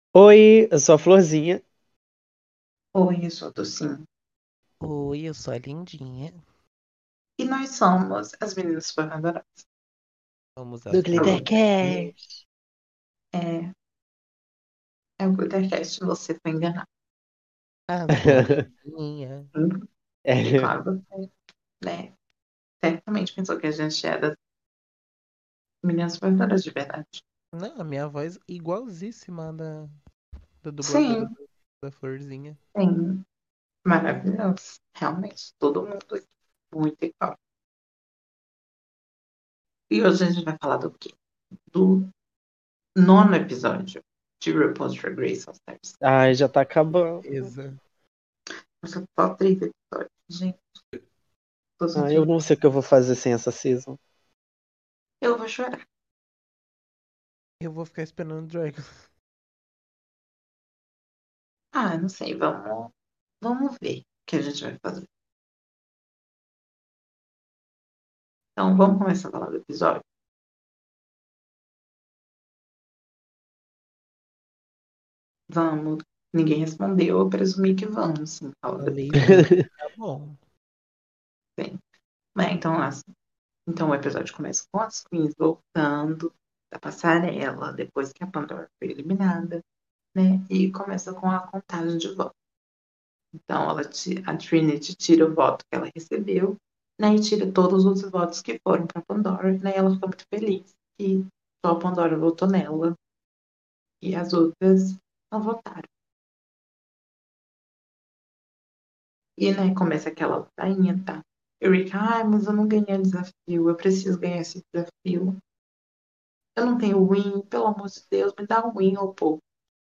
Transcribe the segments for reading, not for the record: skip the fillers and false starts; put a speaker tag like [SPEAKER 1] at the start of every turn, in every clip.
[SPEAKER 1] Oi, eu sou a Florzinha.
[SPEAKER 2] Oi, eu sou a Docinho.
[SPEAKER 3] Oi, eu sou a Lindinha.
[SPEAKER 2] E nós somos as meninas superpoderosas.
[SPEAKER 3] Somos
[SPEAKER 1] Do
[SPEAKER 3] as Glittercast.
[SPEAKER 1] Glittercast.
[SPEAKER 2] É, é o Glittercast, você foi enganado.
[SPEAKER 3] As Florzinha.
[SPEAKER 2] E
[SPEAKER 1] É.
[SPEAKER 2] claro, você, né, certamente pensou que a gente era meninas superpoderosas de verdade.
[SPEAKER 3] Não, a minha voz igualzíssima da dubladora
[SPEAKER 2] Sim,
[SPEAKER 3] da Florzinha.
[SPEAKER 2] sim, maravilhoso. Realmente, todo mundo aqui, muito igual. E hoje a gente vai falar do quê? Do nono episódio de RuPaul's Drag Race All Stars.
[SPEAKER 1] Ai, já tá acabando.
[SPEAKER 3] Beleza.
[SPEAKER 2] São só 3 episódios, gente. Tô
[SPEAKER 1] Ai, eu
[SPEAKER 2] sentindo.
[SPEAKER 1] não sei o que eu vou fazer sem essa season.
[SPEAKER 2] Eu vou chorar.
[SPEAKER 3] Eu vou ficar esperando o Dragon.
[SPEAKER 2] Ah, não sei, vamos ver o que a gente vai fazer. Então, vamos começar a falar do episódio? Vamos. Ninguém respondeu, eu presumi que vamos, sim, fala do
[SPEAKER 3] Falei vamos, tá bom.
[SPEAKER 2] episódio. Né, então, assim, então, o episódio começa com as queens voltando da passarela, depois que a Pandora foi eliminada, né? E começa com a contagem de votos. Então, a Trinity tira o voto que ela recebeu, né? E tira todos os votos que foram para Pandora, né? E ela ficou muito feliz que só a Pandora votou nela e as outras não votaram. E, né, começa aquela ladainha, tá? Eureka, ai, mas eu não ganhei o desafio, eu preciso ganhar esse desafio. Eu não tenho win, pelo amor de Deus, me dá um win, ô povo.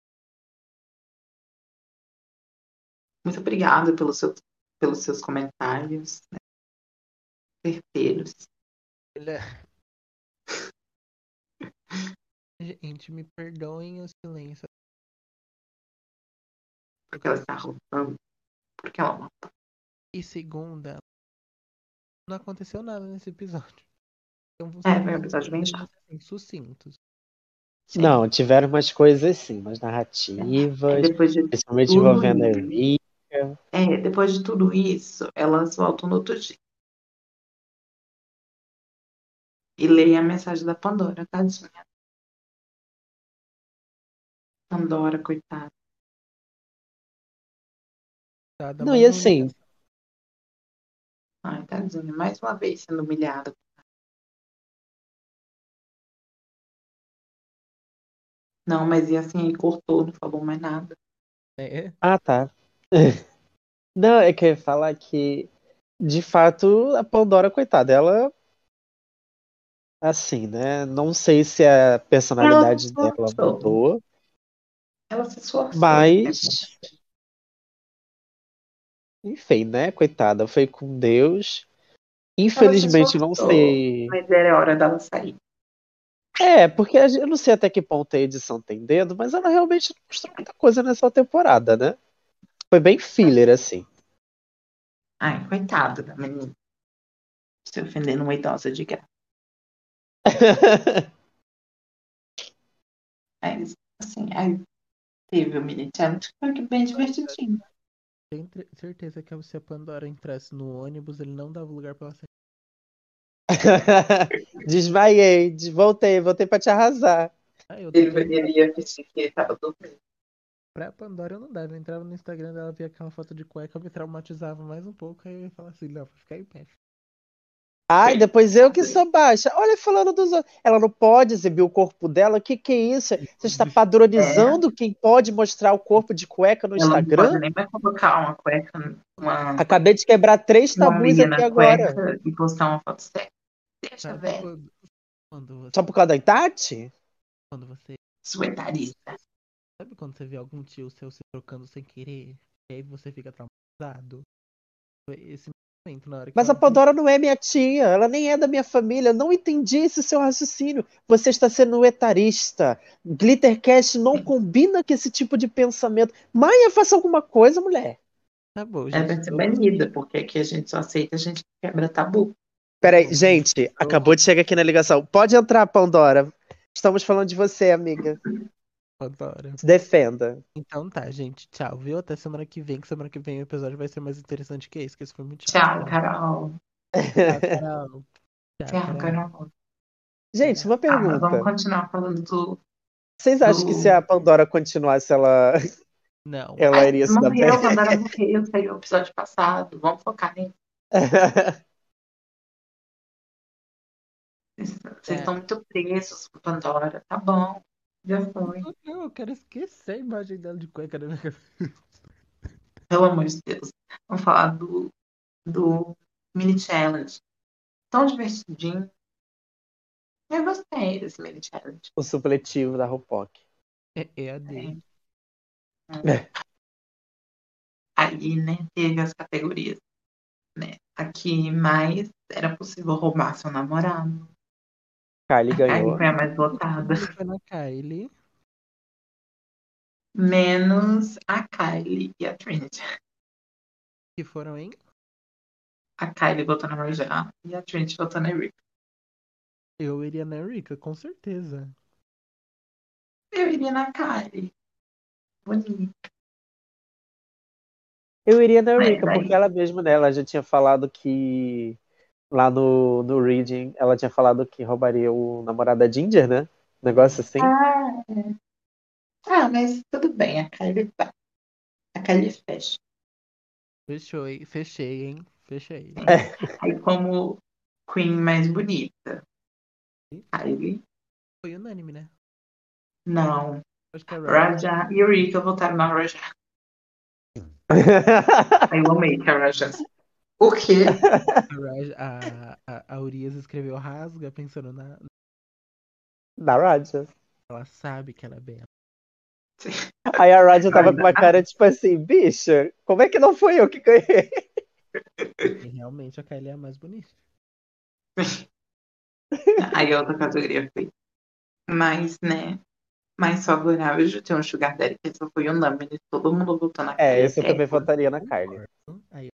[SPEAKER 2] Muito obrigada pelos seus comentários, né, certeiros.
[SPEAKER 3] Olha, gente, me perdoem o silêncio.
[SPEAKER 2] Porque ela está roubando, porque ela não.
[SPEAKER 3] E segunda, não aconteceu nada nesse episódio. Então
[SPEAKER 2] É,
[SPEAKER 3] são
[SPEAKER 2] foi um
[SPEAKER 3] vários
[SPEAKER 2] episódio bem
[SPEAKER 3] problemas
[SPEAKER 2] chato.
[SPEAKER 3] assim, sucintos.
[SPEAKER 2] Sim.
[SPEAKER 1] Não, tiveram umas coisas sim, umas
[SPEAKER 2] É,
[SPEAKER 1] narrativas,
[SPEAKER 2] depois de
[SPEAKER 1] principalmente
[SPEAKER 2] tudo
[SPEAKER 1] envolvendo a
[SPEAKER 2] isso,
[SPEAKER 1] Erika.
[SPEAKER 2] depois de tudo isso, elas voltam no outro dia. E leem a mensagem da Pandora, tadinha. Pandora, coitada.
[SPEAKER 3] Tá,
[SPEAKER 1] Não, e
[SPEAKER 3] mais uma
[SPEAKER 1] assim,
[SPEAKER 3] humilhação.
[SPEAKER 2] Ai, tadinha. Mais uma vez sendo humilhada. Não, mas e assim, ele cortou, não falou mais nada.
[SPEAKER 3] É,
[SPEAKER 1] ah, tá. Não, é que eu ia falar que, de fato, a Pandora, coitada, ela, assim, né? Não sei se a
[SPEAKER 2] Ela se
[SPEAKER 1] personalidade dela
[SPEAKER 2] esforçou.
[SPEAKER 1] mudou,
[SPEAKER 2] Ela se esforçou.
[SPEAKER 1] mas enfim, né? Coitada, foi com Deus.
[SPEAKER 2] Ela se
[SPEAKER 1] Infelizmente, não
[SPEAKER 2] esforçou,
[SPEAKER 1] sei.
[SPEAKER 2] mas era hora dela sair.
[SPEAKER 1] É, porque eu não sei até que ponto a edição tem dedo, mas ela realmente não mostrou muita coisa nessa temporada, né? Foi bem filler, assim.
[SPEAKER 2] Ai, coitada da menina. Se ofendendo uma idosa de graça. Mas, assim, aí teve o mini challenge que foi bem
[SPEAKER 3] mas
[SPEAKER 2] divertidinho.
[SPEAKER 3] tenho certeza que se a Pandora entrasse no ônibus, ele não dava lugar pra ela sair.
[SPEAKER 1] Desmaiei, voltei pra te arrasar.
[SPEAKER 3] Ah, eu também.
[SPEAKER 2] Ele ia fingir que ele tava dormindo.
[SPEAKER 3] Pra Pandora eu não dava. Eu entrava no Instagram dela, via aquela foto de cueca, me traumatizava mais um pouco. Aí eu ia falar assim, não, pra ficar em pé.
[SPEAKER 1] Ai, depois eu que
[SPEAKER 2] Coitada.
[SPEAKER 1] sou baixa. Olha, falando dos outros. Ela não pode exibir o corpo dela. O que que é isso? Você está
[SPEAKER 2] É,
[SPEAKER 1] padronizando quem pode mostrar o corpo de cueca no
[SPEAKER 2] ela não pode
[SPEAKER 1] Instagram?
[SPEAKER 2] nem mais colocar uma cueca,
[SPEAKER 1] Acabei de quebrar três
[SPEAKER 2] uma
[SPEAKER 1] tabus
[SPEAKER 2] linha
[SPEAKER 1] aqui
[SPEAKER 2] na
[SPEAKER 1] agora.
[SPEAKER 2] cueca e postar uma foto séria. Deixa,
[SPEAKER 3] Sabe
[SPEAKER 2] velho.
[SPEAKER 3] quando você,
[SPEAKER 1] Só por causa da Itati?
[SPEAKER 3] quando você.
[SPEAKER 2] Suetarista.
[SPEAKER 3] Sabe quando você vê algum tio seu se trocando sem querer? E aí você fica traumatizado? Foi esse momento, na hora que
[SPEAKER 1] Mas a
[SPEAKER 3] ela disse.
[SPEAKER 1] Pandora não é minha tia, ela nem é da minha família. Eu não entendi esse seu raciocínio. Você está sendo etarista. Glittercast não combina com esse tipo de pensamento. Maia, faça alguma coisa, mulher.
[SPEAKER 3] Tá bom,
[SPEAKER 2] Ela
[SPEAKER 3] gente.
[SPEAKER 2] vai ser banida, porque aqui a gente só aceita, a gente quebra tabu.
[SPEAKER 3] Tá
[SPEAKER 1] Peraí,
[SPEAKER 3] bom, gente.
[SPEAKER 1] gente, acabou de chegar aqui na ligação. Pode entrar, Pandora. Estamos falando de você, amiga.
[SPEAKER 3] Adoro.
[SPEAKER 1] Se defenda.
[SPEAKER 3] Então tá, gente. Tchau, viu? Até semana que vem, que semana que vem o episódio vai ser mais interessante que esse foi muito chato.
[SPEAKER 2] Tchau, Carol.
[SPEAKER 3] Tchau, Carol. Tchau,
[SPEAKER 2] Tchau,
[SPEAKER 3] Carol.
[SPEAKER 2] Carol.
[SPEAKER 1] Gente, uma
[SPEAKER 2] Ah, mas vamos
[SPEAKER 1] pergunta.
[SPEAKER 2] continuar falando
[SPEAKER 1] Vocês acham que se
[SPEAKER 2] do...
[SPEAKER 1] a Pandora continuasse, ela,
[SPEAKER 3] Não.
[SPEAKER 1] ela
[SPEAKER 2] Ai,
[SPEAKER 1] iria se dar bem?
[SPEAKER 2] morreu, Pandora morreu, saiu o episódio passado. Vamos focar nele. Vocês
[SPEAKER 3] É.
[SPEAKER 2] estão muito presos com Pandora. Tá bom, já foi.
[SPEAKER 3] Não, eu quero esquecer a imagem dela de cueca na minha cabeça.
[SPEAKER 2] Pelo amor de Deus. Vamos falar do mini challenge. Tão divertidinho. Eu gostei desse mini challenge.
[SPEAKER 1] O supletivo da RuPaul.
[SPEAKER 3] É a dele.
[SPEAKER 2] Aí, né, teve as categorias, né? Aqui mais era possível roubar seu namorado.
[SPEAKER 1] Kylie
[SPEAKER 2] A Kylie
[SPEAKER 1] ganhou.
[SPEAKER 2] foi a mais votada.
[SPEAKER 3] Foi na Kylie.
[SPEAKER 2] Menos a Kylie e a Trinity.
[SPEAKER 3] Que foram em.
[SPEAKER 2] A Kylie votou na Marjana e a Trinity votou na Erika.
[SPEAKER 3] Eu iria na Erika, com certeza.
[SPEAKER 2] Eu iria na Kylie. Bonita.
[SPEAKER 1] Eu iria na
[SPEAKER 2] É,
[SPEAKER 1] Eureka, porque
[SPEAKER 2] daí.
[SPEAKER 1] ela mesma, né, ela já tinha falado que lá no Reading, ela tinha falado que roubaria o namorado da Ginger, né? Negócio assim.
[SPEAKER 2] Ah, mas tudo bem, a Kylie tá. A Kylie fecha.
[SPEAKER 3] Fechou, hein? Fechei, hein? Fechei.
[SPEAKER 2] Aí como Queen mais bonita. Kylie,
[SPEAKER 3] Foi unânime, né?
[SPEAKER 2] não.
[SPEAKER 3] Acho que a Raja.
[SPEAKER 2] Raja e Eureka votaram na Raja. Aí eu amei que a Raja. O quê?
[SPEAKER 3] A Urias escreveu rasga pensando na.
[SPEAKER 1] Da Raja.
[SPEAKER 3] Ela sabe que ela é bela.
[SPEAKER 1] Aí a Raja tava com uma
[SPEAKER 2] Ah,
[SPEAKER 1] cara tipo assim, bicha, como é que não fui eu que ganhei?
[SPEAKER 3] E realmente a Kylie é a mais bonita.
[SPEAKER 2] aí a outra categoria foi mais, né? Mais favorável de ter um Sugar Daddy, que só foi unânime. Todo mundo votou na
[SPEAKER 1] É,
[SPEAKER 2] Kylie
[SPEAKER 1] esse eu
[SPEAKER 2] até
[SPEAKER 1] também
[SPEAKER 2] ela.
[SPEAKER 1] votaria na Kylie.
[SPEAKER 3] Aí,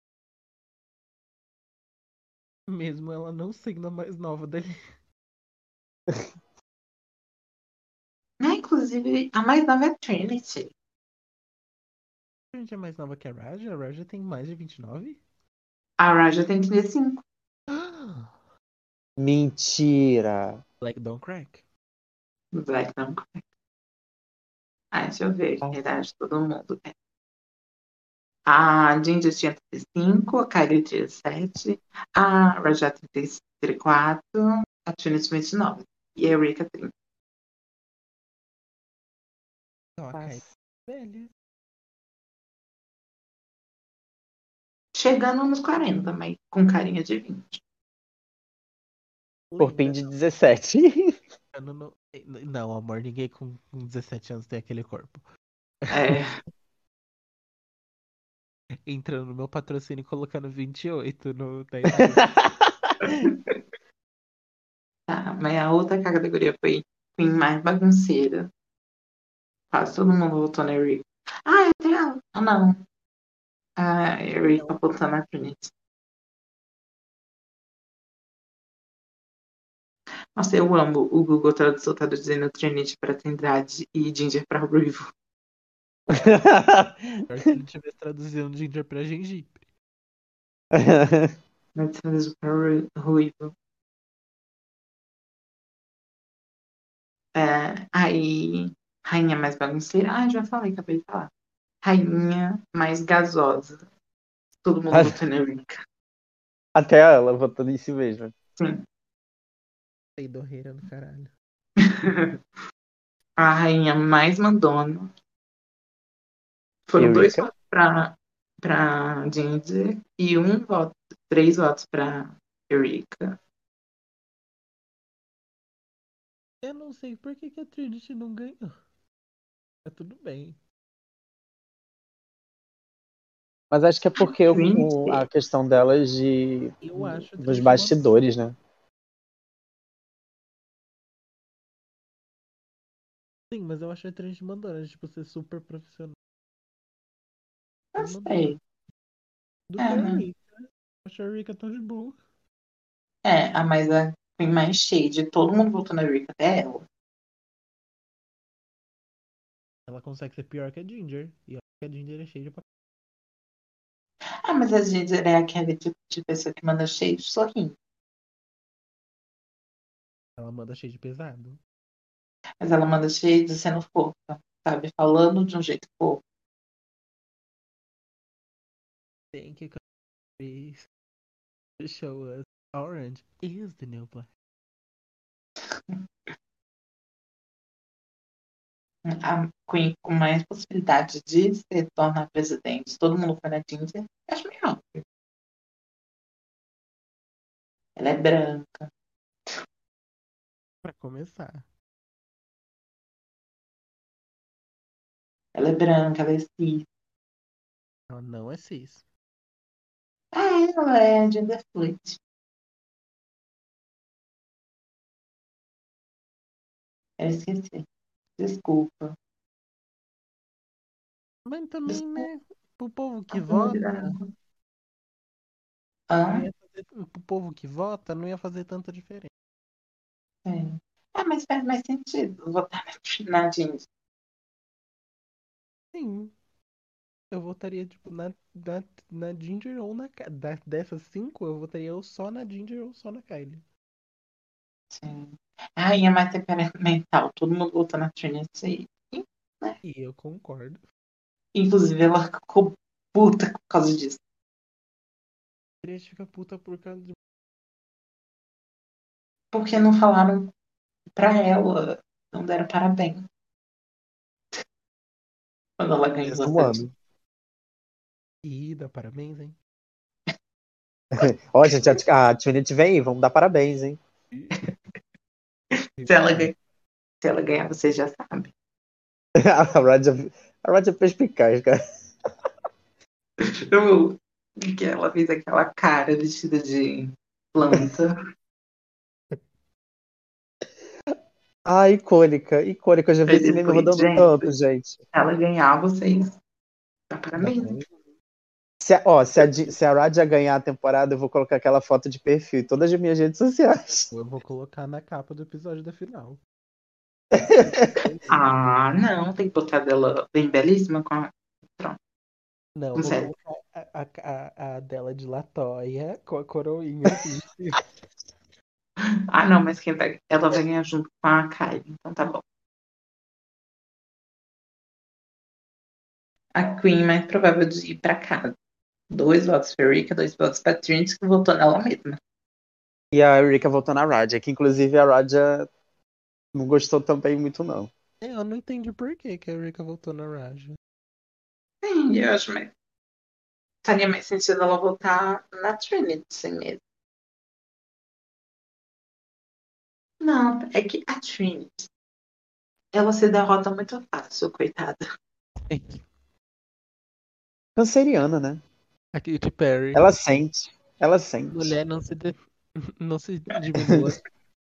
[SPEAKER 3] mesmo ela não sendo a mais nova dele.
[SPEAKER 2] Inclusive, a mais nova é a Trinity.
[SPEAKER 3] A gente é mais nova que a Raja? A Raja tem mais de 29?
[SPEAKER 2] A Raja tem 35.
[SPEAKER 1] Mentira.
[SPEAKER 3] Like Don't Crack.
[SPEAKER 2] Black não. Deixa eu ver aqui a idade de todo mundo. A Ginger tinha 35, a Kylie tinha 17, a Raja 34, a Trinity 29 e a Erika 30.
[SPEAKER 3] Não, a Kylie é velha.
[SPEAKER 2] Chegando nos 40, mas com carinha de 20.
[SPEAKER 1] Corpinho
[SPEAKER 3] Linda.
[SPEAKER 1] de 17.
[SPEAKER 3] Não, amor, ninguém com 17 anos tem aquele corpo.
[SPEAKER 2] É,
[SPEAKER 3] Entrando no meu patrocínio e colocando 28 da idade.
[SPEAKER 2] tá, mas a outra categoria foi Queen mais bagunceira. Quase todo mundo votou na Erika. Até ela. Não. A Erika votou na Trinity. Nossa, eu amo o Google Tradutor traduzindo Trinity para Trindade e Ginger para Ruivo.
[SPEAKER 3] Pior se ele tivesse traduzindo Ginger pra gengibre.
[SPEAKER 2] Mas traduz para Ruivo. Aí, rainha mais bagunceira. Já falei, acabei de falar. Rainha mais gasosa. Todo mundo votou na Erika.
[SPEAKER 1] Até ela votando em si mesma.
[SPEAKER 2] Sim.
[SPEAKER 3] Peidorreira do caralho.
[SPEAKER 2] A rainha mais mandona. Foram 2
[SPEAKER 1] Eureka.
[SPEAKER 2] votos para Ginger e 3 votos para Erika.
[SPEAKER 3] Eu não sei por que a Trinity não ganhou. Tá tudo bem.
[SPEAKER 1] Mas acho que é porque a
[SPEAKER 2] Trinity.
[SPEAKER 1] questão delas
[SPEAKER 3] Eu acho a
[SPEAKER 1] nos
[SPEAKER 3] Trinity
[SPEAKER 1] bastidores, né?
[SPEAKER 3] Sim, mas eu acho a Trinity mandona, tipo, ser super profissional.
[SPEAKER 2] Não
[SPEAKER 3] Mais mandona
[SPEAKER 2] sei.
[SPEAKER 3] do que a
[SPEAKER 2] Né?
[SPEAKER 3] Rika. Eu acho a Rika tão de boa.
[SPEAKER 2] Mas a Queen mais cheia de todo mundo votou na Erika até ela.
[SPEAKER 3] Ela consegue ser pior que a Ginger. E olha que a Ginger é cheia de papel.
[SPEAKER 2] Ah, mas a Ginger é aquele tipo de pessoa que manda cheio de sorrindo.
[SPEAKER 3] Ela manda cheio de pesado.
[SPEAKER 2] Mas ela manda cheio de sendo fofa, sabe? Falando de um jeito fofo.
[SPEAKER 3] Tem que show us orange is the new black.
[SPEAKER 2] A Queen com mais possibilidade de se tornar presidente. Todo mundo foi na Ginger. Acho meio óbvio. Ela é branca.
[SPEAKER 3] Pra começar.
[SPEAKER 2] Ela é branca, ela é cis.
[SPEAKER 3] Ela não é cis.
[SPEAKER 2] Ah, ela é gender fluid. Eu esqueci. Desculpa.
[SPEAKER 3] Mas também,
[SPEAKER 2] Desculpa,
[SPEAKER 3] né? Pro povo que vota,
[SPEAKER 2] convidado.
[SPEAKER 3] não
[SPEAKER 2] Ah,
[SPEAKER 3] ia fazer, pro povo que vota, não ia fazer tanta diferença.
[SPEAKER 2] é. Ah, mas faz mais sentido votar na Ginger.
[SPEAKER 3] Sim. Eu votaria, tipo, na Ginger ou na Kylie. Dessas 5, eu votaria ou só na Ginger ou só na Kylie.
[SPEAKER 2] Sim. Ai, é mais temperamental. Todo mundo vota na Trinity. Né?
[SPEAKER 3] E eu concordo.
[SPEAKER 2] Inclusive, ela ficou puta por causa disso.
[SPEAKER 3] A gente fica puta por causa de.
[SPEAKER 2] Porque não falaram pra ela. Não deram parabéns. Quando ela ganhou
[SPEAKER 1] Mesmo
[SPEAKER 2] essa.
[SPEAKER 1] ano.
[SPEAKER 3] Ih, dá parabéns, hein?
[SPEAKER 1] Ó, gente, a Trinity vem aí, vamos dar parabéns, hein?
[SPEAKER 2] Se ela, se ela ganhar, você já sabe.
[SPEAKER 1] A Rod é perspicaz, cara.
[SPEAKER 2] Eu, que ela fez aquela cara vestida de planta.
[SPEAKER 1] Ah, icônica, icônica. Eu já vi
[SPEAKER 2] Aí
[SPEAKER 1] esse meme
[SPEAKER 2] depois,
[SPEAKER 1] rodando tanto,
[SPEAKER 2] gente, se
[SPEAKER 1] gente.
[SPEAKER 2] ela ganhar, vocês. Dá
[SPEAKER 1] Dá
[SPEAKER 2] parabéns.
[SPEAKER 1] parabéns. Se a Radia ganhar a temporada, eu vou colocar aquela foto de perfil em todas as minhas redes sociais.
[SPEAKER 3] Eu vou colocar na capa do episódio da final.
[SPEAKER 2] Ah, não, tem que botar dela bem belíssima com a. Pronto,
[SPEAKER 3] Não, eu
[SPEAKER 2] não
[SPEAKER 3] vou
[SPEAKER 2] sei.
[SPEAKER 3] colocar a dela de Latoya com a coroinha assim.
[SPEAKER 2] Ah, não, mas quem vai. Ela vai ganhar junto com a Kylie, então tá bom. A Queen mais provável de ir pra casa. 2 votos pra Erika, 2 votos pra Trinity, que votou nela mesma.
[SPEAKER 1] E a Erika voltou na Radia, que inclusive a Radia não gostou também muito, não.
[SPEAKER 3] Eu não entendi por que a Erika voltou na Raja.
[SPEAKER 2] Sim, eu acho mais. Faria mais sentido ela votar na Trinity, sem mesmo. Não, é que a Trinity, ela se derrota muito fácil, coitada.
[SPEAKER 1] Canceriana, né?
[SPEAKER 3] A Katy Perry.
[SPEAKER 1] Ela sente. Ela sente.
[SPEAKER 3] Mulher não se diminua.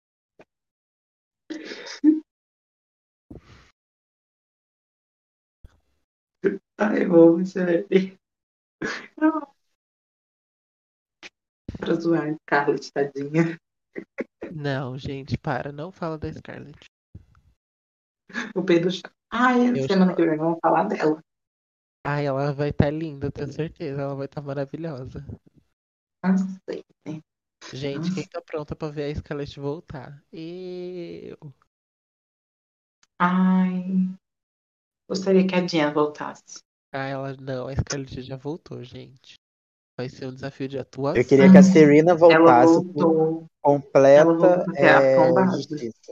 [SPEAKER 2] Ai, eu amo sério. Pra zoar, Scarlett, tadinha.
[SPEAKER 3] Não, gente, para. Não fala da Scarlett.
[SPEAKER 2] O Pedro. Ai,
[SPEAKER 3] Eu,
[SPEAKER 2] semana que vem vamos falar dela.
[SPEAKER 3] ai, ela vai estar linda, eu tenho certeza. Ela vai estar maravilhosa.
[SPEAKER 2] Não sei, né?
[SPEAKER 3] Gente, quem
[SPEAKER 2] Nossa.
[SPEAKER 3] tá pronta pra ver a Scarlett voltar? Eu.
[SPEAKER 2] Ai, gostaria que a Diana voltasse.
[SPEAKER 3] Ah, ela não, a Scarlett já voltou, gente. Vai ser um desafio de
[SPEAKER 1] Eu queria que a
[SPEAKER 3] atuação.
[SPEAKER 1] Serena
[SPEAKER 2] Ela
[SPEAKER 1] voltasse por
[SPEAKER 2] voltou. Ela voltou
[SPEAKER 1] completa
[SPEAKER 2] pra ser afrombada.
[SPEAKER 1] justiça.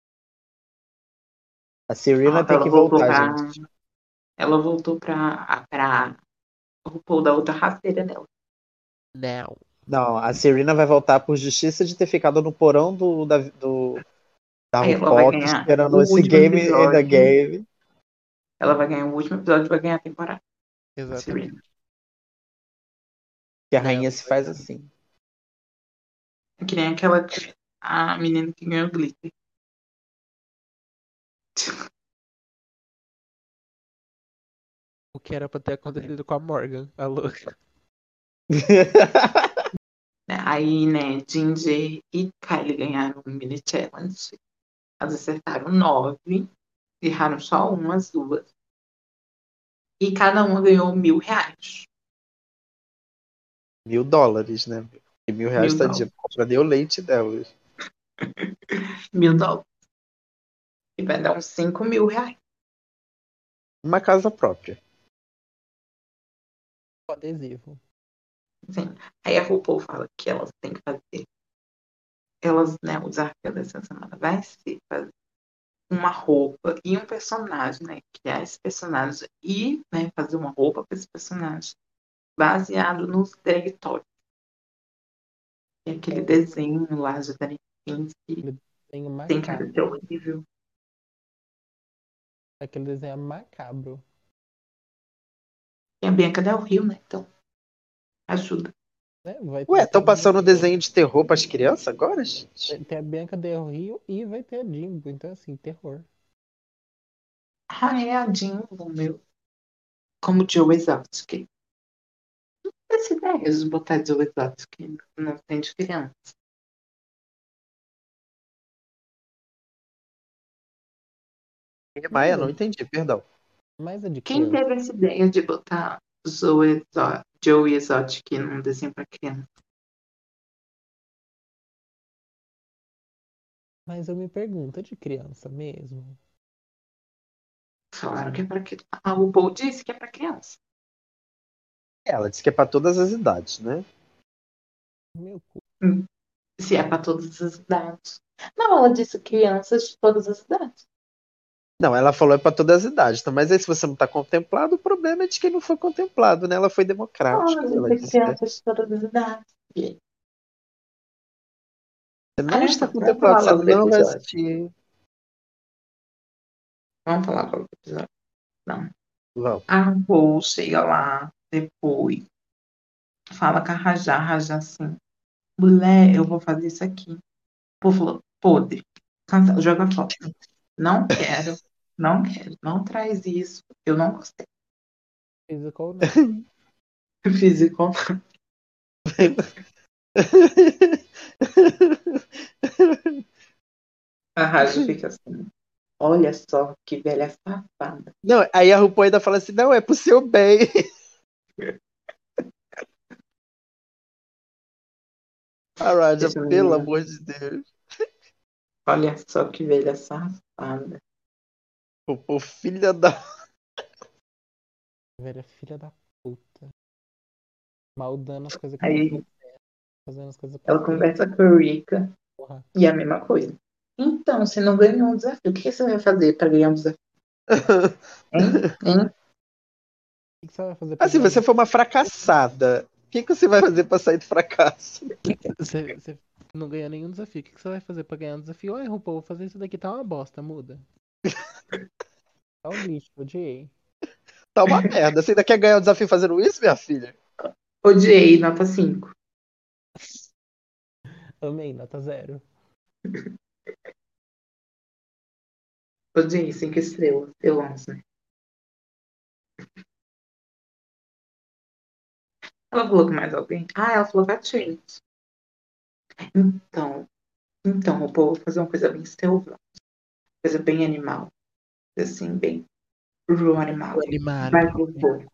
[SPEAKER 1] A Serena tem
[SPEAKER 2] Ela
[SPEAKER 1] que
[SPEAKER 2] voltou
[SPEAKER 1] voltar,
[SPEAKER 2] pra.
[SPEAKER 1] gente.
[SPEAKER 2] Ela voltou pra o RuPaul da outra rasteira dela.
[SPEAKER 3] Não.
[SPEAKER 1] Não, a Serena vai voltar por justiça de ter ficado no porão da
[SPEAKER 2] Aí ela vai
[SPEAKER 1] RuPaul,
[SPEAKER 2] ganhar
[SPEAKER 1] esperando
[SPEAKER 2] o
[SPEAKER 1] esse
[SPEAKER 2] último
[SPEAKER 1] game in the
[SPEAKER 2] episódio.
[SPEAKER 1] game.
[SPEAKER 2] Ela vai ganhar o último episódio e vai ganhar a temporada.
[SPEAKER 3] Exatamente.
[SPEAKER 1] Que a
[SPEAKER 3] Não,
[SPEAKER 1] rainha se faz assim.
[SPEAKER 2] Que nem aquela. A menina que ganhou o glitter.
[SPEAKER 3] o que era pra ter acontecido com a Morgan, a louca.
[SPEAKER 2] Aí, né, Ginger e Kylie ganharam um mini challenge. Elas acertaram 9, erraram só uma, as duas. E cada uma ganhou R$ 1.000.
[SPEAKER 1] $1.000, né? E R$ 1.000
[SPEAKER 2] Mil
[SPEAKER 1] tá de
[SPEAKER 2] dólares.
[SPEAKER 1] compra nem o leite delas.
[SPEAKER 2] $1.000. E vai dar uns R$ 5.000.
[SPEAKER 1] Uma casa própria.
[SPEAKER 3] O adesivo.
[SPEAKER 2] Sim. Aí a RuPaul fala que elas têm que fazer. Elas, né, o desafio dessa semana vai ser fazer uma roupa e um personagem, né? Criar esse personagem e, né, fazer uma roupa para esse personagem baseado nos drag toys. É aquele desenho lá de drag queens que
[SPEAKER 3] Aquele desenho
[SPEAKER 2] tem cara de ser
[SPEAKER 3] macabro.
[SPEAKER 2] horrível.
[SPEAKER 3] Aquele desenho macabro.
[SPEAKER 2] E a Bianca Del Rio, né? Então, ajuda.
[SPEAKER 3] Né? Vai
[SPEAKER 1] Ué,
[SPEAKER 3] ter,
[SPEAKER 1] estão passando desenho de terror pras crianças agora, gente?
[SPEAKER 3] tem a Bianca Del Rio e vai ter a Jimbo. Então, assim, terror.
[SPEAKER 2] Ah, é a Jimbo, meu. Como Joe Exotic. Essa ideia de botar Joe Exotic não tem de criança.
[SPEAKER 1] Maia,
[SPEAKER 3] Mas
[SPEAKER 1] não entendi, perdão.
[SPEAKER 3] é de
[SPEAKER 2] Quem
[SPEAKER 3] criança.
[SPEAKER 2] teve essa ideia de botar Joe Exotic num desenho pra criança?
[SPEAKER 3] Mas eu me pergunto, é de criança mesmo?
[SPEAKER 2] Falaram que é pra criança. A RuPaul disse que é pra criança.
[SPEAKER 1] Ela disse que é pra todas as idades, né?
[SPEAKER 3] Meu cu.
[SPEAKER 2] Se é pra todas as idades. Não, ela disse crianças de todas as idades.
[SPEAKER 1] Não, ela falou é pra todas as idades, tá? Mas aí se você não tá contemplado, o problema é de quem não foi contemplado, né? Ela foi
[SPEAKER 2] Não,
[SPEAKER 1] democrática.
[SPEAKER 2] ela
[SPEAKER 1] Ela
[SPEAKER 2] disse
[SPEAKER 1] disse que
[SPEAKER 2] crianças de todas as idades.
[SPEAKER 1] você não
[SPEAKER 2] Aliás,
[SPEAKER 1] está
[SPEAKER 2] vamos
[SPEAKER 1] contemplado,
[SPEAKER 2] falar
[SPEAKER 1] você
[SPEAKER 2] logo do
[SPEAKER 1] não vai
[SPEAKER 2] episódio.
[SPEAKER 1] assistir.
[SPEAKER 2] Vamos falar logo do episódio. Não.
[SPEAKER 1] Vamos.
[SPEAKER 2] A RuPaul chega lá depois, fala com a Rajá assim, mulher, eu vou fazer isso aqui. O povo falou, podre, cancela, joga fora. Não quero, não quero, não traz isso, eu não gostei.
[SPEAKER 3] Physical não.
[SPEAKER 2] Físico. A Raja fica assim, olha só que velha safada.
[SPEAKER 1] Não, aí a RuPaul ainda fala assim, não, é pro seu bem. A Raja,
[SPEAKER 2] Essa
[SPEAKER 1] pelo
[SPEAKER 2] menina,
[SPEAKER 1] amor de Deus.
[SPEAKER 2] olha só que velha safada.
[SPEAKER 1] RuPaul, filha da...
[SPEAKER 3] Velha filha da puta. Maldando as coisas que ela
[SPEAKER 2] Aí
[SPEAKER 3] faz. Fazendo as coisas pra
[SPEAKER 2] ela
[SPEAKER 3] quê?
[SPEAKER 2] conversa com a Rika
[SPEAKER 3] Porra.
[SPEAKER 2] e é a mesma coisa. Então, você não ganhou um desafio. O que você vai fazer para ganhar um desafio? Hein? Hein?
[SPEAKER 3] O que você vai fazer pra
[SPEAKER 1] Assim,
[SPEAKER 3] ganhar
[SPEAKER 1] você foi uma fracassada. O que você vai fazer pra sair do fracasso?
[SPEAKER 3] Você não ganhou nenhum desafio. O que você vai fazer pra ganhar um desafio? Ai, RuPaul, vou fazer isso daqui, tá uma bosta, muda. Tá um lixo, odiei.
[SPEAKER 1] Tá uma merda. Você ainda quer ganhar o desafio fazendo isso, minha filha?
[SPEAKER 2] Odiei, nota 5.
[SPEAKER 3] Amei, nota 0.
[SPEAKER 2] Odiei, 5 estrelas. Eu amo, né? Ela falou com mais alguém? Ah, ela falou com a Trinity. Então, o povo vou fazer uma coisa bem selvagem. Coisa bem animal. Assim, bem pro animal.
[SPEAKER 3] Animal.
[SPEAKER 2] Vai pro povo.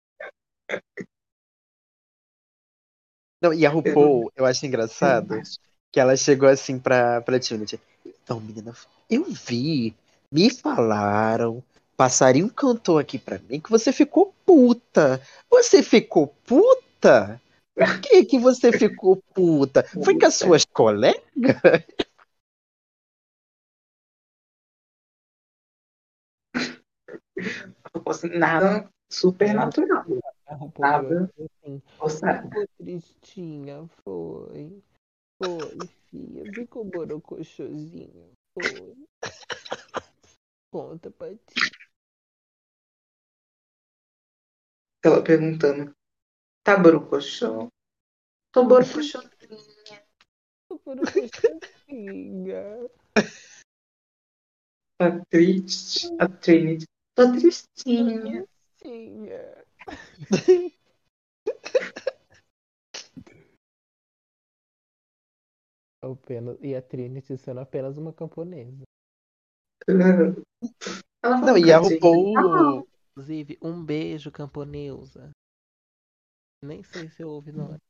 [SPEAKER 1] Não, e a RuPaul, eu acho engraçado que ela chegou assim pra Trinity. Então, menina, eu vi, me falaram, passarinho cantou aqui pra mim que você ficou puta. Você ficou puta? Por que que você ficou puta? Foi com as suas colegas?
[SPEAKER 2] Assim, nada super natural.
[SPEAKER 3] A RuPaul pegou e
[SPEAKER 2] Nada
[SPEAKER 3] falou assim:
[SPEAKER 2] forçado.
[SPEAKER 3] ficou tristinha, foi. Foi, filha. Ficou borocochosinho, foi. Conta pra ti.
[SPEAKER 2] Ela perguntando, tá borocochô? Tô borocochôzinha.
[SPEAKER 3] Ficou borocochosinha.
[SPEAKER 2] Tá triste. A Trinity. Tô tristinha.
[SPEAKER 3] Tristinha. E a Trinity sendo apenas uma camponesa.
[SPEAKER 2] Ela
[SPEAKER 1] Não,
[SPEAKER 2] falou
[SPEAKER 1] e
[SPEAKER 2] com
[SPEAKER 1] a
[SPEAKER 2] a Jane. Tá
[SPEAKER 1] RuPaul,
[SPEAKER 2] bom.
[SPEAKER 3] Inclusive, um beijo, Camponeusa. Nem sei se eu ouvi na hora.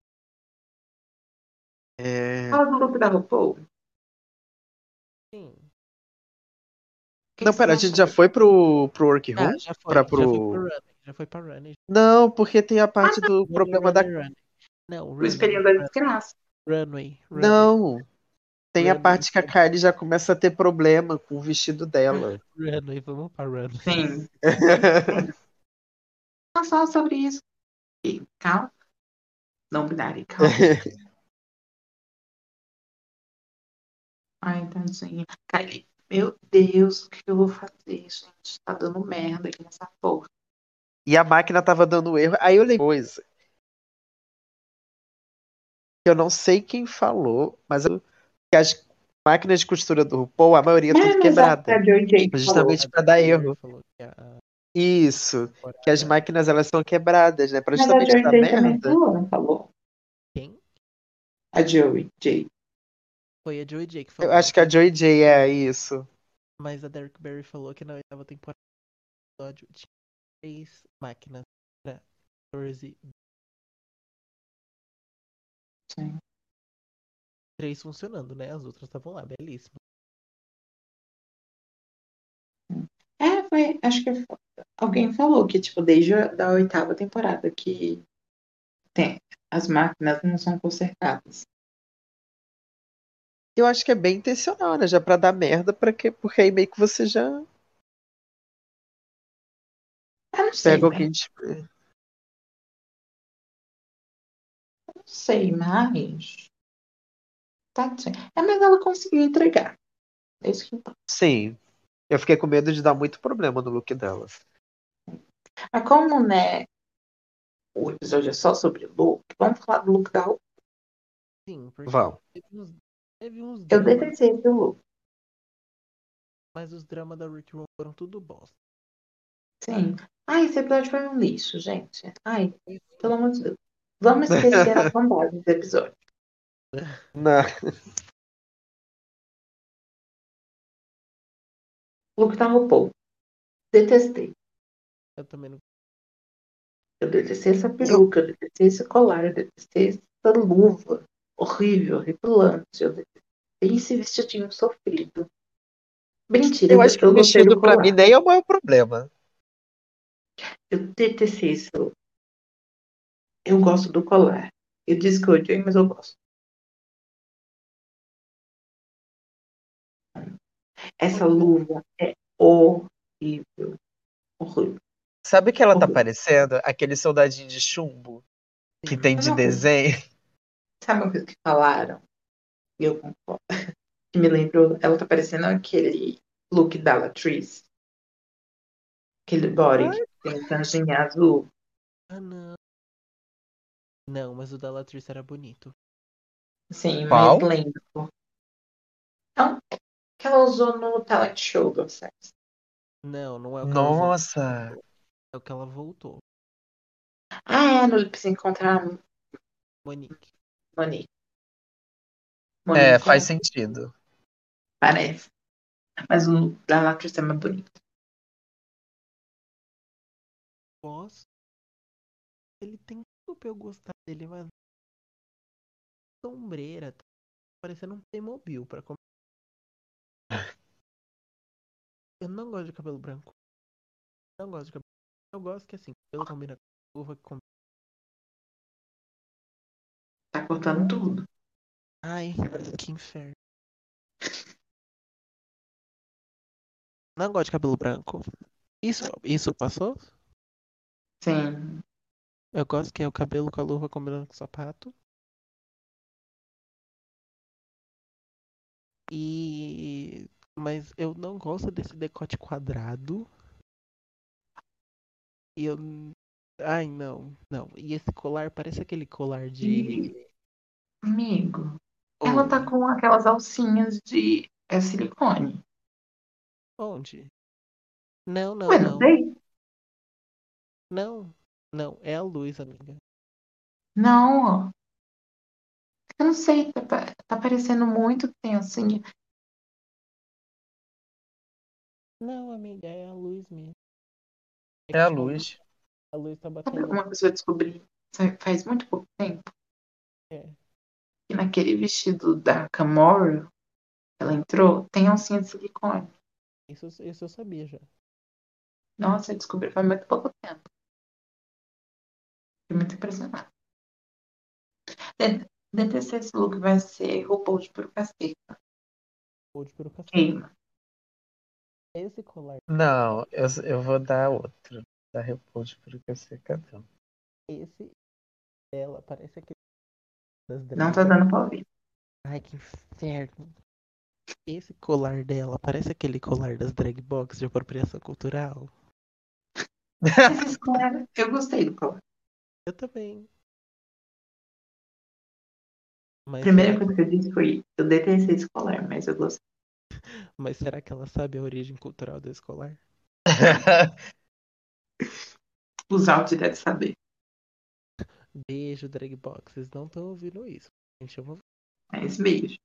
[SPEAKER 2] Fala do look da RuPaul.
[SPEAKER 3] Sim.
[SPEAKER 2] O que
[SPEAKER 1] Não,
[SPEAKER 2] que
[SPEAKER 1] pera, a
[SPEAKER 2] você
[SPEAKER 1] gente já
[SPEAKER 2] achou?
[SPEAKER 1] foi pro workroom?
[SPEAKER 3] Já
[SPEAKER 1] Pra
[SPEAKER 3] foi. Já foi pro
[SPEAKER 1] pro...
[SPEAKER 3] running. Já foi pra running.
[SPEAKER 1] Não, porque tem a parte do problema da...
[SPEAKER 3] Running. Não,
[SPEAKER 2] O
[SPEAKER 3] running.
[SPEAKER 2] espelhinho da desgraça.
[SPEAKER 3] Runway.
[SPEAKER 1] Não, tem a
[SPEAKER 3] Runway.
[SPEAKER 1] parte que a Kylie já começa a ter problema com o vestido dela.
[SPEAKER 3] Runway. Vamos pra runway.
[SPEAKER 2] Sim. Não só sobre isso. E calma. Não binário, calma. Ai, tadinha. Kylie, meu Deus, o que eu vou fazer, gente? Tá dando merda aqui nessa porra.
[SPEAKER 1] E a máquina tava dando erro. Aí eu lembrei coisa. Eu não sei quem falou, mas que as máquinas de costura do RuPaul, a maioria é tudo
[SPEAKER 2] Mas a
[SPEAKER 1] quebrada.
[SPEAKER 2] Joy J falou.
[SPEAKER 1] Justamente pra dar erro.
[SPEAKER 3] Falou que a
[SPEAKER 1] Isso. Que as
[SPEAKER 3] temporada-
[SPEAKER 1] máquinas elas são quebradas, né? Pra
[SPEAKER 2] Mas a
[SPEAKER 1] justamente
[SPEAKER 2] Joy
[SPEAKER 1] dar
[SPEAKER 2] J também
[SPEAKER 1] merda.
[SPEAKER 2] falou, não falou?
[SPEAKER 3] Quem?
[SPEAKER 2] A Joey J.
[SPEAKER 3] Foi a Joey J que
[SPEAKER 1] Eu
[SPEAKER 3] falou.
[SPEAKER 1] acho que a Joy J é isso.
[SPEAKER 3] Mas a Derek Barry falou que na oitava temporada do episódio tinha 3 máquinas pra 14.
[SPEAKER 2] Sim.
[SPEAKER 3] 3 funcionando, né? As outras estavam lá, belíssimo.
[SPEAKER 2] Foi, acho que alguém falou que, tipo, desde a da oitava temporada que tem, as máquinas não são consertadas.
[SPEAKER 1] Eu acho que é bem intencional, né? Já pra dar merda, porque aí meio que você já
[SPEAKER 2] Eu não sei,
[SPEAKER 1] pega
[SPEAKER 2] né?
[SPEAKER 1] alguém.
[SPEAKER 2] Não sei, mas. Tadinha. Mas ela conseguiu entregar. É isso que importa.
[SPEAKER 1] Sim. Eu fiquei com medo de dar muito problema no look dela.
[SPEAKER 2] Mas como, né, o episódio é só sobre look, vamos falar do look da roupa.
[SPEAKER 3] Sim, porque
[SPEAKER 1] Vamos.
[SPEAKER 3] teve uns
[SPEAKER 2] Eu
[SPEAKER 3] dramas,
[SPEAKER 2] detestei esse look.
[SPEAKER 3] mas os dramas da Rick Room foram tudo bosta.
[SPEAKER 2] Sim. Ai, esse episódio foi um lixo, gente. Ai, pelo amor de Deus. Vamos esquecer a fanbase do episódio.
[SPEAKER 1] Não.
[SPEAKER 2] Look da RuPaul. Detestei.
[SPEAKER 3] Eu também não.
[SPEAKER 2] Eu detestei essa
[SPEAKER 1] Eu,
[SPEAKER 2] peruca, eu detestei esse colar, eu detestei essa luva. Horrível, horripilante. Eu detestei esse vestidinho sofrido. Mentira,
[SPEAKER 1] eu acho que o
[SPEAKER 2] eu gostei do
[SPEAKER 1] vestido pra mim
[SPEAKER 2] colar.
[SPEAKER 1] nem é o maior problema.
[SPEAKER 2] Eu detestei isso. Eu gosto do colar. Eu disse que eu odiei, mas eu gosto. Essa luva é horrível. Horrível.
[SPEAKER 1] Sabe o que ela tá
[SPEAKER 2] Horrível.
[SPEAKER 1] parecendo? Aquele soldadinho de chumbo que
[SPEAKER 3] Sim.
[SPEAKER 1] tem
[SPEAKER 2] Mas
[SPEAKER 1] de
[SPEAKER 2] uma coisa,
[SPEAKER 1] desenho.
[SPEAKER 2] sabe uma coisa que falaram? E eu concordo. Que me lembrou, ela tá parecendo aquele look da Latrice. Aquele body
[SPEAKER 1] Ai,
[SPEAKER 2] que tem franjinha azul.
[SPEAKER 3] Ah, não. Não, mas o da Latrice era bonito.
[SPEAKER 2] Assim, mais
[SPEAKER 1] qual?
[SPEAKER 2] lento. Então, que ela usou no talent show do Sex.
[SPEAKER 3] Não, não é o que ela usou.
[SPEAKER 1] Nossa.
[SPEAKER 3] É o que ela voltou.
[SPEAKER 2] No Lip Sync contra a
[SPEAKER 3] Monique.
[SPEAKER 2] Monique.
[SPEAKER 1] É,
[SPEAKER 2] Monique,
[SPEAKER 1] faz sentido.
[SPEAKER 2] parece. Mas o da Latrice é mais bonito.
[SPEAKER 3] Boss. Ele tem tudo pra eu gostar dele, mas. Sombreira. Tá parecendo um Playmobil pra comer. Eu não gosto de cabelo branco. Não gosto de cabelo. Eu gosto que assim, cabelo combina com luva que combina.
[SPEAKER 2] Tá cortando tudo.
[SPEAKER 3] Ai, que inferno. Não gosto de cabelo branco. Isso passou?
[SPEAKER 2] Sim.
[SPEAKER 3] Eu gosto que é o cabelo com a luva combinando com o sapato. E. Mas eu não gosto desse decote quadrado. E eu. Ai, não, não. E esse colar parece aquele colar de.
[SPEAKER 2] E, amigo, ela tá
[SPEAKER 3] Oi.
[SPEAKER 2] com aquelas alcinhas de silicone.
[SPEAKER 3] Onde? Não, não,
[SPEAKER 2] Ué, não
[SPEAKER 3] não.
[SPEAKER 2] tem?
[SPEAKER 3] Não. Não, é a luz, amiga.
[SPEAKER 2] Não, ó. Eu não sei, tá parecendo muito que tem assim.
[SPEAKER 3] Não, amiga, é a luz mesmo. É
[SPEAKER 1] É a
[SPEAKER 3] que
[SPEAKER 1] luz.
[SPEAKER 3] a luz tá
[SPEAKER 2] Sabe
[SPEAKER 3] batendo.
[SPEAKER 2] uma coisa que eu descobri faz muito pouco tempo?
[SPEAKER 3] É,
[SPEAKER 2] Que naquele vestido da Camora, ela entrou, tem alcinha de silicone.
[SPEAKER 3] isso eu sabia já.
[SPEAKER 2] Nossa, eu descobri faz muito pouco tempo. Fiquei muito impressionada. Deve ser esse look vai ser RuPaul de peru casqueta.
[SPEAKER 3] Ou de peru cacete.
[SPEAKER 2] Queima.
[SPEAKER 3] Esse colar,
[SPEAKER 1] Não, eu vou dar outro. Da Repouso, porque eu sei cadê?
[SPEAKER 3] esse dela, parece aquele das
[SPEAKER 2] Não
[SPEAKER 3] drag
[SPEAKER 2] tá
[SPEAKER 3] box.
[SPEAKER 2] dando pra ouvir.
[SPEAKER 3] Ai, que inferno. Esse colar dela, parece aquele colar das drag box de apropriação cultural.
[SPEAKER 2] Mas esse colar, eu gostei do colar.
[SPEAKER 3] Eu também.
[SPEAKER 2] A
[SPEAKER 3] Mas
[SPEAKER 2] primeira
[SPEAKER 3] será,
[SPEAKER 2] coisa que eu disse foi, eu detestei esse colar, mas eu gostei.
[SPEAKER 3] mas será que ela sabe a origem cultural desse colar?
[SPEAKER 2] Os áudios deve saber.
[SPEAKER 3] Beijo, drag box. Vocês não estão ouvindo isso. Gente, eu vou.
[SPEAKER 2] Mas beijo.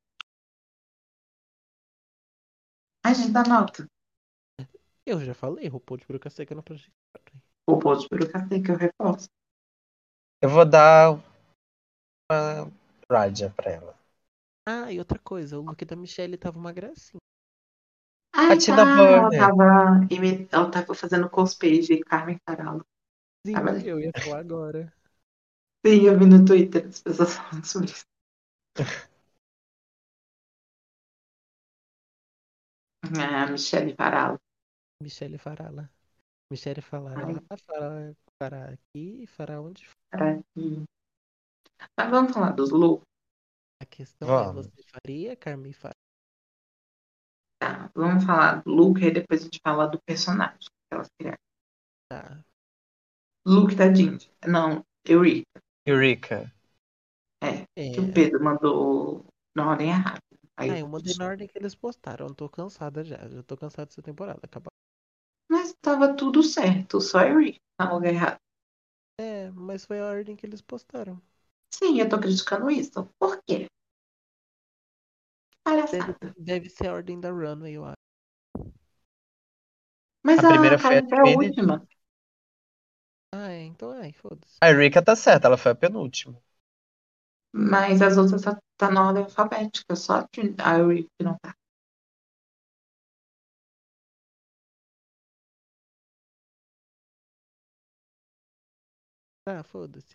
[SPEAKER 2] A gente dá nota.
[SPEAKER 3] Eu já falei, RuPaul de peruca seca no projeto.
[SPEAKER 2] RuPaul de peru casqueta que eu reforço.
[SPEAKER 1] Eu vou dar uma Raja pra ela.
[SPEAKER 3] Ah, e outra coisa, o look da Michelle tava uma gracinha.
[SPEAKER 1] A
[SPEAKER 2] Ai,
[SPEAKER 1] Tina
[SPEAKER 2] tá.
[SPEAKER 1] Burner.
[SPEAKER 2] Ela tava fazendo cosplay de Carmen Farala. Tava
[SPEAKER 3] Sim,
[SPEAKER 2] ali.
[SPEAKER 3] eu ia falar agora.
[SPEAKER 2] Sim, eu vi no Twitter as pessoas falando sobre isso. Ah, Michelle Farala.
[SPEAKER 3] Michelle Farala. Michelle Farala
[SPEAKER 2] Ai,
[SPEAKER 3] lá, Fará aqui, Fará onde for.
[SPEAKER 2] cara. Mas vamos falar dos looks?
[SPEAKER 3] A questão é,
[SPEAKER 1] Vamos.
[SPEAKER 3] você faria, Carmen Fará?
[SPEAKER 2] Tá, vamos falar do look e depois a gente fala do personagem que elas criaram.
[SPEAKER 3] Tá.
[SPEAKER 2] Look da Jinx. Não, Eureka.
[SPEAKER 1] Eureka.
[SPEAKER 2] É, que o
[SPEAKER 3] É.
[SPEAKER 2] Pedro mandou na ordem errada. Aí
[SPEAKER 3] Ah,
[SPEAKER 2] eu
[SPEAKER 3] eu mandei
[SPEAKER 2] repeti.
[SPEAKER 3] na ordem que eles postaram. Eu tô cansada já. Já tô cansada dessa temporada. Acabar.
[SPEAKER 2] Mas tava tudo certo, só Eureka na ordem errada.
[SPEAKER 3] É, mas foi a ordem que eles postaram.
[SPEAKER 2] Sim, eu tô criticando isso. Por quê?
[SPEAKER 3] Deve,
[SPEAKER 2] Palhaçada.
[SPEAKER 3] deve ser a ordem da Runway, eu acho.
[SPEAKER 2] Mas
[SPEAKER 1] A
[SPEAKER 2] a
[SPEAKER 1] primeira foi a
[SPEAKER 2] Karen foi a
[SPEAKER 1] Trinity.
[SPEAKER 2] última.
[SPEAKER 3] Ah, é, então é, foda-se.
[SPEAKER 1] A Eureka tá certa, ela foi a penúltima.
[SPEAKER 2] Mas as outras tá na ordem alfabética, só a Eureka que não tá.
[SPEAKER 3] Ah, foda-se.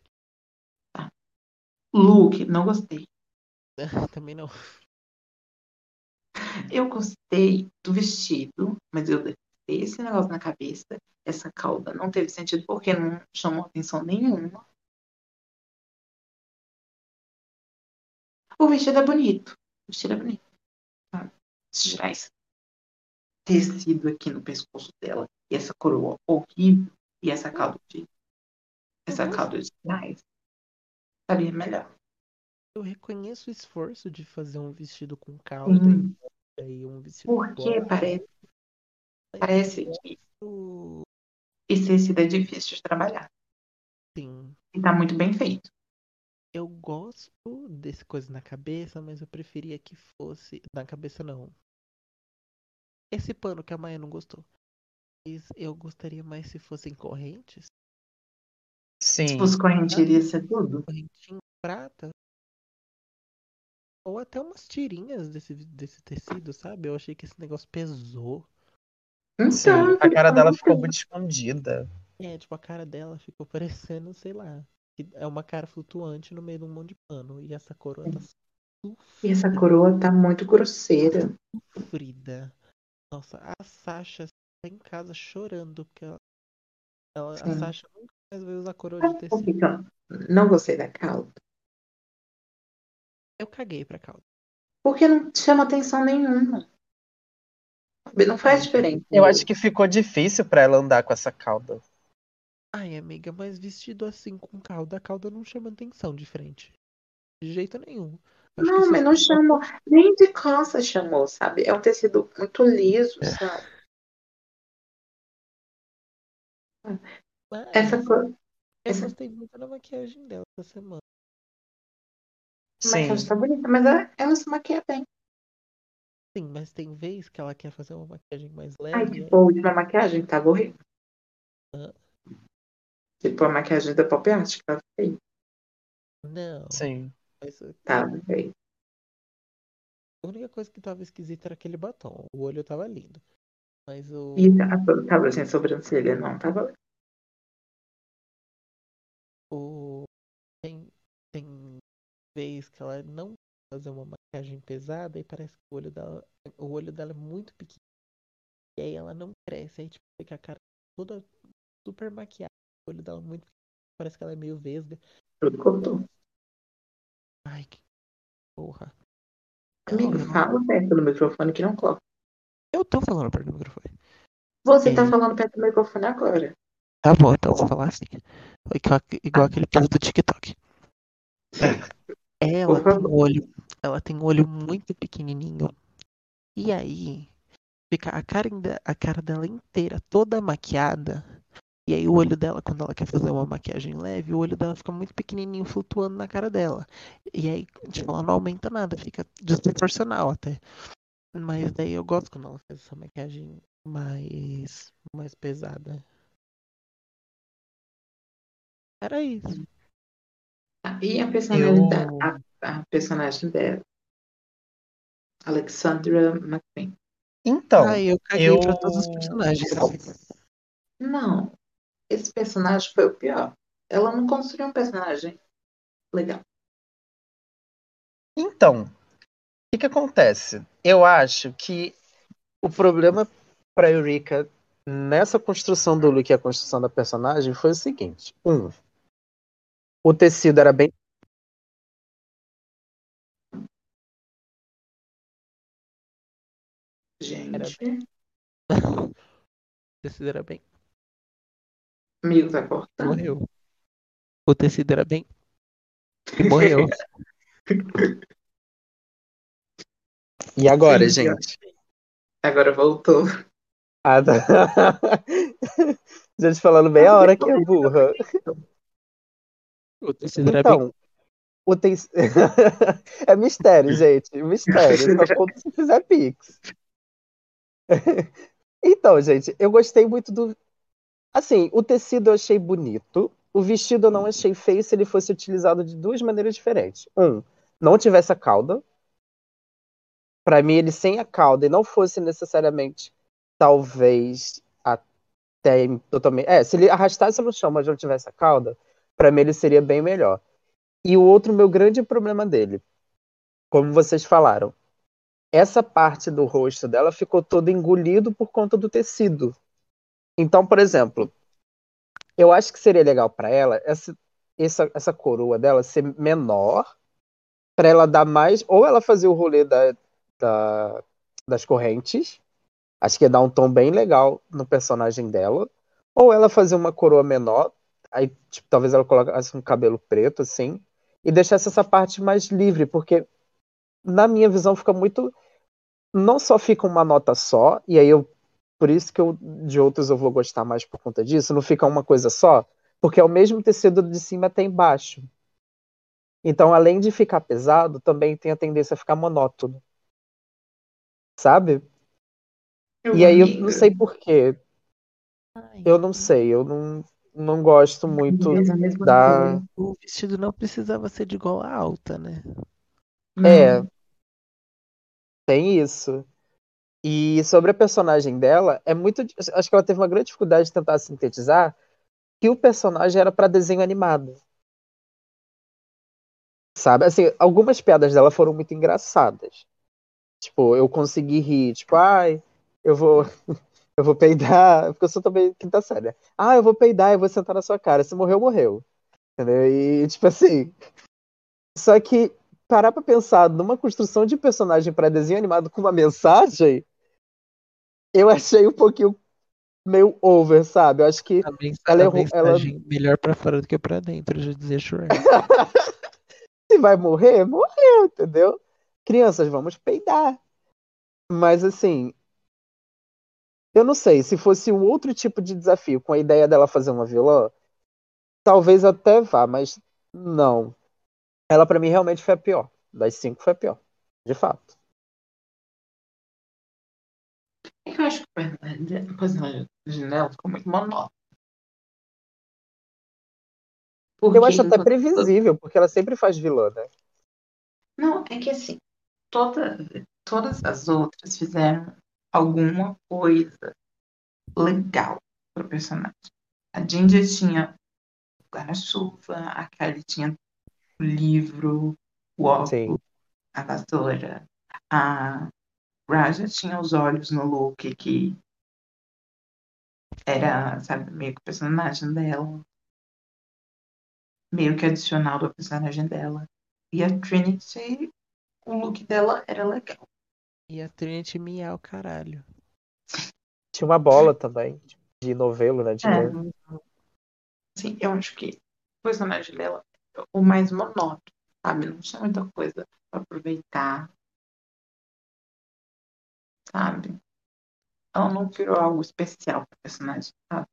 [SPEAKER 2] Look, não gostei.
[SPEAKER 3] Também não.
[SPEAKER 2] Eu gostei do vestido, mas eu detestei esse negócio na cabeça. Essa cauda não teve sentido porque não chamou atenção nenhuma. O vestido é bonito. O vestido é bonito. Sabe? Se tirar esse tecido aqui no pescoço dela e essa coroa horrível e essa
[SPEAKER 3] Eu,
[SPEAKER 2] cauda de,
[SPEAKER 3] eu
[SPEAKER 2] essa
[SPEAKER 3] gosto.
[SPEAKER 2] cauda de trás, estaria melhor.
[SPEAKER 3] Eu reconheço o esforço de fazer um vestido com cauda
[SPEAKER 2] Sim,
[SPEAKER 3] e um vestido
[SPEAKER 2] porque
[SPEAKER 3] bom, mas eu
[SPEAKER 2] parece que
[SPEAKER 3] gosto.
[SPEAKER 2] esse tecido é difícil de trabalhar.
[SPEAKER 3] Sim,
[SPEAKER 2] E tá muito bem feito.
[SPEAKER 3] eu gosto desse coisa na cabeça, mas eu preferia que fosse. Na cabeça não. Esse pano que a Maia não gostou. Mas eu gostaria mais se fossem correntes.
[SPEAKER 2] Se
[SPEAKER 1] Sim.
[SPEAKER 2] fosse corrente,
[SPEAKER 3] Ah,
[SPEAKER 2] iria ser tudo.
[SPEAKER 3] correntinha prata. Ou até umas tirinhas desse tecido, sabe? Eu achei que esse negócio pesou.
[SPEAKER 1] Sim.
[SPEAKER 2] Então,
[SPEAKER 1] A
[SPEAKER 2] por isso
[SPEAKER 1] cara
[SPEAKER 2] que eu não
[SPEAKER 1] dela ficou
[SPEAKER 2] gostei.
[SPEAKER 1] muito escondida.
[SPEAKER 3] É, tipo, a cara dela ficou parecendo, sei lá. Que é uma cara flutuante no meio de um monte de pano. E essa coroa tá
[SPEAKER 2] E essa coroa tá muito grosseira.
[SPEAKER 3] sofrida. Nossa, a Sasha tá em casa chorando. Porque a
[SPEAKER 2] Sim.
[SPEAKER 3] Sasha nunca mais vai usar coroa de
[SPEAKER 2] Sabe por
[SPEAKER 3] tecido.
[SPEAKER 2] que que eu não gostei da cauda?
[SPEAKER 3] Eu caguei pra cauda.
[SPEAKER 2] Porque não chama atenção nenhuma. Sabe? Não faz
[SPEAKER 3] Ai,
[SPEAKER 2] diferença
[SPEAKER 1] Eu
[SPEAKER 2] no
[SPEAKER 1] acho
[SPEAKER 2] look.
[SPEAKER 1] que ficou difícil pra ela andar com essa cauda.
[SPEAKER 3] ai, amiga, mas vestido assim com cauda, a cauda não chama atenção de frente. De jeito nenhum. Acho que
[SPEAKER 2] Não,
[SPEAKER 3] se
[SPEAKER 2] mas não
[SPEAKER 3] fosse uma
[SPEAKER 2] chamou. Nem de costas chamou, sabe? É um tecido muito liso,
[SPEAKER 1] É.
[SPEAKER 2] sabe? Essa
[SPEAKER 3] Mas
[SPEAKER 2] cor.
[SPEAKER 3] eu
[SPEAKER 2] Essa
[SPEAKER 3] gostei muito da maquiagem dela essa semana.
[SPEAKER 2] maquiagem
[SPEAKER 1] Sim.
[SPEAKER 2] tá bonita, mas ela se maquia bem.
[SPEAKER 3] Sim, mas tem vez que ela quer fazer uma maquiagem mais
[SPEAKER 2] Ai,
[SPEAKER 3] leve.
[SPEAKER 2] tipo, a última maquiagem tava horrível.
[SPEAKER 3] Hã?
[SPEAKER 2] Tipo, a maquiagem da Pop Art, que tava feia.
[SPEAKER 3] Não.
[SPEAKER 1] Sim.
[SPEAKER 3] Mas
[SPEAKER 2] Tava feia.
[SPEAKER 3] a única coisa que tava esquisita era aquele batom. O olho tava lindo. Mas
[SPEAKER 2] E tava sem sobrancelha, não. Tava.
[SPEAKER 3] o tem vez que ela não fazer uma maquiagem pesada e parece que o olho dela é muito pequeno. E aí ela não cresce. Aí tipo, fica a cara toda super maquiada. O olho dela muito pequeno. Parece que ela é meio vesga.
[SPEAKER 2] Tudo cortou.
[SPEAKER 3] Ai, que porra.
[SPEAKER 2] Amigo,
[SPEAKER 3] Ela-
[SPEAKER 2] fala perto do microfone que não coloca.
[SPEAKER 3] Eu tô falando perto do microfone.
[SPEAKER 2] Você tá
[SPEAKER 3] É,
[SPEAKER 2] falando perto do microfone agora.
[SPEAKER 3] tá bom, então eu vou falar assim. Igual aquele povo do TikTok.
[SPEAKER 2] Por
[SPEAKER 3] Ela tem
[SPEAKER 2] favor.
[SPEAKER 3] um olho, ela tem um olho muito pequenininho. E aí, fica a cara dela inteira toda maquiada. E aí o olho dela, quando ela quer fazer uma maquiagem leve, o olho dela fica muito pequenininho flutuando na cara dela. E aí, tipo, ela não aumenta nada, fica desproporcional até. Mas daí eu gosto quando ela faz essa maquiagem mais pesada. Era isso.
[SPEAKER 2] E a personalidade,
[SPEAKER 1] Eu.
[SPEAKER 2] a personagem dela, Alexandra McQueen.
[SPEAKER 1] Então,
[SPEAKER 3] Ai, eu caguei pra todos os
[SPEAKER 1] eu.
[SPEAKER 3] personagens.
[SPEAKER 2] Não, esse personagem foi o pior. Ela não construiu um personagem legal.
[SPEAKER 1] Então, o que acontece? Eu acho que o problema pra Eureka nessa construção do look e a construção da personagem foi o seguinte: o tecido era bem.
[SPEAKER 3] Era bem.
[SPEAKER 2] Gente,
[SPEAKER 3] O tecido era bem.
[SPEAKER 2] amigo tá cortando.
[SPEAKER 3] Morreu. O tecido era bem. E morreu.
[SPEAKER 1] E agora,
[SPEAKER 2] Sim,
[SPEAKER 1] gente?
[SPEAKER 2] agora voltou.
[SPEAKER 1] Ah, tá. Gente falando bem a hora que é burra.
[SPEAKER 3] O tecido era bem.
[SPEAKER 1] Então, o te... é mistério, gente. Mistério. Só conta se fizer Pix. Então, gente, eu gostei muito do. Assim, o tecido eu achei bonito. O vestido eu não achei feio se ele fosse utilizado de duas maneiras diferentes. Não tivesse a cauda. Pra mim, ele sem a cauda e não fosse necessariamente, talvez, até totalmente. Se ele arrastasse no chão, mas não tivesse a cauda, pra mim ele seria bem melhor. E o outro, meu grande problema dele, como vocês falaram, essa parte do rosto dela ficou todo engolido por conta do tecido. Então, por exemplo, eu acho que seria legal pra ela essa coroa dela ser menor, pra ela dar mais. Ou ela fazer o rolê da- das correntes. Acho que ia dar um tom bem legal no personagem dela. Ou ela fazer uma coroa menor, aí tipo, talvez ela colocasse um cabelo preto, assim, e deixasse essa parte mais livre, porque na minha visão fica muito. Não só fica uma nota só, e aí eu. Por isso que de outros eu vou gostar mais por conta disso, não fica uma coisa só, porque é o mesmo tecido de cima até embaixo. Então, além de ficar pesado, também tem a tendência a ficar monótono, sabe?
[SPEAKER 2] Meu
[SPEAKER 1] E aí eu não
[SPEAKER 2] amiga,
[SPEAKER 1] sei por quê.
[SPEAKER 3] Ai,
[SPEAKER 1] Eu não sei, eu não gosto muito
[SPEAKER 2] mas a mesma
[SPEAKER 1] da.
[SPEAKER 2] coisa.
[SPEAKER 3] o vestido não precisava ser de gola alta, né?
[SPEAKER 1] É,
[SPEAKER 2] Não,
[SPEAKER 1] tem isso. E sobre a personagem dela, é muito. Acho que ela teve uma grande dificuldade de tentar sintetizar que o personagem era para desenho animado. Sabe? Assim, algumas piadas dela foram muito engraçadas. Tipo, eu consegui rir, tipo, ai, eu vou. Eu vou peidar, porque eu sou também quinta série, né? Ah, eu vou peidar, eu vou sentar na sua cara. Se morreu, morreu. Entendeu? E, tipo assim. Só que parar pra pensar numa construção de personagem para desenho animado com uma mensagem, eu achei um pouquinho meio over, sabe? Eu acho que ela
[SPEAKER 3] A
[SPEAKER 1] errou. Ela.
[SPEAKER 3] mensagem melhor pra fora do que pra dentro, já dizia Shrek.
[SPEAKER 1] Se vai morrer, morreu, entendeu? Crianças, vamos peidar. Mas assim, eu não sei, se fosse um outro tipo de desafio, com a ideia dela fazer uma vilã, talvez até vá, mas não. Ela pra mim realmente foi a pior. Das cinco foi a pior. De fato.
[SPEAKER 2] é que eu acho que o personagem dela ficou muito monótono.
[SPEAKER 1] Eu
[SPEAKER 2] Porque
[SPEAKER 1] acho até
[SPEAKER 2] enquanto.
[SPEAKER 1] previsível, porque ela sempre faz vilã, né?
[SPEAKER 2] Não, é que assim, todas as outras fizeram alguma coisa legal pro personagem. A Ginger tinha o guarda-chuva, a Kylie tinha o livro, o óculos,
[SPEAKER 1] Sim.
[SPEAKER 2] a vassoura. A Raja tinha os olhos no look, que era, sabe, meio que o personagem dela, meio que adicional do personagem dela. E a Trinity, o look dela era legal.
[SPEAKER 3] E a Trinity miau, caralho.
[SPEAKER 1] Tinha uma bola também, de novelo, né? De
[SPEAKER 2] É,
[SPEAKER 1] ler.
[SPEAKER 2] assim, eu acho que o personagem dela é o mais monótono, sabe? Não tinha muita coisa pra aproveitar, sabe? Ela não criou algo especial pro personagem, sabe?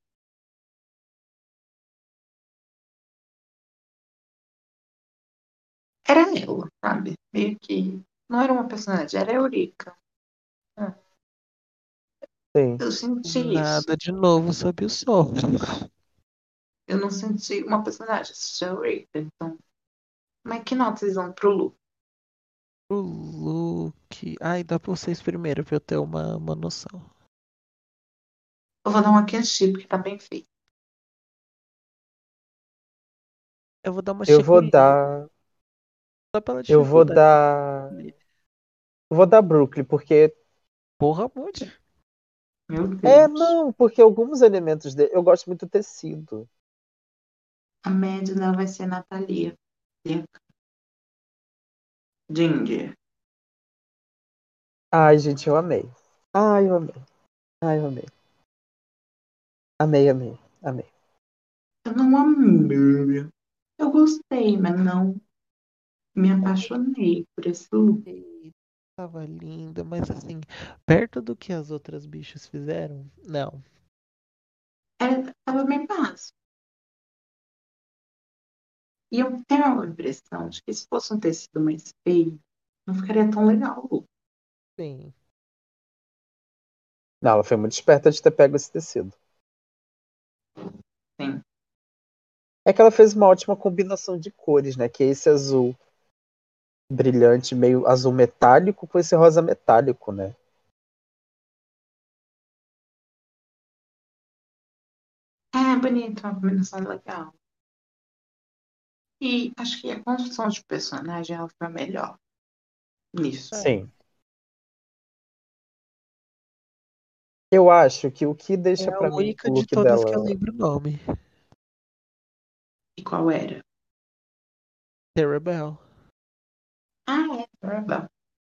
[SPEAKER 2] Era ela, sabe? Meio que não era uma personagem, era a Eurica. Ah,
[SPEAKER 1] Sim.
[SPEAKER 2] eu senti isso.
[SPEAKER 3] Nada de novo sob o sol.
[SPEAKER 2] Eu não senti uma personagem, assisti a Eurica. Então, mas que nota vocês dão pro Lu?
[SPEAKER 3] O look. Ai, dá pra vocês primeiro pra eu ter uma noção.
[SPEAKER 2] Eu vou dar uma Kenshi, porque tá bem feito.
[SPEAKER 3] Eu vou dar uma
[SPEAKER 1] Eu vou
[SPEAKER 3] Chico-Lee,
[SPEAKER 1] dar.
[SPEAKER 3] só pela
[SPEAKER 1] Eu vou
[SPEAKER 3] dificuldade.
[SPEAKER 1] dar. Eu vou dar Brooklyn, porque.
[SPEAKER 3] Porra, muito.
[SPEAKER 2] Meu
[SPEAKER 1] É,
[SPEAKER 2] Deus.
[SPEAKER 1] não, porque alguns elementos dele. Eu gosto muito do tecido.
[SPEAKER 2] A média dela vai ser a Natalia. Ginger.
[SPEAKER 1] Ai, gente, eu amei. Ai, eu amei. Ai, eu amei. Amei, amei, amei.
[SPEAKER 2] Eu não amei. Eu gostei, mas não me apaixonei por esse look.
[SPEAKER 3] Eita, tava linda, mas assim, perto do que as outras bichas fizeram, não.
[SPEAKER 2] Tava bem básico. E eu tenho a impressão de que se fosse um tecido mais feio, não ficaria tão legal o look.
[SPEAKER 3] Sim.
[SPEAKER 1] Não, ela foi muito esperta de ter pego esse tecido.
[SPEAKER 2] Sim.
[SPEAKER 1] É que ela fez uma ótima combinação de cores, né? Que é esse azul brilhante, meio azul metálico, com esse rosa metálico, né?
[SPEAKER 2] É bonito, uma combinação legal. E acho que a construção de personagem ela foi a melhor nisso.
[SPEAKER 3] É,
[SPEAKER 1] Sim. Eu acho que o que
[SPEAKER 3] é
[SPEAKER 1] deixa
[SPEAKER 3] a
[SPEAKER 1] pra mim
[SPEAKER 3] única
[SPEAKER 1] o
[SPEAKER 3] de
[SPEAKER 1] look
[SPEAKER 3] todas que eu
[SPEAKER 1] dela.
[SPEAKER 3] lembro o nome.
[SPEAKER 2] E qual era?
[SPEAKER 3] Terra Bell.
[SPEAKER 2] Ah, é, Rebel.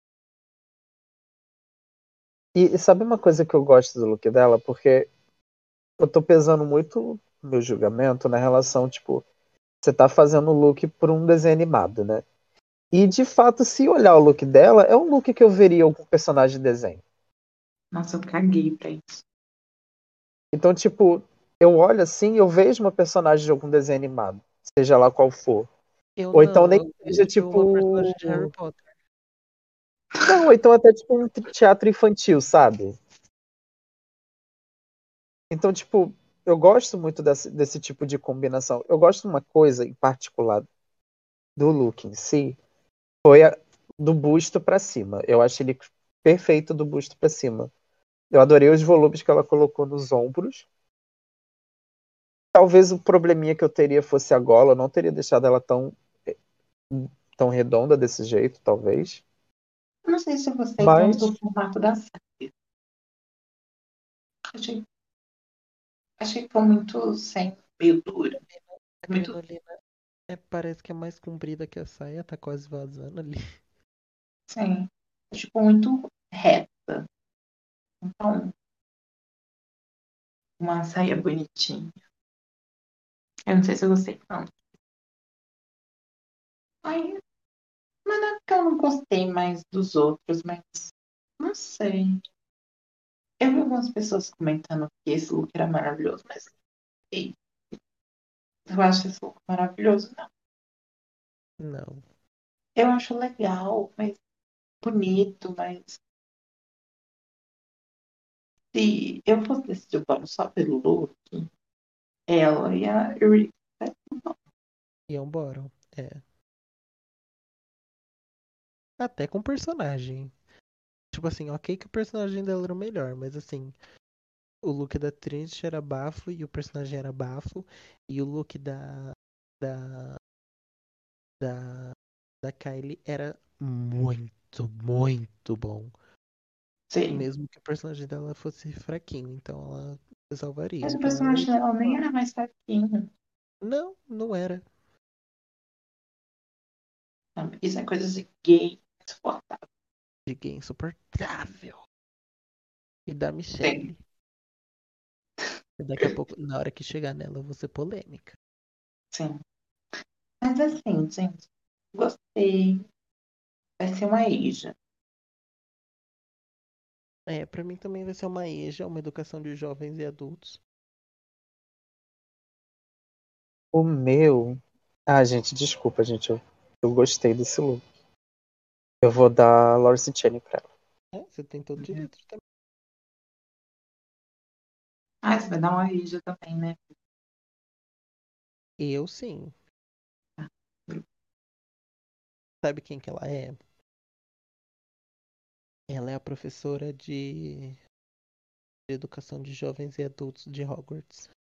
[SPEAKER 1] E sabe uma coisa que eu gosto do look dela? Porque eu tô pesando muito meu julgamento na relação, tipo, você tá fazendo o look por um desenho animado, né? E de fato, se olhar o look dela, é um look que eu veria algum personagem de desenho.
[SPEAKER 2] Nossa, eu caguei pra isso.
[SPEAKER 1] Então, tipo, eu olho assim, eu vejo uma personagem de algum desenho animado, seja lá qual for.
[SPEAKER 3] Eu
[SPEAKER 1] Ou então
[SPEAKER 3] não,
[SPEAKER 1] nem
[SPEAKER 3] eu
[SPEAKER 1] seja
[SPEAKER 3] vejo uma personagem
[SPEAKER 1] tipo.
[SPEAKER 3] de Harry Potter.
[SPEAKER 1] Não, ou então até tipo um teatro infantil, sabe? Então, tipo, eu gosto muito desse tipo de combinação. Eu gosto de uma coisa em particular do look em si, foi do busto pra cima. Eu acho ele perfeito do busto pra cima. Eu adorei os volumes que ela colocou nos ombros. Talvez o probleminha que eu teria fosse a gola, eu não teria deixado ela tão redonda desse jeito, talvez.
[SPEAKER 2] Eu não sei se eu gostei tanto
[SPEAKER 1] Mas,
[SPEAKER 2] do formato da saia. Achei, achei que foi muito sem, meio dura.
[SPEAKER 3] A
[SPEAKER 2] Muito,
[SPEAKER 3] crinolina parece que é mais comprida que a saia, tá quase vazando ali.
[SPEAKER 2] sim. Tipo, muito reta. Então, uma saia bonitinha. Eu não sei se eu gostei tanto. Aí, mas não é porque eu não gostei mais dos outros, mas não sei. Eu vi algumas pessoas comentando que esse look era maravilhoso, mas ei, eu acho esse look maravilhoso, não.
[SPEAKER 3] Não.
[SPEAKER 2] Eu acho legal, mas bonito, mas se eu fosse decidir o pano só pelo look, ela e a Eureka.
[SPEAKER 3] Ian Boron. É. Até com personagem. Tipo assim, ok que o personagem dela era o melhor, mas assim, o look da Trinity era bafo e o personagem era bafo. E o look da, da, da Kylie era muito, muito bom.
[SPEAKER 2] Sim.
[SPEAKER 3] Mesmo que o personagem dela fosse fraquinho, então ela salvaria.
[SPEAKER 2] Mas o
[SPEAKER 3] Então ela
[SPEAKER 2] personagem
[SPEAKER 3] iria
[SPEAKER 2] dela nem
[SPEAKER 3] salvar.
[SPEAKER 2] era mais fraquinho.
[SPEAKER 3] Não, não era.
[SPEAKER 2] Sabe? Isso é coisa de gay insuportável.
[SPEAKER 3] Fiquei insuportável. E da
[SPEAKER 2] Sim,
[SPEAKER 3] Michelle. E daqui a pouco, na hora que chegar nela, eu vou ser polêmica.
[SPEAKER 2] sim. Mas assim, gente, gostei. Vai ser uma Asia.
[SPEAKER 3] É, pra mim também vai ser uma EJA, uma educação de jovens e adultos.
[SPEAKER 1] O meu. Ah, gente, desculpa, gente. Eu gostei desse look. Eu vou dar Lawrence Chaney pra ela.
[SPEAKER 3] É, você tem todo o direito também.
[SPEAKER 2] Ah, você vai dar uma Asia também, né?
[SPEAKER 3] Eu sim. Sabe quem que ela é? Ela é a professora de educação de jovens e adultos de Hogwarts.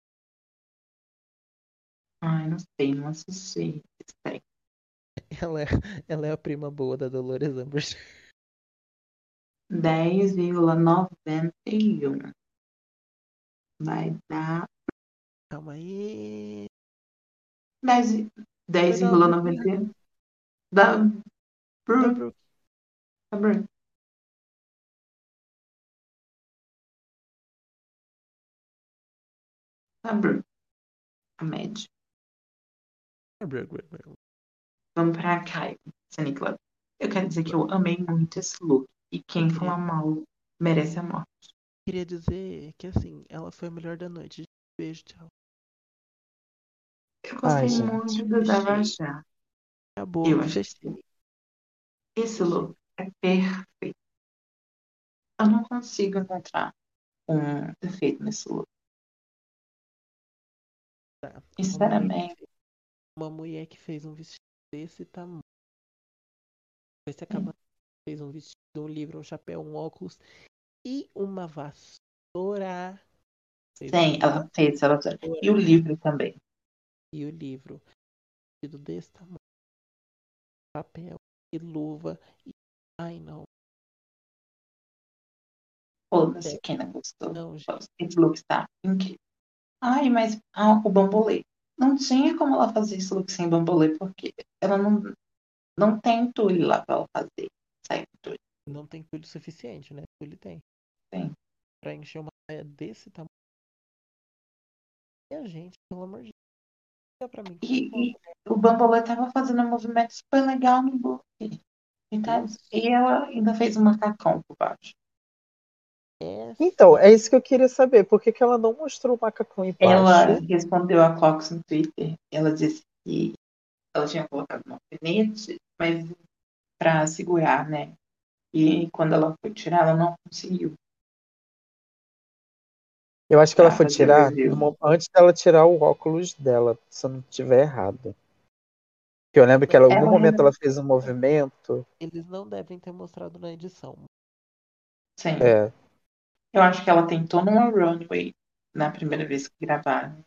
[SPEAKER 2] Ai, não sei, não assisti. Espera.
[SPEAKER 3] Ela é, ela é a prima boa da Dolores Umbridge.
[SPEAKER 2] 10,91. Vai dar
[SPEAKER 3] Calma aí.
[SPEAKER 2] 10,
[SPEAKER 3] Foi da Brooke.
[SPEAKER 2] 10,91 da
[SPEAKER 3] Da
[SPEAKER 2] Brooke.
[SPEAKER 3] Brooke.
[SPEAKER 2] Da Brooke. Da Brooke. A média.
[SPEAKER 3] Da Brooke.
[SPEAKER 2] Vamos pra Caio, Sunny Club. Eu quero dizer que eu amei muito esse look. E
[SPEAKER 3] Eu
[SPEAKER 2] quem falar mal merece a morte.
[SPEAKER 3] queria dizer que assim, ela foi a melhor da noite. Beijo, tchau.
[SPEAKER 2] Eu
[SPEAKER 1] Ai,
[SPEAKER 2] gostei
[SPEAKER 1] gente.
[SPEAKER 2] muito do
[SPEAKER 3] Fechei.
[SPEAKER 2] Zavajá.
[SPEAKER 3] Acabou,
[SPEAKER 2] Eu achei
[SPEAKER 3] fechei.
[SPEAKER 2] esse
[SPEAKER 3] Fechei.
[SPEAKER 2] look é perfeito. Eu não consigo encontrar um defeito nesse look.
[SPEAKER 3] Tá.
[SPEAKER 2] Sinceramente,
[SPEAKER 3] Uma mulher que fez um vestido desse tamanho. Esse acaba fez um vestido, um livro, um chapéu, um óculos e uma vassoura. Fez uma
[SPEAKER 2] sim, ela fez, ela fez. E o
[SPEAKER 3] vassoura
[SPEAKER 2] livro também.
[SPEAKER 3] e o livro. Vestido desse tamanho, papel e luva. E... Ai, não.
[SPEAKER 2] Foda-se
[SPEAKER 3] É,
[SPEAKER 2] quem não gostou.
[SPEAKER 3] não, gente.
[SPEAKER 2] Esse look está incrível. Ai, mas o bambolê. Não tinha como ela fazer esse look sem bambolê, porque ela não tem entulho lá pra ela fazer. Sai entulho.
[SPEAKER 3] Não tem tudo suficiente, né? Ele tem.
[SPEAKER 2] Tem.
[SPEAKER 3] Pra encher uma saia desse tamanho. E a gente, pelo amor de Deus, dá pra mim.
[SPEAKER 2] E o bambolê tava fazendo um movimento super legal no look.
[SPEAKER 3] Isso.
[SPEAKER 2] E ela ainda fez um macacão por baixo.
[SPEAKER 1] Então,
[SPEAKER 3] Essa.
[SPEAKER 1] é isso que eu queria saber. Por que que ela não mostrou o macacão
[SPEAKER 2] Ela
[SPEAKER 1] embaixo?
[SPEAKER 2] respondeu a Cox no Twitter. Ela disse que ela tinha colocado um alfinete, mas para segurar, né? E quando ela foi tirar, ela não conseguiu
[SPEAKER 1] Eu acho que ela
[SPEAKER 2] para
[SPEAKER 1] foi
[SPEAKER 2] fazer o
[SPEAKER 1] tirar
[SPEAKER 2] review.
[SPEAKER 1] antes dela tirar o óculos dela, se eu não estiver errado. Porque eu lembro que ela, em algum
[SPEAKER 2] Ela,
[SPEAKER 1] momento ela fez um movimento.
[SPEAKER 3] Eles não devem ter mostrado na edição.
[SPEAKER 2] sim,
[SPEAKER 1] É,
[SPEAKER 2] eu acho que ela tentou numa runway na primeira vez que gravaram.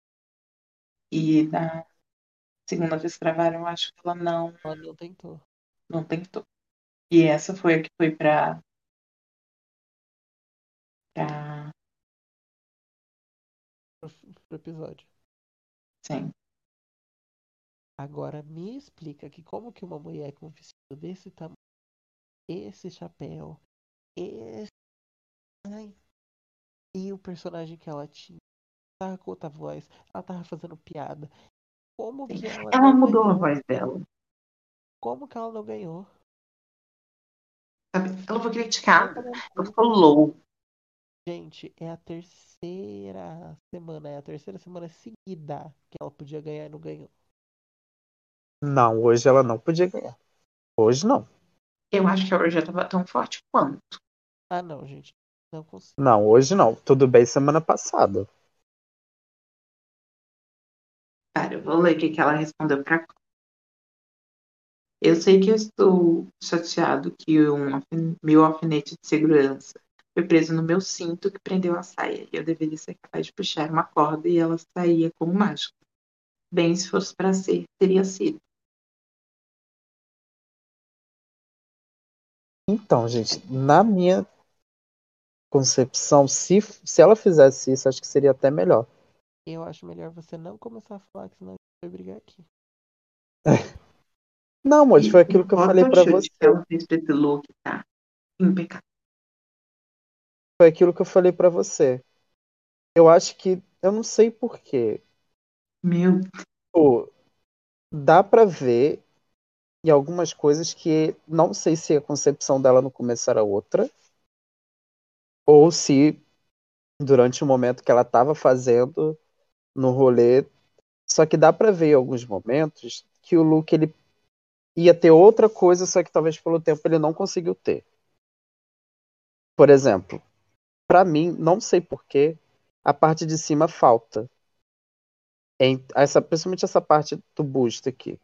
[SPEAKER 2] E na segunda vez que gravaram, eu acho que ela
[SPEAKER 3] Ela não tentou
[SPEAKER 2] não tentou. E essa foi a que foi pra
[SPEAKER 3] pro episódio.
[SPEAKER 2] sim.
[SPEAKER 3] Agora me explica que como que uma mulher com um vestido desse tamanho, esse chapéu, esse. Ai, e o personagem que ela tinha, tava com outra voz, ela tava fazendo piada. Como
[SPEAKER 2] Sim.
[SPEAKER 3] que ela
[SPEAKER 2] Ela
[SPEAKER 3] não
[SPEAKER 2] mudou a
[SPEAKER 3] ganhou?
[SPEAKER 2] voz dela.
[SPEAKER 3] Como que ela não ganhou?
[SPEAKER 2] Sabe? Ela foi
[SPEAKER 3] Vai
[SPEAKER 2] criticada.
[SPEAKER 3] tomar no
[SPEAKER 2] Ela
[SPEAKER 3] cu.
[SPEAKER 2] falou.
[SPEAKER 3] Gente, é a terceira semana seguida que ela podia ganhar e não ganhou.
[SPEAKER 1] não, hoje ela não podia ganhar. Hoje não.
[SPEAKER 2] Eu acho que a Urja estava tão forte quanto.
[SPEAKER 3] Ah, não, gente. Não consigo.
[SPEAKER 1] Não, hoje não. Tudo bem semana passada.
[SPEAKER 2] Cara, eu vou ler o que que ela respondeu pra. Eu sei que eu estou chateado que meu alfinete de segurança foi preso no meu cinto que prendeu a saia. Eu deveria ser capaz de puxar uma corda e ela saía como mágica. Bem, se fosse para ser, teria sido.
[SPEAKER 1] Então, gente, na minha concepção, se ela fizesse isso, acho que seria até melhor.
[SPEAKER 3] Eu acho melhor você não começar a falar, que senão a gente vai brigar aqui.
[SPEAKER 1] Não, amor,
[SPEAKER 2] E
[SPEAKER 1] foi aquilo que eu falei
[SPEAKER 2] bota o
[SPEAKER 1] pra
[SPEAKER 2] chute que
[SPEAKER 1] você.
[SPEAKER 2] ela fez pra esse look, tá? Impecável.
[SPEAKER 1] Foi aquilo que eu falei pra você. Eu acho que, eu não sei por quê.
[SPEAKER 2] Meu,
[SPEAKER 1] Pô, dá pra ver em algumas coisas que não sei se a concepção dela no começo era outra, ou se durante o momento que ela estava fazendo no rolê, só que dá pra ver em alguns momentos que o Luke ele ia ter outra coisa, só que talvez pelo tempo ele não conseguiu ter. Por exemplo, pra mim, não sei porquê, a parte de cima falta. Principalmente essa parte do busto aqui.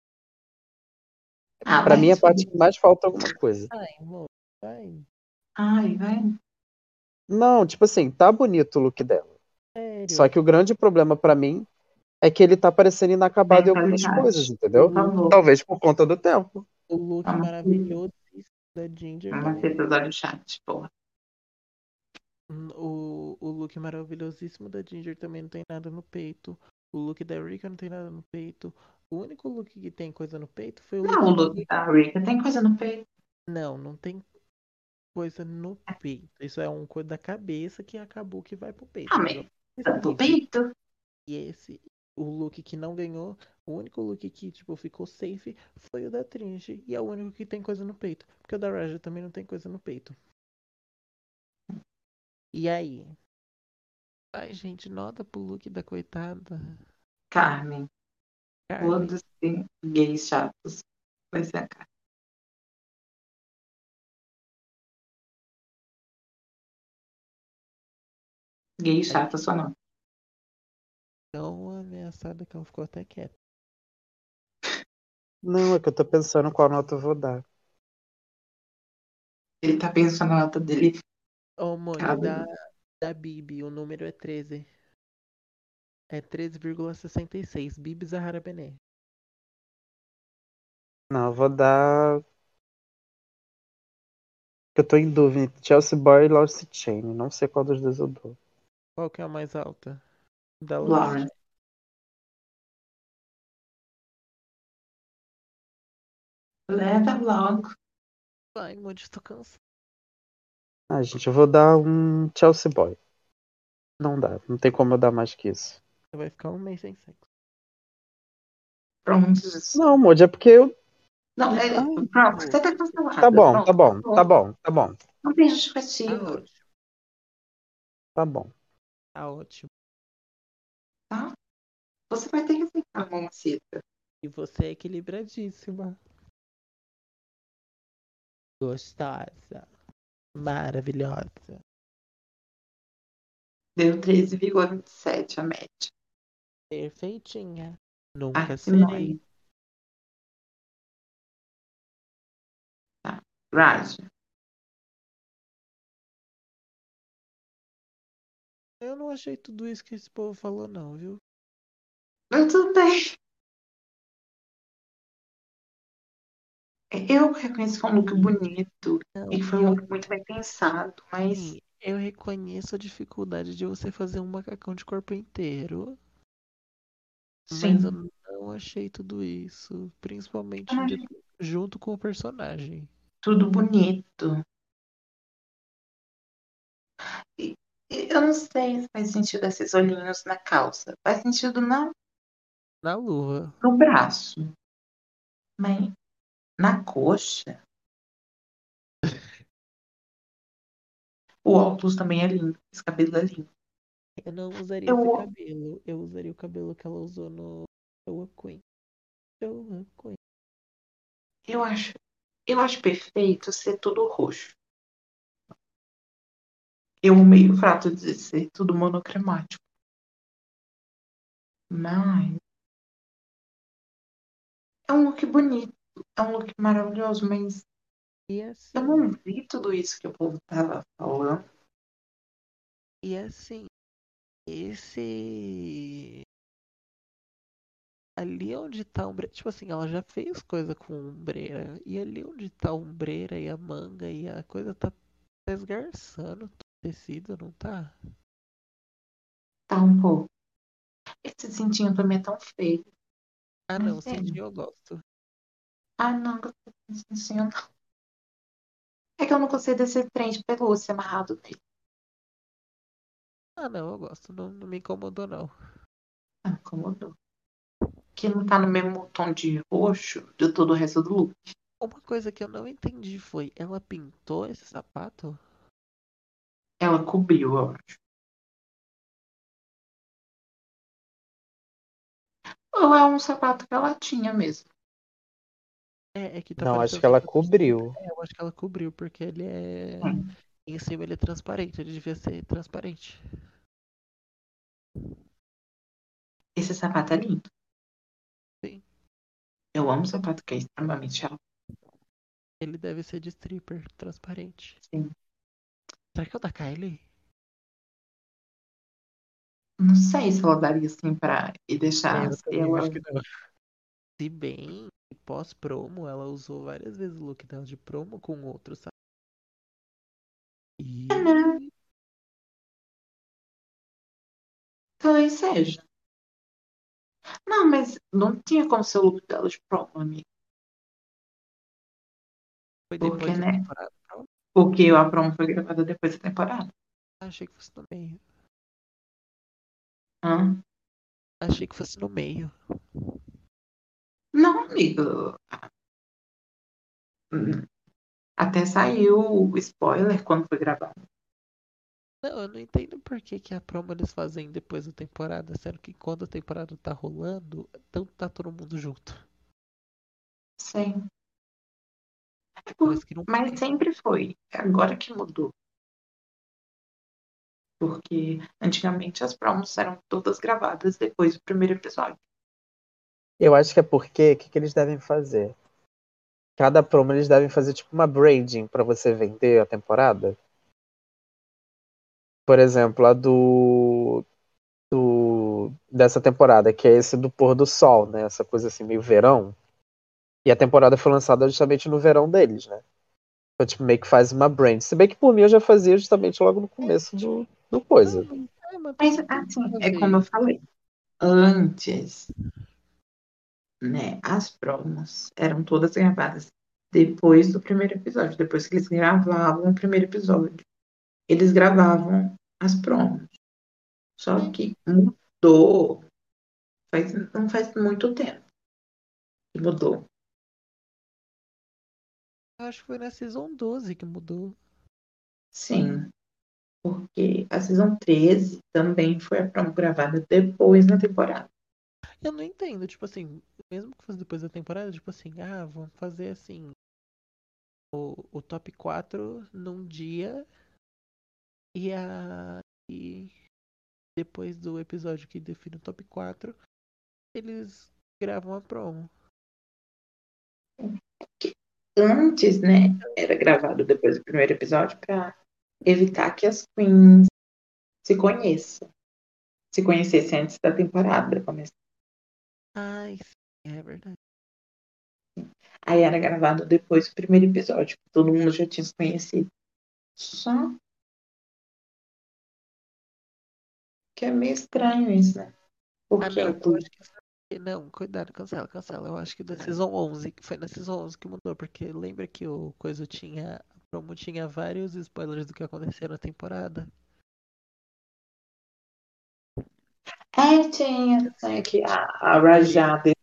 [SPEAKER 1] Pra
[SPEAKER 2] vai
[SPEAKER 1] mim, a parte
[SPEAKER 2] descobrir.
[SPEAKER 1] que mais falta é alguma coisa.
[SPEAKER 3] Ai, amor, vai.
[SPEAKER 2] Ai, vai.
[SPEAKER 1] Não, tipo assim, tá bonito o look dela. Só
[SPEAKER 3] Sério.
[SPEAKER 1] que o grande problema pra mim é que ele tá parecendo inacabado em algumas coisas,
[SPEAKER 2] Mentalidade.
[SPEAKER 3] O
[SPEAKER 1] entendeu?
[SPEAKER 2] Por
[SPEAKER 3] look,
[SPEAKER 2] favor.
[SPEAKER 1] Talvez por conta do tempo.
[SPEAKER 3] o look
[SPEAKER 2] Vamos ter,
[SPEAKER 3] maravilhoso da Ginger
[SPEAKER 2] vamos
[SPEAKER 3] também.
[SPEAKER 2] ter seus olhos chat, porra.
[SPEAKER 3] O look maravilhosíssimo da Ginger também não tem nada no peito. O look da Rika não tem nada no peito. O único look que tem coisa no peito foi o
[SPEAKER 2] Não,
[SPEAKER 3] look
[SPEAKER 2] o
[SPEAKER 3] que não
[SPEAKER 2] look
[SPEAKER 3] ganhou.
[SPEAKER 2] da Rika tem coisa no peito.
[SPEAKER 3] Não, não tem coisa no peito. Isso é uma coisa da cabeça que acabou que vai pro peito.
[SPEAKER 2] Ah,
[SPEAKER 3] Mas
[SPEAKER 2] mas
[SPEAKER 3] é
[SPEAKER 2] tá pro
[SPEAKER 3] safe.
[SPEAKER 2] peito.
[SPEAKER 3] E esse, o look que não ganhou, o único look que, tipo, ficou safe foi o da Tringe. E é o único que tem coisa no peito. Porque o da Raja também não tem coisa no peito. E aí? Ai, gente, nota pro look da coitada.
[SPEAKER 2] Carmen.
[SPEAKER 3] Carmen.
[SPEAKER 2] Foda-se, gays chatos. Vai ser a cara. Gay chata só não.
[SPEAKER 3] Tão ameaçada que ela ficou até quieta.
[SPEAKER 1] Não, é que eu tô pensando qual nota eu vou dar.
[SPEAKER 2] Ele tá pensando na nota dele.
[SPEAKER 3] Ô, Mone,
[SPEAKER 2] Cara,
[SPEAKER 3] da Bibi, o número é 13. É 13,66. Bibi Zahara Bené.
[SPEAKER 1] Não, eu vou dar. Eu tô em dúvida entre Chelsea Boy e Lost Chain. Não sei qual dos dois eu dou.
[SPEAKER 3] Qual que é a mais alta? Da Lost.
[SPEAKER 2] Lawrence. Leva logo.
[SPEAKER 3] Ai, Mone, tô cansada.
[SPEAKER 1] Ah, gente, eu vou dar um Chelsea Boy. Não dá, não tem como eu dar mais que isso.
[SPEAKER 3] Você vai ficar um mês sem sexo.
[SPEAKER 2] Pronto.
[SPEAKER 1] Não, Moody, é porque eu.
[SPEAKER 2] Não,
[SPEAKER 1] Ai,
[SPEAKER 2] pronto,
[SPEAKER 3] Pô,
[SPEAKER 2] você tá
[SPEAKER 1] tá
[SPEAKER 2] cancelada.
[SPEAKER 1] bom, tá
[SPEAKER 2] Pronto,
[SPEAKER 1] bom, tá
[SPEAKER 2] acabou.
[SPEAKER 1] bom, tá bom,
[SPEAKER 2] Não tem
[SPEAKER 3] tá
[SPEAKER 2] justificativa,
[SPEAKER 3] ótimo.
[SPEAKER 1] tá bom.
[SPEAKER 3] Tá ótimo.
[SPEAKER 2] tá? Você vai ter que aceitar, mamacita.
[SPEAKER 3] E você é equilibradíssima. Gostosa. Maravilhosa.
[SPEAKER 2] Deu 13,27 a média.
[SPEAKER 3] Perfeitinha. Nunca serei.
[SPEAKER 2] Parcimônia. Tá. Raja.
[SPEAKER 3] Eu não achei tudo isso que esse povo falou, não, viu?
[SPEAKER 2] Mas tudo bem. Eu reconheço que foi um look
[SPEAKER 3] Sim.
[SPEAKER 2] bonito e
[SPEAKER 3] Não,
[SPEAKER 2] que foi
[SPEAKER 3] e
[SPEAKER 2] um
[SPEAKER 3] eu,
[SPEAKER 2] look muito bem pensado, mas
[SPEAKER 3] sim, eu reconheço a dificuldade de você fazer um macacão de corpo inteiro. Mas eu
[SPEAKER 2] sim.
[SPEAKER 3] não achei tudo isso.
[SPEAKER 2] Eu não
[SPEAKER 3] Principalmente
[SPEAKER 2] achei
[SPEAKER 3] junto com o personagem.
[SPEAKER 2] tudo bonito. E, eu não sei se faz sentido esses olhinhos na calça. Faz sentido
[SPEAKER 3] Na luva.
[SPEAKER 2] no braço, mas na coxa. O óculos também é lindo. Esse cabelo é lindo.
[SPEAKER 3] Eu não usaria esse
[SPEAKER 2] Eu,
[SPEAKER 3] cabelo. Eu usaria o cabelo que ela usou no Showa Queen. Showa Queen.
[SPEAKER 2] eu acho, eu acho perfeito ser tudo roxo. Eu meio frato de ser tudo monocromático. Mas É um look bonito, é um look maravilhoso, mas
[SPEAKER 3] E
[SPEAKER 2] eu
[SPEAKER 3] assim,
[SPEAKER 2] não vi tudo isso que o povo tava falando.
[SPEAKER 3] e assim, esse. Ali onde tá a ombreira. Tipo assim, ela já fez coisa com ombreira. E ali onde tá a ombreira e a manga e a coisa tá esgarçando o tecido, não tá?
[SPEAKER 2] Tá um pouco. Esse cintinho também é tão feio.
[SPEAKER 3] Ah
[SPEAKER 2] Mas
[SPEAKER 3] não,
[SPEAKER 2] é.
[SPEAKER 3] cintinho eu gosto.
[SPEAKER 2] Ah, não, gostei desse cintinho, não. É que eu não gostei desse trem de pelúcia amarrado nele.
[SPEAKER 3] Ah não, eu gosto. Não, não me incomodou não.
[SPEAKER 2] Ah, incomodou. Que não tá no mesmo tom de roxo de todo o resto do look.
[SPEAKER 3] Uma coisa que eu não entendi foi, ela pintou esse sapato?
[SPEAKER 2] Ela cobriu, eu acho. Ou é um sapato que ela tinha mesmo.
[SPEAKER 3] É que tá
[SPEAKER 1] Não, acho
[SPEAKER 3] parecendo
[SPEAKER 1] que
[SPEAKER 3] que
[SPEAKER 1] ela
[SPEAKER 3] tá torcida.
[SPEAKER 1] cobriu.
[SPEAKER 3] É, eu acho que ela cobriu, porque ele é.
[SPEAKER 2] Sim.
[SPEAKER 3] Em cima ele é transparente, ele devia ser transparente.
[SPEAKER 2] Esse sapato é lindo.
[SPEAKER 3] Sim.
[SPEAKER 2] Eu amo sapato que é extremamente alto.
[SPEAKER 3] Ele deve ser de stripper, transparente.
[SPEAKER 2] Sim.
[SPEAKER 3] Será que é o da Kylie?
[SPEAKER 2] Não sei se ela daria assim pra e
[SPEAKER 3] É,
[SPEAKER 2] deixar
[SPEAKER 3] eu também
[SPEAKER 2] ela.
[SPEAKER 3] acho que não. Se bem, pós-promo, ela usou várias vezes o look dela de promo com outro, sabe?
[SPEAKER 2] É, né?
[SPEAKER 3] E
[SPEAKER 2] Talvez seja. Não, mas não tinha como ser o look dela de promo, amigo.
[SPEAKER 3] foi
[SPEAKER 2] Porque,
[SPEAKER 3] depois da
[SPEAKER 2] né?
[SPEAKER 3] temporada promo.
[SPEAKER 2] Porque a promo foi gravada depois da temporada.
[SPEAKER 3] Achei que fosse no meio.
[SPEAKER 2] Hã?
[SPEAKER 3] Achei que fosse no meio.
[SPEAKER 2] Não, amigo. Hum, Até saiu o spoiler quando foi gravado.
[SPEAKER 3] Não, eu não entendo por que, que a promo eles fazem depois da temporada, sendo que quando a temporada tá rolando, então tá todo mundo junto.
[SPEAKER 2] Sim.
[SPEAKER 3] Parece que não
[SPEAKER 2] Mas
[SPEAKER 3] faz.
[SPEAKER 2] sempre foi. É agora que mudou. Porque antigamente as promos eram todas gravadas depois do primeiro episódio.
[SPEAKER 1] Eu acho que é porque, o que, que eles devem fazer? Cada promo eles devem fazer tipo uma branding pra você vender a temporada. Por exemplo, a dessa temporada, que é esse do pôr do sol, né? Essa coisa assim, meio verão. E a temporada foi lançada justamente no verão deles, né? Então, tipo, meio que faz uma brand. Se bem que por mim eu já fazia justamente logo no começo do
[SPEAKER 3] Não,
[SPEAKER 1] coisa.
[SPEAKER 3] mas
[SPEAKER 2] Mas
[SPEAKER 3] todo mundo
[SPEAKER 2] assim, é
[SPEAKER 3] fazer
[SPEAKER 2] como eu
[SPEAKER 3] isso.
[SPEAKER 2] falei. Antes, né, as promos eram todas gravadas depois do primeiro episódio. Depois que eles gravavam o primeiro episódio, eles gravavam as promos. Só
[SPEAKER 3] É,
[SPEAKER 2] que mudou, não faz muito tempo que mudou.
[SPEAKER 3] eu acho que foi na Season 12 que mudou.
[SPEAKER 2] Sim, porque a Season 13 também foi a promo gravada depois na temporada.
[SPEAKER 3] Eu não entendo, tipo assim, mesmo que fosse depois da temporada, tipo assim, ah, vamos fazer assim, o top 4 num dia e a. E depois do episódio que define o top 4 eles gravam a promo.
[SPEAKER 2] Antes, né, era gravado depois do primeiro episódio para evitar que as queens se conheçam, se conhecessem antes da temporada começar.
[SPEAKER 3] Ai, sim, é verdade.
[SPEAKER 2] Aí era gravado depois do primeiro episódio, que todo mundo já tinha se conhecido. Só que é meio estranho isso, né?
[SPEAKER 3] Ah,
[SPEAKER 2] Porque
[SPEAKER 3] não, eu acho que não, cuidado, cancela, cancela. Eu acho que da Season 11, que foi na Season 11 que mudou, porque lembra que o coisa tinha, a promo tinha vários spoilers do que aconteceu na temporada.
[SPEAKER 2] tinha, né,
[SPEAKER 3] Assim,
[SPEAKER 2] que a
[SPEAKER 3] Ariel,
[SPEAKER 2] Rajada,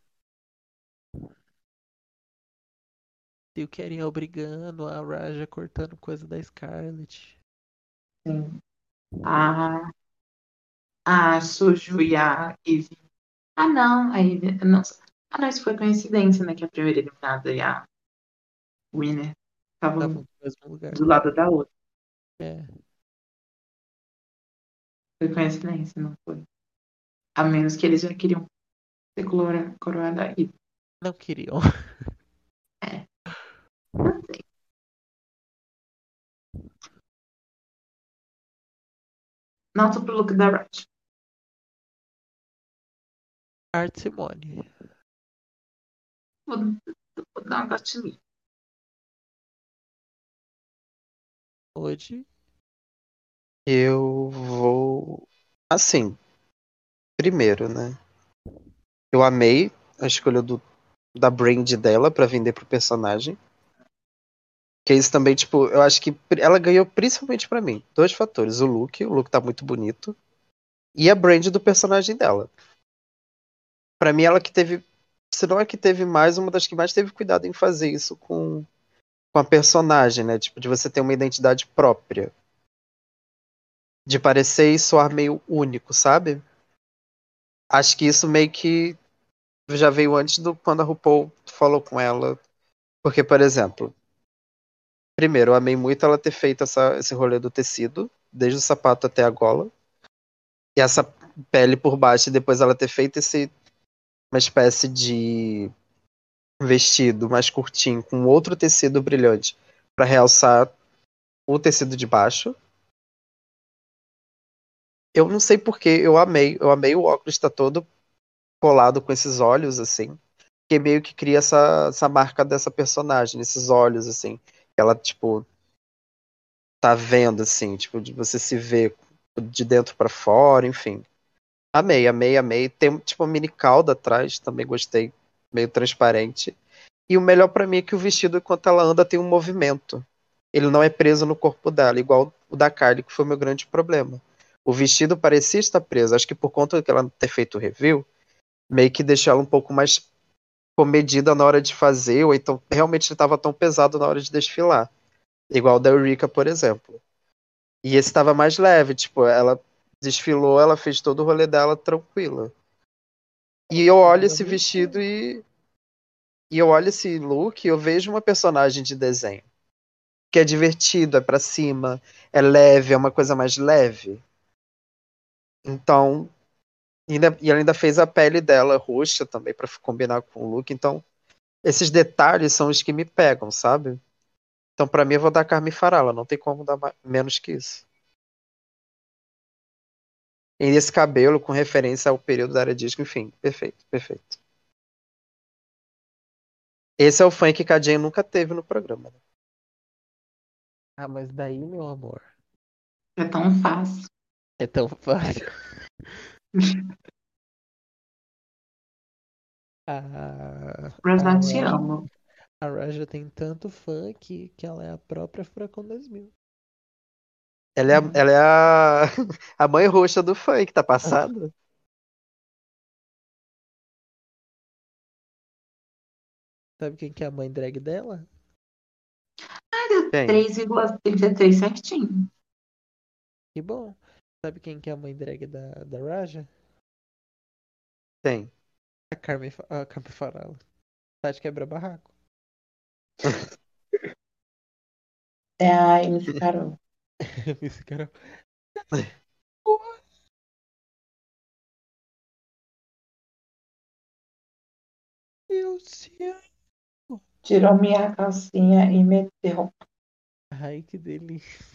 [SPEAKER 3] e o que Ariel brigando, a Raja cortando coisa da Scarlet.
[SPEAKER 2] assim, a, a Suju e a Ivy. Ah, não, a Ivy, não. Ah, não, isso foi coincidência, né, que a primeira eliminada e a Winner estavam
[SPEAKER 3] Estavam no mesmo lugar.
[SPEAKER 2] do lado da outra.
[SPEAKER 3] É.
[SPEAKER 2] Foi coincidência, não foi? A menos que eles já queriam ser coroada aí.
[SPEAKER 3] Não queriam.
[SPEAKER 2] É, não sei. Nota pro look da Raj.
[SPEAKER 3] Art Simone.
[SPEAKER 2] Vou, vou dar uma gatinha.
[SPEAKER 3] Hoje,
[SPEAKER 1] Eu vou. Assim, primeiro, né? Eu amei a escolha da brand dela pra vender pro personagem. Que isso também, tipo, eu acho que ela ganhou principalmente pra mim. Dois fatores. O look tá muito bonito. E a brand do personagem dela. Pra mim, ela que teve. Se não é que teve mais, uma das que mais teve cuidado em fazer isso com a personagem, né? Tipo, de você ter uma identidade própria. De parecer e soar meio único, sabe? Acho que isso meio que já veio antes do quando a RuPaul falou com ela. Porque, por exemplo, primeiro, eu amei muito ela ter feito esse rolê do tecido, desde o sapato até a gola. E essa pele por baixo, e depois ela ter feito uma espécie de vestido mais curtinho, com outro tecido brilhante, para realçar o tecido de baixo. Eu não sei porquê, eu amei o óculos estar todo colado com esses olhos, assim. Que meio que cria essa marca dessa personagem, nesses olhos, assim. Ela, tipo, tá vendo, assim, tipo, de você se ver de dentro pra fora, enfim. Amei, amei, amei. Tem, tipo, uma mini cauda atrás, também gostei, meio transparente. E o melhor pra mim é que o vestido, enquanto ela anda, tem um movimento. Ele não é preso no corpo dela, igual o da Kylie, que foi o meu grande problema. O vestido parecia estar preso. Acho que por conta de ela ter feito o review, meio que deixou ela um pouco mais comedida na hora de fazer, ou então realmente ele estava tão pesado na hora de desfilar. Igual o da Eureka, por exemplo. E esse estava mais leve, tipo, ela desfilou, ela fez todo o rolê dela tranquila. E eu olho esse vestido e eu olho esse look e eu vejo uma personagem de desenho. Que é divertido, é pra cima, é leve, é uma coisa mais leve. Então, e ela ainda fez a pele dela roxa também pra combinar com o look. Então, esses detalhes são os que me pegam, sabe? Então, pra mim, eu vou dar Carmen Farala. Não tem como dar menos que isso. E esse cabelo, com referência ao período da era disco, enfim, perfeito, perfeito. Esse é o funk que a Jen nunca teve no programa, né?
[SPEAKER 3] ah, mas daí, meu amor,
[SPEAKER 2] É tão fácil.
[SPEAKER 3] é tão fácil. A, a
[SPEAKER 2] Rosá, te
[SPEAKER 3] Raja,
[SPEAKER 2] amo.
[SPEAKER 3] a Raja tem tanto fã que ela é a própria Furacão 2000.
[SPEAKER 1] Ela é a mãe roxa do funk, tá passado?
[SPEAKER 3] Sabe quem que é a mãe drag dela?
[SPEAKER 1] Tem,
[SPEAKER 2] 3,33 certinho.
[SPEAKER 3] Que bom. Sabe quem que é a mãe drag da Raja?
[SPEAKER 1] tem.
[SPEAKER 3] A Carmen Farala. Tati quebra barraco.
[SPEAKER 2] É a MC Carol.
[SPEAKER 3] Esse cara. Eu te amo.
[SPEAKER 2] Tirou minha calcinha e meteu
[SPEAKER 3] Ai, que delícia.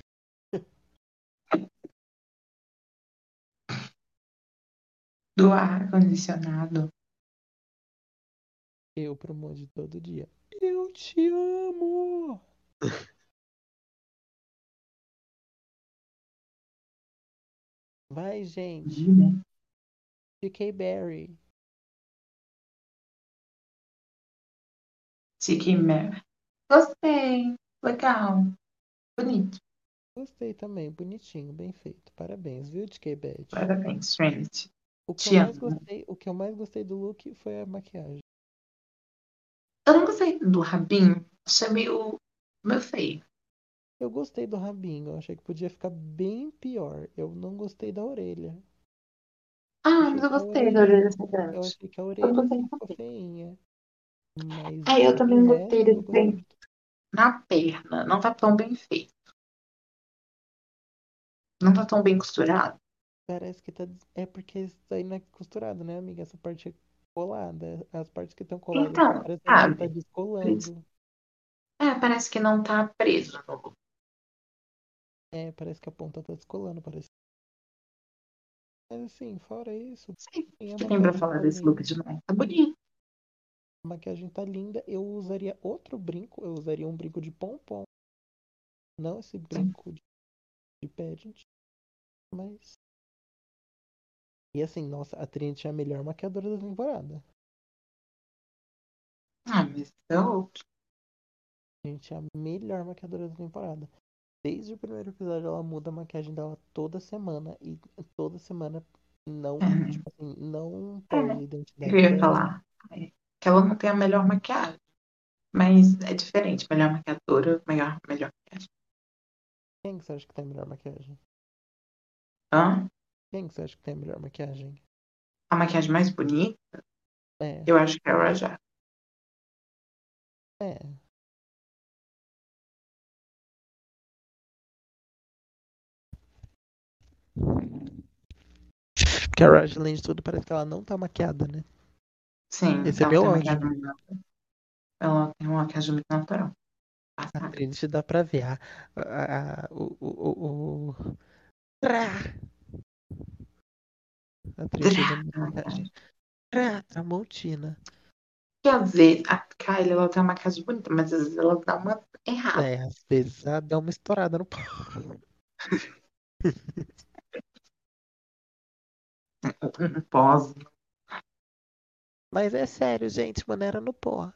[SPEAKER 2] do ar-condicionado.
[SPEAKER 3] Eu promovo todo dia. Eu te amo. Vai, gente.
[SPEAKER 2] Né?
[SPEAKER 3] GK Barry.
[SPEAKER 2] Chique Mel. Gostei. Legal. Bonito.
[SPEAKER 3] Gostei também, bonitinho, bem feito. Parabéns, viu, GK Bad?
[SPEAKER 2] Parabéns, Trinity.
[SPEAKER 3] O que eu
[SPEAKER 2] Te
[SPEAKER 3] mais
[SPEAKER 2] amo.
[SPEAKER 3] gostei, o que eu mais gostei do look foi a maquiagem.
[SPEAKER 2] Eu não gostei do rabinho. Achei meio feio.
[SPEAKER 3] Eu gostei do rabinho, eu achei que podia ficar bem pior. Eu não gostei da orelha.
[SPEAKER 2] Ah,
[SPEAKER 3] Achei
[SPEAKER 2] mas eu
[SPEAKER 3] que a
[SPEAKER 2] gostei da orelha
[SPEAKER 3] orelhinha,
[SPEAKER 2] ser
[SPEAKER 3] eu
[SPEAKER 2] grande.
[SPEAKER 3] achei que a
[SPEAKER 2] Eu
[SPEAKER 3] orelha
[SPEAKER 2] tô sem
[SPEAKER 3] assim ficou
[SPEAKER 2] saber.
[SPEAKER 3] feinha. Mas
[SPEAKER 2] Ah, eu
[SPEAKER 3] de
[SPEAKER 2] também gostei
[SPEAKER 3] resto, eu
[SPEAKER 2] desse
[SPEAKER 3] gostei.
[SPEAKER 2] bem na perna. Não tá tão bem feito. Não tá tão bem costurado.
[SPEAKER 3] Parece que tá. É porque isso aí não é costurado, né, amiga? Essa parte colada. As partes que estão coladas aqui
[SPEAKER 2] Então,
[SPEAKER 3] parecendo que tá
[SPEAKER 2] sabe?
[SPEAKER 3] descolando.
[SPEAKER 2] Parece que não tá preso no look.
[SPEAKER 3] É, parece que a ponta tá descolando, parece. Mas assim, fora isso,
[SPEAKER 2] Sei o
[SPEAKER 3] sim, a
[SPEAKER 2] que tem pra
[SPEAKER 3] maquiagem
[SPEAKER 2] falar
[SPEAKER 3] tá
[SPEAKER 2] desse look
[SPEAKER 3] linda.
[SPEAKER 2] de novo. Tá bonito.
[SPEAKER 3] A maquiagem tá linda. Eu usaria outro brinco. Eu usaria um brinco de pompom. Não esse
[SPEAKER 2] Sim.
[SPEAKER 3] brinco de pageant. Mas. E assim, nossa, a Trinity é a melhor maquiadora da temporada.
[SPEAKER 2] Mas é outro.
[SPEAKER 3] A gente é a melhor maquiadora da temporada. Desde o primeiro episódio ela muda a maquiagem dela toda semana. E toda semana não,
[SPEAKER 2] É,
[SPEAKER 3] tipo assim, não perde a
[SPEAKER 2] eu
[SPEAKER 3] identidade
[SPEAKER 2] ia
[SPEAKER 3] dela.
[SPEAKER 2] falar. Que ela não tem a melhor maquiagem. Mas é diferente. Melhor maquiadora, melhor maquiagem.
[SPEAKER 3] Quem que você acha que tem a melhor maquiagem?
[SPEAKER 2] Hã?
[SPEAKER 3] Quem que você acha que tem a melhor maquiagem?
[SPEAKER 2] A maquiagem mais bonita,
[SPEAKER 3] É,
[SPEAKER 2] eu acho que é a Rajá.
[SPEAKER 3] é. Porque a Raj, além de tudo, parece que ela não tá maquiada, né?
[SPEAKER 2] Sim,
[SPEAKER 3] Esse é
[SPEAKER 2] ela
[SPEAKER 3] meu
[SPEAKER 2] tem
[SPEAKER 3] ódio.
[SPEAKER 2] maquiagem muito. Ela tem uma maquiagem muito natural.
[SPEAKER 3] A
[SPEAKER 2] Passada.
[SPEAKER 3] Trinity dá pra ver. Trá! A Trinity usando
[SPEAKER 2] A
[SPEAKER 3] maquiagem.
[SPEAKER 2] maquiagem.
[SPEAKER 3] Trá! Tramontina.
[SPEAKER 2] Que às vezes a Kylie ela tem uma maquiagem bonita, mas às vezes ela dá uma errada.
[SPEAKER 3] É, às vezes ela dá uma estourada no pau.
[SPEAKER 2] Um pós.
[SPEAKER 3] Mas é sério, gente, maneira no pó.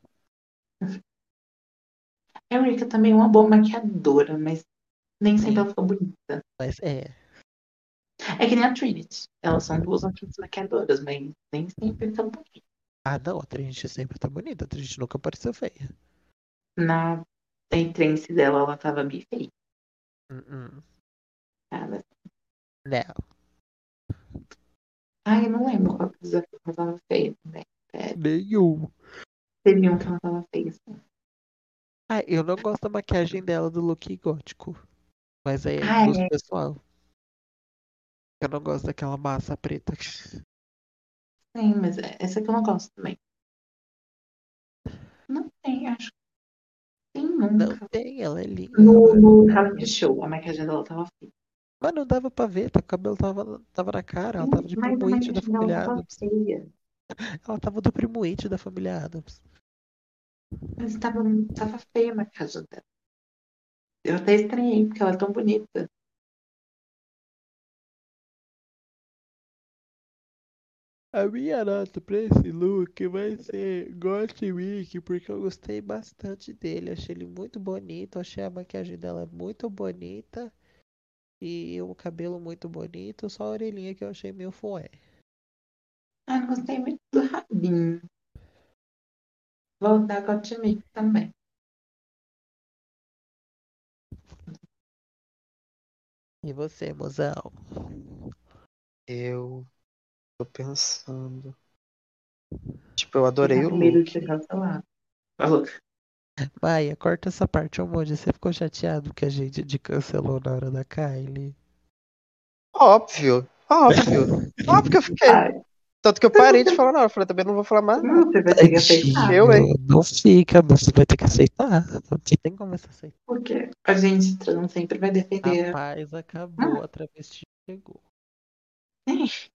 [SPEAKER 2] A Erika também é uma boa maquiadora, mas nem sempre
[SPEAKER 3] Sim,
[SPEAKER 2] ela fica bonita.
[SPEAKER 3] mas é.
[SPEAKER 2] É que nem a Trinity. Elas são duas ótimas maquiadoras, mas nem sempre estão bonitas.
[SPEAKER 3] Ah, não, a Trinity sempre tá bonita. A Trinity nunca pareceu feia.
[SPEAKER 2] Na entrance dela, ela tava bem feia.
[SPEAKER 3] Uh-uh.
[SPEAKER 2] Tava.
[SPEAKER 3] Não,
[SPEAKER 2] Ai, eu não lembro qual que desafio que ela tava feia também. É,
[SPEAKER 3] nenhum.
[SPEAKER 2] teve um que ela tava feia, assim.
[SPEAKER 3] Ah, eu não gosto da maquiagem dela do look gótico. Mas aí é gosto
[SPEAKER 2] Ai,
[SPEAKER 3] pessoal. Eu não gosto daquela massa preta.
[SPEAKER 2] sim, mas essa que eu não gosto também. Não tem, acho que tem
[SPEAKER 3] Não
[SPEAKER 2] nunca.
[SPEAKER 3] tem, ela é linda.
[SPEAKER 2] No reality show, a maquiagem dela tava feia.
[SPEAKER 3] Mas não dava pra ver, o cabelo tava na cara, ela tava
[SPEAKER 2] Sim,
[SPEAKER 3] de
[SPEAKER 2] mas a
[SPEAKER 3] primo it da
[SPEAKER 2] maquiagem dela
[SPEAKER 3] família
[SPEAKER 2] tava
[SPEAKER 3] Adams.
[SPEAKER 2] feia.
[SPEAKER 3] Ela tava do primo it da família Adams.
[SPEAKER 2] Mas tava feia a maquiagem dela. Eu até estranhei, porque ela é tão bonita.
[SPEAKER 3] A minha nota pra esse look vai ser Goth Week, porque eu gostei bastante dele. Achei ele muito bonito, achei a maquiagem dela muito bonita. E o cabelo muito bonito, só a orelhinha que eu achei meio fué.
[SPEAKER 2] Ah, não gostei muito do rabinho. Vou dar Gottmik também.
[SPEAKER 3] E você, mozão?
[SPEAKER 1] Eu tô pensando. Tipo, eu
[SPEAKER 2] Ele
[SPEAKER 1] adorei
[SPEAKER 2] tá
[SPEAKER 1] o
[SPEAKER 2] com medo de
[SPEAKER 1] look.
[SPEAKER 2] ser cancelado. Falou.
[SPEAKER 3] Maia, corta essa parte, ô Moji. Você ficou chateado que a gente de cancelou na hora da Kylie?
[SPEAKER 1] Óbvio, óbvio. Óbvio que eu fiquei.
[SPEAKER 2] Ai,
[SPEAKER 1] Tanto que eu parei de falar, não. Eu falei, também não vou falar mais
[SPEAKER 2] não,
[SPEAKER 1] nada.
[SPEAKER 2] você vai ter que aceitar.
[SPEAKER 1] Eu, hein?
[SPEAKER 3] Tadinho, não fica, você vai ter que aceitar. Não tem como você aceitar.
[SPEAKER 2] Porque a gente trans sempre vai
[SPEAKER 3] A
[SPEAKER 2] defender.
[SPEAKER 3] paz acabou,
[SPEAKER 2] Ah,
[SPEAKER 3] a travesti chegou.
[SPEAKER 2] é.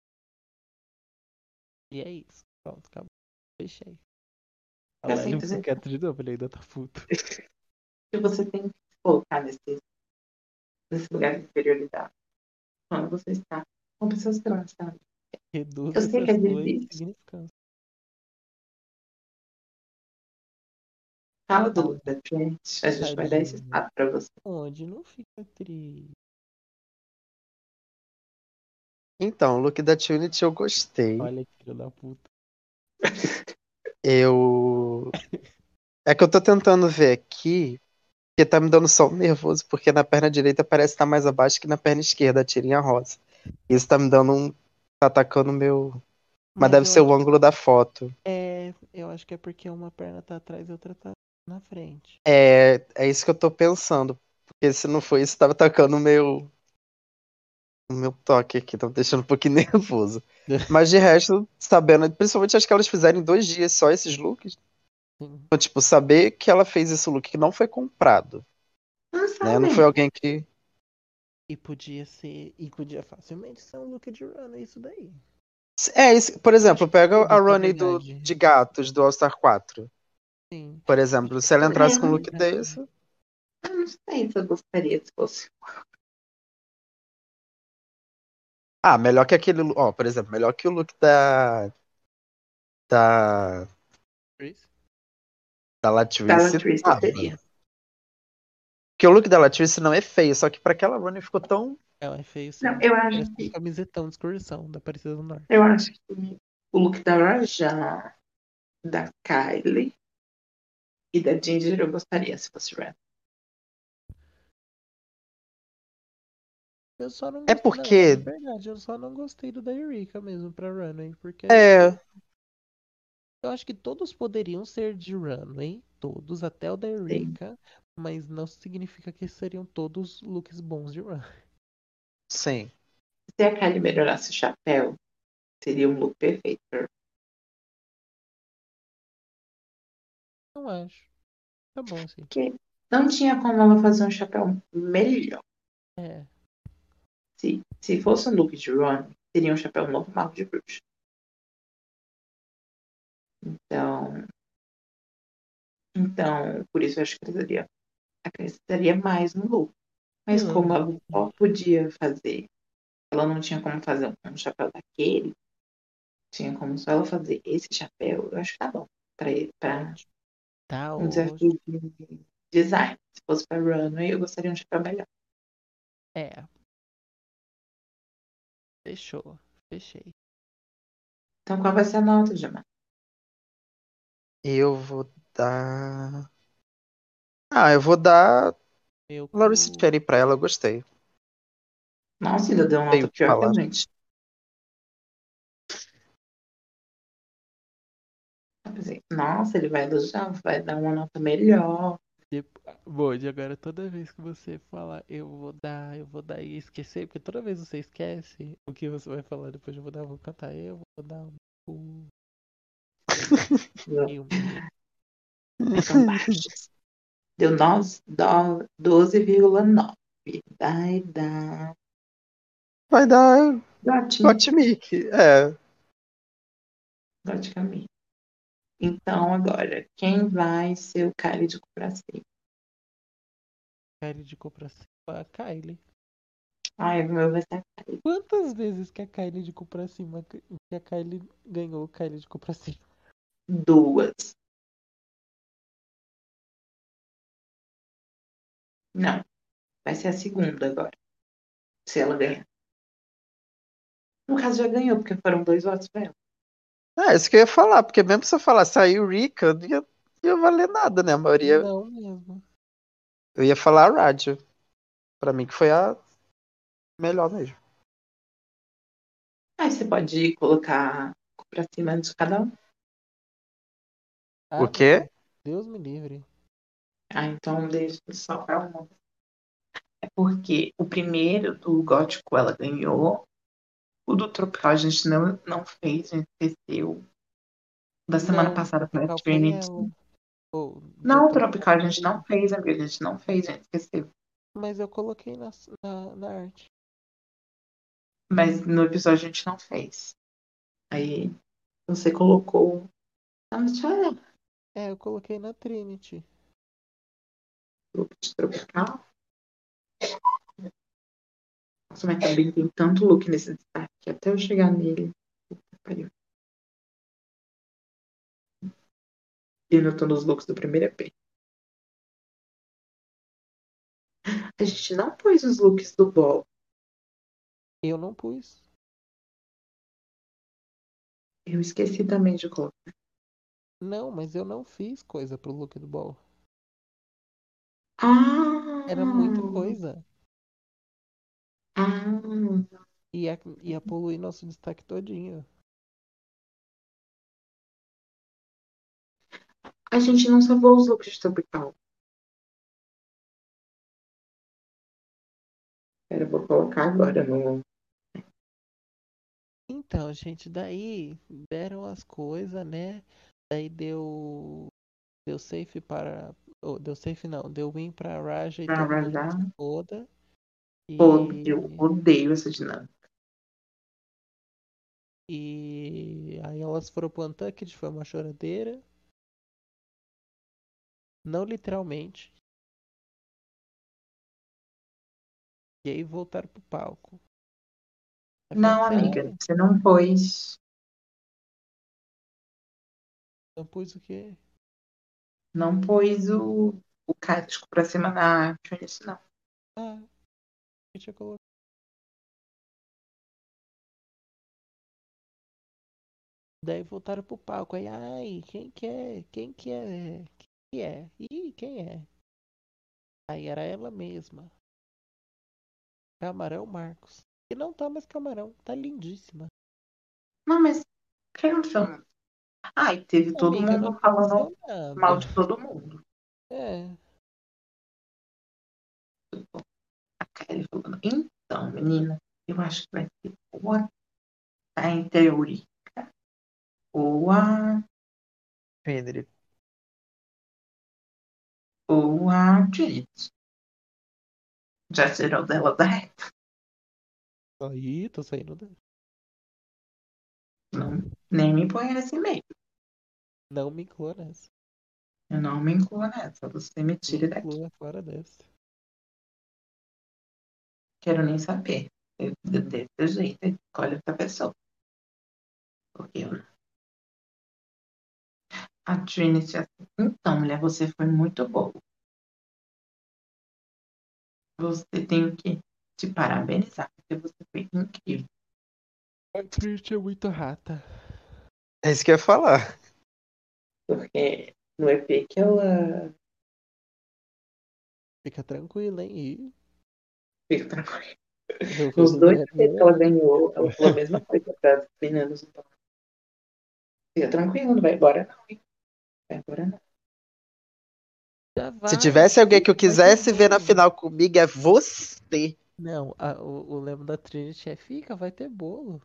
[SPEAKER 3] E é isso. Pronto, acabou. Fechei. A
[SPEAKER 2] É
[SPEAKER 3] Lely
[SPEAKER 2] simples
[SPEAKER 3] ficou
[SPEAKER 2] assim.
[SPEAKER 3] quieto de novo, ele ainda tá puto.
[SPEAKER 2] E você tem que se colocar nesse lugar de inferioridade. Quando você está com pessoas trans, sabe? Eu
[SPEAKER 3] Reduza
[SPEAKER 2] sei
[SPEAKER 3] essa
[SPEAKER 2] que é
[SPEAKER 3] sua
[SPEAKER 2] difícil.
[SPEAKER 3] insignificância.
[SPEAKER 2] Fala do look
[SPEAKER 3] Ah,
[SPEAKER 2] da Trent. A gente vai dar esse
[SPEAKER 3] tadinho.
[SPEAKER 2] espaço pra você.
[SPEAKER 3] Onde não fica triste.
[SPEAKER 1] Então, o look da Trinity eu gostei.
[SPEAKER 3] Olha que filho da puta.
[SPEAKER 1] Eu. É que eu tô tentando ver aqui, porque tá me dando só um nervoso, porque na perna direita parece estar mais abaixo que na perna esquerda, a tirinha rosa. Isso tá me dando um. Tá atacando o meu. Mas
[SPEAKER 3] Mas
[SPEAKER 1] deve
[SPEAKER 3] eu
[SPEAKER 1] ser o
[SPEAKER 3] acho
[SPEAKER 1] ângulo da foto.
[SPEAKER 3] eu acho que é porque uma perna tá atrás e outra tá na frente.
[SPEAKER 1] É isso que eu tô pensando. Porque se não for isso, tava atacando o meu. O meu toque aqui tá me deixando um pouquinho nervoso. Mas de resto, sabendo, principalmente acho que elas fizeram em 2 dias só esses looks.
[SPEAKER 3] Sim.
[SPEAKER 1] Então, tipo, saber que ela fez esse look que não foi comprado,
[SPEAKER 2] Não
[SPEAKER 1] né? Não foi
[SPEAKER 2] sabe.
[SPEAKER 1] alguém que.
[SPEAKER 3] E podia facilmente ser um look de runner isso daí.
[SPEAKER 1] É, isso, por
[SPEAKER 3] Eu acho
[SPEAKER 1] exemplo,
[SPEAKER 3] que
[SPEAKER 1] pega a
[SPEAKER 3] tudo, na
[SPEAKER 1] Ronnie
[SPEAKER 3] verdade.
[SPEAKER 1] de Gatos do All Star 4.
[SPEAKER 3] Sim.
[SPEAKER 1] Por
[SPEAKER 3] Acho
[SPEAKER 1] exemplo,
[SPEAKER 3] que
[SPEAKER 1] se ela
[SPEAKER 3] tudo,
[SPEAKER 1] entrasse
[SPEAKER 3] na
[SPEAKER 1] com um look
[SPEAKER 3] verdade.
[SPEAKER 1] desse.
[SPEAKER 2] Eu não sei se eu gostaria se fosse.
[SPEAKER 1] Ah, melhor que aquele. Ó, por exemplo, melhor que o look da,
[SPEAKER 3] Chris?
[SPEAKER 1] da
[SPEAKER 2] Da
[SPEAKER 1] Latrice.
[SPEAKER 2] Latrice
[SPEAKER 1] Ah,
[SPEAKER 2] seria.
[SPEAKER 1] porque o look da Latrice não é feio, só que pra aquela Ronnie ficou tão.
[SPEAKER 3] Ela é feio,
[SPEAKER 2] Não,
[SPEAKER 3] sim.
[SPEAKER 2] eu acho
[SPEAKER 3] Parece um
[SPEAKER 2] que.
[SPEAKER 3] camisetão de excursão da Aparecida do Norte.
[SPEAKER 2] Eu acho que o look da Raja, da Kylie e da Ginger eu gostaria se fosse Red.
[SPEAKER 3] Eu só não
[SPEAKER 1] É
[SPEAKER 3] gostei, não, de
[SPEAKER 1] porque.
[SPEAKER 3] verdade, eu só não gostei do da Eureka mesmo pra Runway, porque
[SPEAKER 1] É.
[SPEAKER 3] eu acho que todos poderiam ser de Runway, todos, até o da
[SPEAKER 2] Sim.
[SPEAKER 3] Eureka, mas não significa que seriam todos looks bons de Runway.
[SPEAKER 1] Sim.
[SPEAKER 2] Se a Kylie melhorasse o chapéu, seria um look perfeito.
[SPEAKER 3] Não acho. Tá bom assim.
[SPEAKER 2] Porque não tinha como ela fazer um chapéu melhor.
[SPEAKER 3] É,
[SPEAKER 2] Se fosse um look de Ron, seria um chapéu normal de bruxa. Então, por isso eu acho que acrescentaria mais no look. Mas
[SPEAKER 3] não,
[SPEAKER 2] como ela só podia fazer, ela não tinha como fazer um chapéu daquele, tinha como só ela fazer esse chapéu, eu acho que tá bom.
[SPEAKER 3] tá
[SPEAKER 2] Pra
[SPEAKER 3] ótimo. Tá
[SPEAKER 2] um
[SPEAKER 3] ótimo.
[SPEAKER 2] desafio de design. Se fosse pra runway, eu gostaria de um chapéu melhor.
[SPEAKER 3] É, fechou. Fechei.
[SPEAKER 2] Então, qual vai ser a nota, Jamar?
[SPEAKER 1] Eu vou dar. Ah, eu vou dar
[SPEAKER 3] Eu
[SPEAKER 1] Larissa
[SPEAKER 3] com.
[SPEAKER 1] Cherry pra ela, eu gostei.
[SPEAKER 2] Nossa, ainda deu uma
[SPEAKER 1] Tenho
[SPEAKER 2] nota
[SPEAKER 1] o que
[SPEAKER 2] pior que a
[SPEAKER 1] falar.
[SPEAKER 2] gente. Eu pensei, nossa, ele vai elogiar, vai dar uma nota melhor.
[SPEAKER 3] Bode, agora toda vez que você falar eu vou dar e esquecer, porque toda vez você esquece o que você vai falar, depois eu vou cantar, eu vou dar um filme.
[SPEAKER 2] Então, baixos. Deu 12,9. Vai dar.
[SPEAKER 1] Vai dar
[SPEAKER 2] Ótimo.
[SPEAKER 1] Gottmik. É.
[SPEAKER 2] Praticamente. Então, agora, quem vai ser o Kylie de Cupracê?
[SPEAKER 3] Kylie de compra cima, a Kylie.
[SPEAKER 2] Ai, o meu vai ser a Kylie.
[SPEAKER 3] Quantas vezes que a Kylie de compra cima que a Kylie ganhou o Kylie de compra cima?
[SPEAKER 2] 2. Não, vai ser a segunda agora. Se ela ganhar. No caso, já ganhou, porque foram 2 votos pra ela.
[SPEAKER 1] É, isso que eu ia falar, porque mesmo se eu falar saiu Rika, não ia valer nada, né? A maioria.
[SPEAKER 3] Não mesmo.
[SPEAKER 1] Eu ia falar a Radja. Pra mim que foi a melhor mesmo.
[SPEAKER 2] Aí você pode colocar pra cima de cada um.
[SPEAKER 1] O
[SPEAKER 3] Ah,
[SPEAKER 1] quê?
[SPEAKER 3] não. Deus me livre.
[SPEAKER 2] Ah, então deixa só pra uma. É porque o primeiro do Gótico ela ganhou. O do Tropical a gente não fez, a gente esqueceu. Da semana
[SPEAKER 3] Não,
[SPEAKER 2] passada pra
[SPEAKER 3] tropical foi
[SPEAKER 2] Trinity.
[SPEAKER 3] ela. Ou do
[SPEAKER 2] Não, o
[SPEAKER 3] tropical
[SPEAKER 2] Tropical a gente
[SPEAKER 3] foi.
[SPEAKER 2] não fez, amiga. A gente não fez, a gente esqueceu.
[SPEAKER 3] Mas eu coloquei na arte.
[SPEAKER 2] Mas no episódio a gente não fez. Aí você colocou. Ah, deixa eu olhar.
[SPEAKER 3] É, eu coloquei na Trinity.
[SPEAKER 2] Look de Tropical. Nossa, mas também tem tanto look nesse destaque que até eu chegar nele. Puta que pariu. E eu tô nos looks do primeiro EP. A gente não pôs os looks do Ball.
[SPEAKER 3] Eu não pus.
[SPEAKER 2] Eu esqueci também de colocar.
[SPEAKER 3] Não, mas eu não fiz coisa pro look do ball. Era muita
[SPEAKER 2] Ah!
[SPEAKER 3] coisa.
[SPEAKER 2] Ah!
[SPEAKER 3] Ia poluir nosso destaque todinho.
[SPEAKER 2] A gente não salvou os looks de Tropical. Pera, eu vou colocar agora no.
[SPEAKER 3] Então, gente, daí deram as coisas, né? Daí deu safe para. Deu safe não, deu win pra Raja e
[SPEAKER 2] Na
[SPEAKER 3] todo mundo que se
[SPEAKER 2] verdade,
[SPEAKER 3] foda.
[SPEAKER 2] pô, eu
[SPEAKER 3] E,
[SPEAKER 2] odeio essa dinâmica.
[SPEAKER 3] e aí elas foram pro Untucked, foi uma choradeira. Não literalmente. E aí voltaram pro palco. Aí falando
[SPEAKER 2] Não,
[SPEAKER 3] assim,
[SPEAKER 2] amiga, você não pôs.
[SPEAKER 3] não pus o quê?
[SPEAKER 2] Não pôs o casco pra cima da Trinity, não.
[SPEAKER 3] Ah, eu tinha colocado. Daí voltaram pro palco. Aí, ai, quem que é? Quem que é? Quem que é? Ih, quem é? Aí era ela mesma. Camarão Marcos. E não tá mais camarão, tá lindíssima.
[SPEAKER 2] Não, mas o que aconteceu? Ai, teve todo
[SPEAKER 3] Amiga, não
[SPEAKER 2] mundo falando
[SPEAKER 3] aconteceu nada.
[SPEAKER 2] mal de todo mundo.
[SPEAKER 3] É,
[SPEAKER 2] A Kelly falando, então, menina, eu acho que vai ser ou a entre a Eurica ou
[SPEAKER 1] Henry.
[SPEAKER 2] a Trinity. Já serão dela da reta.
[SPEAKER 3] aí tô saindo da.
[SPEAKER 2] Não, nem me põe nesse meio.
[SPEAKER 3] Não me inclua nessa.
[SPEAKER 2] Eu não me incluo nessa. Você me
[SPEAKER 3] Me
[SPEAKER 2] tire daqui.
[SPEAKER 3] inclua fora dessa.
[SPEAKER 2] Quero nem saber. Desse jeito, escolhe outra pessoa. Porque eu não. A Trinity, assim, então, mulher, você foi muito boa. Você tem que te parabenizar, porque você foi incrível.
[SPEAKER 3] A Trinity é muito rata.
[SPEAKER 1] É isso que eu ia falar.
[SPEAKER 2] Porque no EP que ela
[SPEAKER 3] Fica tranquila, hein? Ih,
[SPEAKER 2] fica tranquila.
[SPEAKER 3] eu
[SPEAKER 2] Nos dois
[SPEAKER 3] não
[SPEAKER 2] EPs que ela
[SPEAKER 3] é.
[SPEAKER 2] ganhou, ela falou a mesma coisa para as meninas. Então, fica tranquila, não vai embora não, hein? Vai embora não.
[SPEAKER 3] Já
[SPEAKER 1] Se
[SPEAKER 3] vai,
[SPEAKER 1] tivesse alguém que eu
[SPEAKER 3] vai ter
[SPEAKER 1] quisesse ver na
[SPEAKER 3] bolo.
[SPEAKER 1] final comigo, é você.
[SPEAKER 3] Não, o lema da Trinity é fica, vai ter bolo.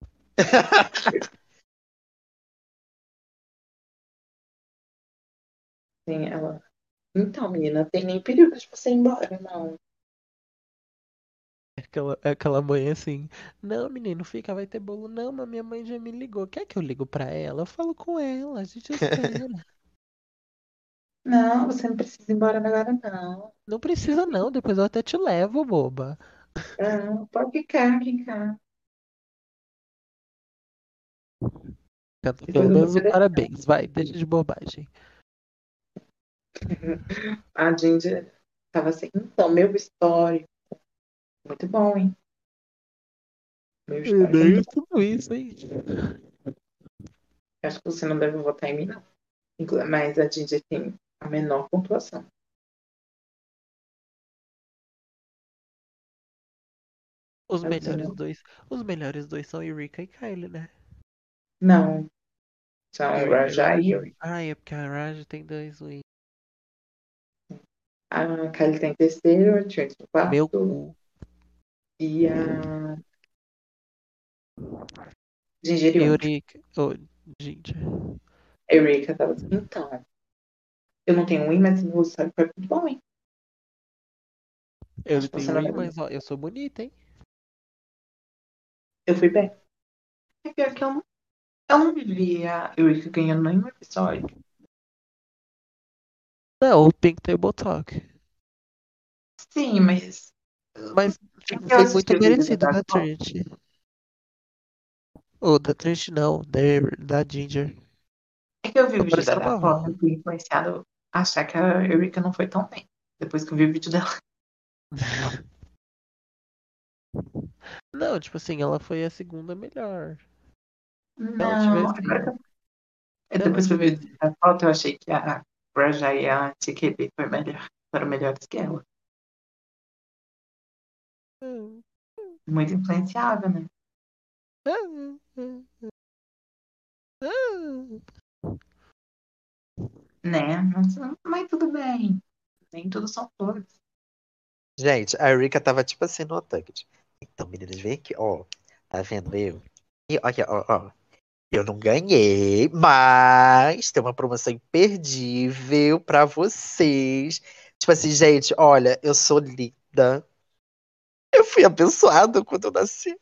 [SPEAKER 2] Sim, ela. Então, menina, tem nem período de você ir embora, não.
[SPEAKER 3] É aquela mãe assim, não, menino, fica, vai ter bolo. Não, mas minha mãe já me ligou. Quer que eu ligo pra ela? Eu falo com ela, a gente espera.
[SPEAKER 2] Não, você não precisa ir embora agora, não.
[SPEAKER 3] Não precisa não, depois eu até te levo, boba.
[SPEAKER 2] Não, pode ficar, ficar.
[SPEAKER 3] Canta
[SPEAKER 2] Depois
[SPEAKER 3] pelo
[SPEAKER 2] eu vou
[SPEAKER 3] menos
[SPEAKER 2] te
[SPEAKER 3] o
[SPEAKER 2] deixar.
[SPEAKER 3] parabéns, vai, deixa de bobagem.
[SPEAKER 2] A Ginger tava assim, então, meu histórico, muito bom, hein? Meu
[SPEAKER 3] E
[SPEAKER 2] histórico é
[SPEAKER 3] nem
[SPEAKER 2] muito
[SPEAKER 3] é
[SPEAKER 2] bom.
[SPEAKER 3] tudo isso, hein?
[SPEAKER 2] Acho que você não deve votar em mim, não. Mas a Ginger tem a menor pontuação.
[SPEAKER 3] Os melhores
[SPEAKER 2] Tadinha.
[SPEAKER 3] dois, os melhores dois são Eureka e Kylie, né?
[SPEAKER 2] Não, são Rajai e
[SPEAKER 3] Raja.
[SPEAKER 2] Yuri.
[SPEAKER 3] Ah, é porque a Raja tem dois wins.
[SPEAKER 2] A Kylie tá em terceiro, a Trent em
[SPEAKER 3] Meu
[SPEAKER 2] quarto
[SPEAKER 3] cu.
[SPEAKER 2] e a Ginger em último.
[SPEAKER 3] Eureka. Oh, gente.
[SPEAKER 2] A Eureka tava assim, então, eu não tenho um, mas meu histórico foi muito bom, hein?
[SPEAKER 3] Eu
[SPEAKER 2] Acho
[SPEAKER 3] não
[SPEAKER 2] que você
[SPEAKER 3] tenho
[SPEAKER 2] não
[SPEAKER 3] win,
[SPEAKER 2] deve.
[SPEAKER 3] mas ó, eu sou bonita, hein?
[SPEAKER 2] Eu fui bem. É pior que eu não vi a Eureka ganhando nenhum episódio.
[SPEAKER 3] Não, o Pink Table Talk.
[SPEAKER 2] Sim, mas
[SPEAKER 3] Mas,
[SPEAKER 2] é
[SPEAKER 3] tipo,
[SPEAKER 2] que eu
[SPEAKER 3] foi
[SPEAKER 2] assisti
[SPEAKER 3] muito
[SPEAKER 2] o vídeo da
[SPEAKER 3] merecido
[SPEAKER 2] Dark
[SPEAKER 3] da Trinity. Ou da Trinity não, da Ginger.
[SPEAKER 2] É que eu vi o
[SPEAKER 3] Tô
[SPEAKER 2] vídeo da
[SPEAKER 3] parecendo uma
[SPEAKER 2] Dakota
[SPEAKER 3] avó.
[SPEAKER 2] e fui influenciado a achar que a Eureka não foi tão bem. Depois que eu vi o vídeo dela.
[SPEAKER 3] Não, tipo assim, ela foi a segunda melhor. Se ela
[SPEAKER 2] Não,
[SPEAKER 3] tivesse. Se ela
[SPEAKER 2] depois que eu vi o vídeo
[SPEAKER 3] tivesse.
[SPEAKER 2] da Dakota, eu achei que a Raja e a TKB foram melhores que ela. Muito influenciável, né? Né? Mas tudo bem. Nem tudo são flores.
[SPEAKER 1] Gente, a Erika tava tipo assim no Untucked. Então, meninas, vem aqui, ó. Tá vendo eu? E olha, ó. Eu não ganhei, mas tem uma promoção imperdível pra vocês. Tipo assim, gente, olha, eu sou linda. Eu fui abençoada quando eu nasci.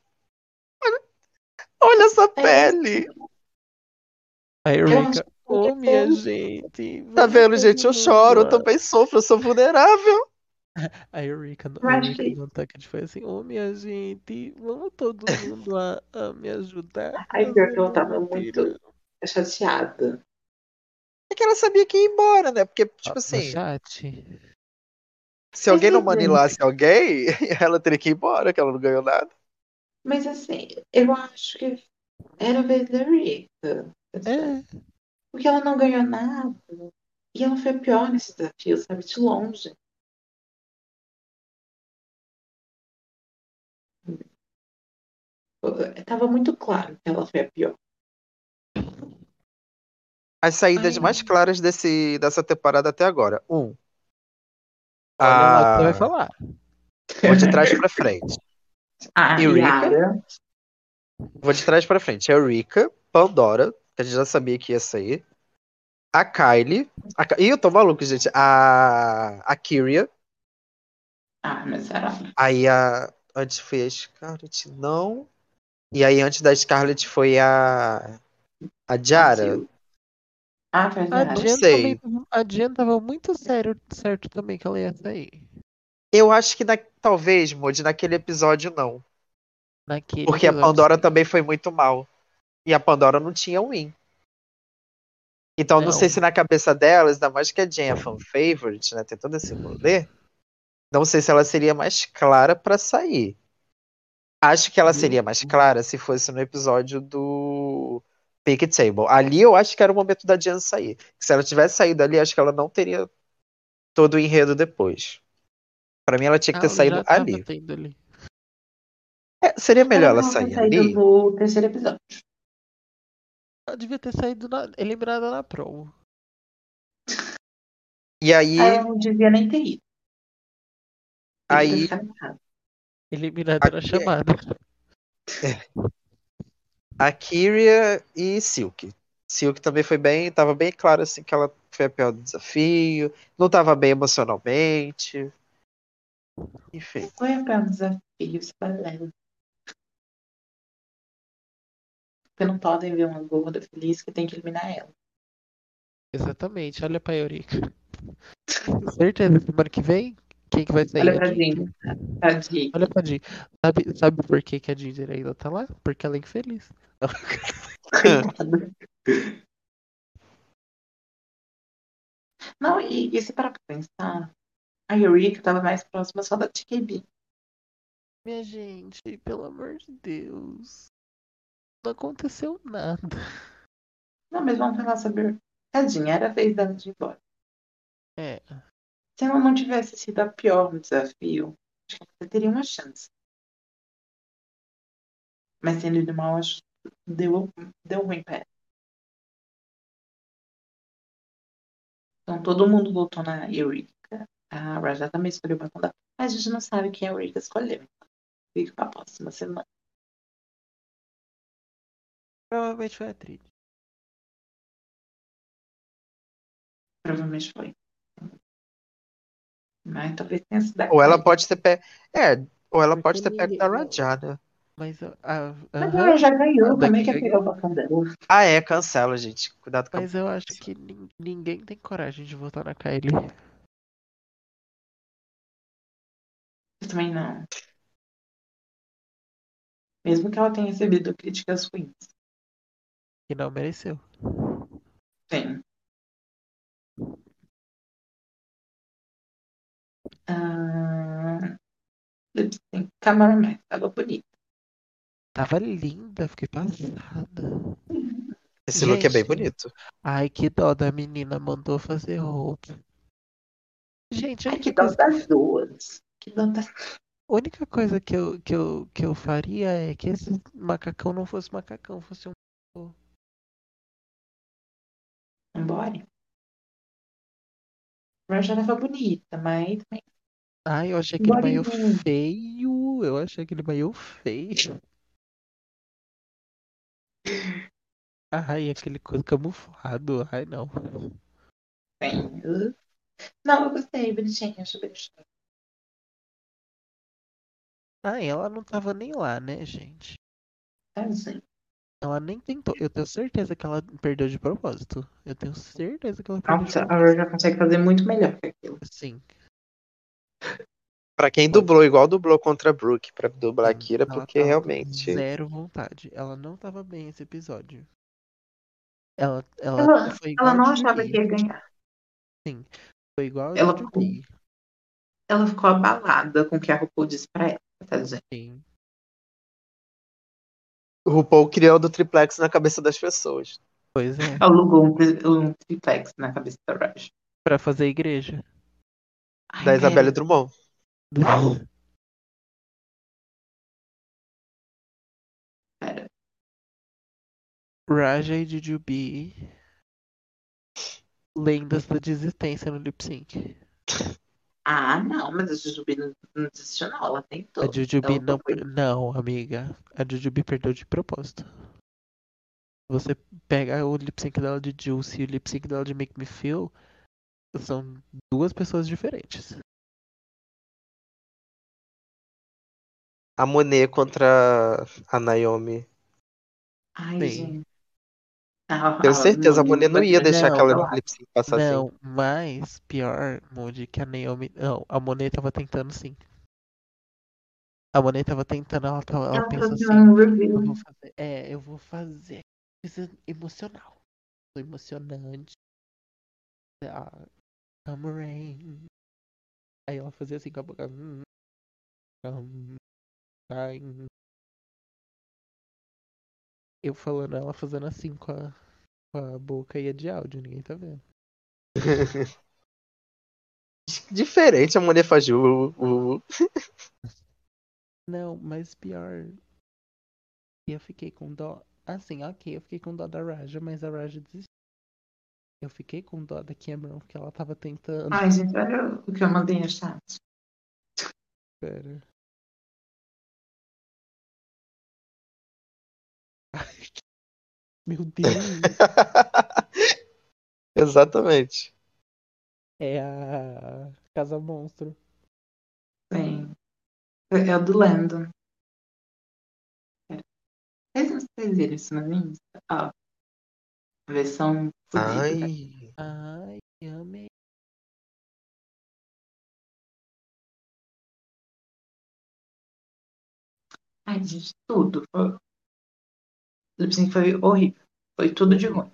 [SPEAKER 1] Olha essa
[SPEAKER 2] É isso.
[SPEAKER 1] pele.
[SPEAKER 3] A
[SPEAKER 2] Eu acho
[SPEAKER 3] Eureka,
[SPEAKER 2] que
[SPEAKER 3] ô
[SPEAKER 2] podia
[SPEAKER 3] minha
[SPEAKER 2] ter.
[SPEAKER 3] gente,
[SPEAKER 1] Tá
[SPEAKER 3] vamos
[SPEAKER 1] vendo,
[SPEAKER 3] todo
[SPEAKER 1] gente? Eu
[SPEAKER 3] mundo
[SPEAKER 1] choro, eu
[SPEAKER 3] lá.
[SPEAKER 1] também sofro, eu sou vulnerável.
[SPEAKER 3] A
[SPEAKER 2] Eu acho
[SPEAKER 3] Eureka
[SPEAKER 2] que.
[SPEAKER 3] no Untucked foi assim, ô minha gente, vamos todo mundo a me ajudar a
[SPEAKER 2] Ai, pior
[SPEAKER 3] fazer
[SPEAKER 2] que eu
[SPEAKER 3] meu
[SPEAKER 2] tava muito
[SPEAKER 3] mutirão.
[SPEAKER 2] chateada.
[SPEAKER 1] É que ela sabia que ia embora, né? Porque,
[SPEAKER 3] Ó,
[SPEAKER 1] tipo
[SPEAKER 3] no
[SPEAKER 1] assim,
[SPEAKER 3] chat,
[SPEAKER 1] se
[SPEAKER 2] Mas,
[SPEAKER 1] alguém não
[SPEAKER 2] gente,
[SPEAKER 1] manilasse alguém, ela teria que ir embora, que ela não ganhou nada.
[SPEAKER 2] mas assim, eu acho que era a vez da Rita.
[SPEAKER 3] é,
[SPEAKER 2] Porque ela não ganhou nada. E ela foi a pior nesse desafio, sabe? De longe. Tava muito claro que ela foi a pior.
[SPEAKER 1] As saídas
[SPEAKER 3] ai,
[SPEAKER 1] mais claras dessa temporada até agora.
[SPEAKER 3] olha lá o que você vai
[SPEAKER 1] A...
[SPEAKER 3] falar.
[SPEAKER 1] Vou de trás pra frente.
[SPEAKER 2] A
[SPEAKER 1] Eureka.
[SPEAKER 2] Yara.
[SPEAKER 1] Vou de trás pra frente. Eureka, Pandora, que a gente já sabia que ia sair. A Kylie. Ih, eu tô maluco, gente. A Kyria.
[SPEAKER 2] Ah, mas era
[SPEAKER 1] Aí a. Antes foi a Scarlett, não. E aí antes da Scarlett foi a
[SPEAKER 2] a
[SPEAKER 1] Jara.
[SPEAKER 2] Sil. Ah, foi a
[SPEAKER 3] A
[SPEAKER 2] Yara.
[SPEAKER 1] Não
[SPEAKER 3] Jen também,
[SPEAKER 1] sei.
[SPEAKER 3] a Jen tava muito sério, certo também que ela ia sair.
[SPEAKER 1] Eu acho que talvez, Modi, naquele episódio não.
[SPEAKER 3] Naquele
[SPEAKER 1] Porque a
[SPEAKER 3] episódio,
[SPEAKER 1] Pandora
[SPEAKER 3] sim.
[SPEAKER 1] também foi muito mal. E a Pandora não tinha win. Então não sei se
[SPEAKER 3] Não,
[SPEAKER 1] na cabeça delas, ainda mais que a Jen é fan favorite, né? Tem todo esse rolê. Não sei se ela seria mais clara pra sair. Acho que ela seria mais clara se fosse no episódio do Pick Table. Ali eu acho que era o momento da Jen sair. Se ela tivesse saído ali, acho que ela não teria todo o enredo depois. Pra mim, ela tinha que ter
[SPEAKER 3] ela
[SPEAKER 1] saído
[SPEAKER 3] já tava
[SPEAKER 1] ali.
[SPEAKER 3] tendo ali.
[SPEAKER 1] Seria melhor
[SPEAKER 2] Era
[SPEAKER 1] ela
[SPEAKER 2] pra ela ter
[SPEAKER 1] sair
[SPEAKER 2] saído
[SPEAKER 1] ali.
[SPEAKER 2] no terceiro episódio.
[SPEAKER 3] Ela devia ter saído eliminada na promo.
[SPEAKER 1] E
[SPEAKER 2] Aí ela
[SPEAKER 1] aí,
[SPEAKER 2] não devia nem ter ido. Devia ter
[SPEAKER 1] aí,
[SPEAKER 2] ficado em casa.
[SPEAKER 3] Eliminada na
[SPEAKER 1] aqui,
[SPEAKER 3] chamada.
[SPEAKER 1] a Kyria e Silk. Silk também foi bem, tava bem claro assim que ela foi a pior do desafio, não tava bem emocionalmente, enfim.
[SPEAKER 2] Foi apenas um desafio, isso valeu. Porque não podem ver uma gorda feliz que tem que eliminar ela.
[SPEAKER 3] Exatamente, olha pra Eurica. Certeza, semana que vem, quem que vai sair?
[SPEAKER 2] Olha
[SPEAKER 3] A
[SPEAKER 2] pra
[SPEAKER 3] Ginger.
[SPEAKER 2] Ginger. Pra Ginger.
[SPEAKER 3] Olha pra Ginger. Sabe por que, que a Ginger ainda tá lá? Porque ela é infeliz.
[SPEAKER 2] Coitada. Não, e se parar pra pensar, a Eureka tava mais próxima só da TKB.
[SPEAKER 3] Minha gente, pelo amor de Deus. Não aconteceu nada.
[SPEAKER 2] Não, mas vamos falar sobre. Tadinha, era a vez dela de ir embora.
[SPEAKER 3] É,
[SPEAKER 2] Se ela não tivesse sido a pior no desafio, acho que ela teria uma chance. Mas sendo ido mal, acho que deu ruim pra ela. Então todo mundo votou na Eureka. A Raja também escolheu pra contar. Mas a gente não sabe quem a Eureka escolheu. Então fica pra próxima semana.
[SPEAKER 3] provavelmente foi a Trini.
[SPEAKER 2] Provavelmente foi. Mas talvez tenha sido a
[SPEAKER 1] Ou ela
[SPEAKER 2] Kylie.
[SPEAKER 1] pode ter pego, ou ela
[SPEAKER 3] Porque
[SPEAKER 1] pode ter pego da
[SPEAKER 3] ninguém. Não,
[SPEAKER 1] Rajada.
[SPEAKER 3] mas
[SPEAKER 2] Mas ela já
[SPEAKER 3] a
[SPEAKER 2] ganhou. Como é
[SPEAKER 3] daqui
[SPEAKER 2] que ia pegar o
[SPEAKER 3] ganhou.
[SPEAKER 2] bafão dela?
[SPEAKER 1] Ah, cancela, gente. Cuidado com a
[SPEAKER 3] Mas eu acho
[SPEAKER 1] cancela.
[SPEAKER 3] que ninguém tem coragem de votar na Kylie.
[SPEAKER 2] Eu também não. Mesmo que ela tenha recebido críticas ruins.
[SPEAKER 3] E não mereceu.
[SPEAKER 2] Sim. Ah, lip sync. Cameraman. Tava bonita.
[SPEAKER 3] Tava linda, fiquei passada.
[SPEAKER 1] Esse look é bem
[SPEAKER 3] Gente,
[SPEAKER 1] bonito.
[SPEAKER 3] ai que dó da menina, mandou fazer roupa. Gente,
[SPEAKER 2] Ai, que dó das duas. Que dó das...
[SPEAKER 3] a única coisa que eu faria é que esse macacão não fosse macacão, fosse um.
[SPEAKER 2] Embora. A já tava bonita, mas também.
[SPEAKER 3] Ai, eu achei aquele
[SPEAKER 2] Embora.
[SPEAKER 3] maiô feio. Eu achei aquele maiô feio. Ai, aquele coisa camuflado. Ai, não.
[SPEAKER 2] Bem, não, eu gostei, bonitinho, achei bonitinho.
[SPEAKER 3] Ai, ela não tava nem lá, né, gente?
[SPEAKER 2] É assim.
[SPEAKER 3] Ela nem tentou. Eu tenho certeza que ela perdeu de propósito. Eu tenho certeza que ela perdeu de
[SPEAKER 2] Nossa, a
[SPEAKER 3] propósito.
[SPEAKER 2] Rory já consegue fazer muito melhor que aquilo.
[SPEAKER 3] Sim,
[SPEAKER 1] Pra quem
[SPEAKER 3] pode.
[SPEAKER 1] dublou, igual dublou contra a Brooke, pra dublar a
[SPEAKER 3] Sim,
[SPEAKER 1] Kira,
[SPEAKER 3] ela
[SPEAKER 1] porque
[SPEAKER 3] tava com
[SPEAKER 1] realmente.
[SPEAKER 3] zero vontade. Ela não tava bem esse episódio. Ela foi
[SPEAKER 2] Ela
[SPEAKER 3] igual a
[SPEAKER 2] não achava que
[SPEAKER 3] Jujubi.
[SPEAKER 2] ia ganhar.
[SPEAKER 3] Sim, foi igual a
[SPEAKER 2] Ela ficou,
[SPEAKER 3] Jujubi.
[SPEAKER 2] ela ficou abalada com o que a RuPaul disse pra ela, tá dizendo?
[SPEAKER 3] Sim.
[SPEAKER 1] O RuPaul criando o triplex na cabeça das pessoas.
[SPEAKER 3] Pois é.
[SPEAKER 2] Alugou um triplex na cabeça da Raj.
[SPEAKER 3] Pra fazer igreja.
[SPEAKER 2] Ai,
[SPEAKER 1] Da
[SPEAKER 2] pera,
[SPEAKER 1] Isabelle Drummond.
[SPEAKER 2] pera.
[SPEAKER 3] Raja e Jujubi. Lendas da desistência no lip sync.
[SPEAKER 2] Ah, não, mas a Jujubi não desistiu, não. Ela
[SPEAKER 3] A
[SPEAKER 2] tentou.
[SPEAKER 3] Jujubi
[SPEAKER 2] Ela
[SPEAKER 3] não.
[SPEAKER 2] só foi.
[SPEAKER 3] Não, amiga. A Jujubi perdeu de propósito. Você pega o lip sync dela de Juicy e o lip sync dela de Make Me Feel, são duas pessoas diferentes.
[SPEAKER 1] A Monet contra a Naomi.
[SPEAKER 2] Ai,
[SPEAKER 3] Sim.
[SPEAKER 2] gente.
[SPEAKER 1] Tenho
[SPEAKER 2] Não,
[SPEAKER 1] certeza, a Monet não
[SPEAKER 2] vai
[SPEAKER 1] ia
[SPEAKER 2] ser
[SPEAKER 1] deixar
[SPEAKER 3] Não,
[SPEAKER 1] aquela
[SPEAKER 2] cancelada.
[SPEAKER 1] lip sync passar assim.
[SPEAKER 3] não, mas pior, Moody, que a Naomi. Não, a Monet tava tentando sim. A Monet tava tentando, ela
[SPEAKER 2] Ela
[SPEAKER 3] pensou
[SPEAKER 2] trouxe
[SPEAKER 3] assim,
[SPEAKER 2] um review.
[SPEAKER 3] eu vou fazer coisa emocional. Emocionante. Ah, come rain. Aí ela fazia assim com a boca. Come rain. Eu falando, ela fazendo assim com a boca e é de áudio, ninguém tá vendo.
[SPEAKER 1] Diferente, a Monet faz
[SPEAKER 3] Não, mas pior, eu fiquei com dó. Assim, ok, eu fiquei com dó da Raja, mas a Raja desistiu. Eu fiquei com dó da Cameron, porque ela tava tentando.
[SPEAKER 2] Ai, gente, olha o que eu mandei no chat.
[SPEAKER 3] Pera. Meu Deus!
[SPEAKER 1] Exatamente.
[SPEAKER 3] É a Casa Monstro.
[SPEAKER 2] Bem, é o do Landon. Vocês viram isso no Insta? Ó, versão fodida.
[SPEAKER 1] Ai.
[SPEAKER 3] Ai, amei.
[SPEAKER 2] Ai, gente, tudo. O lip sync foi horrível. Foi tudo de
[SPEAKER 3] Horrível.
[SPEAKER 2] ruim.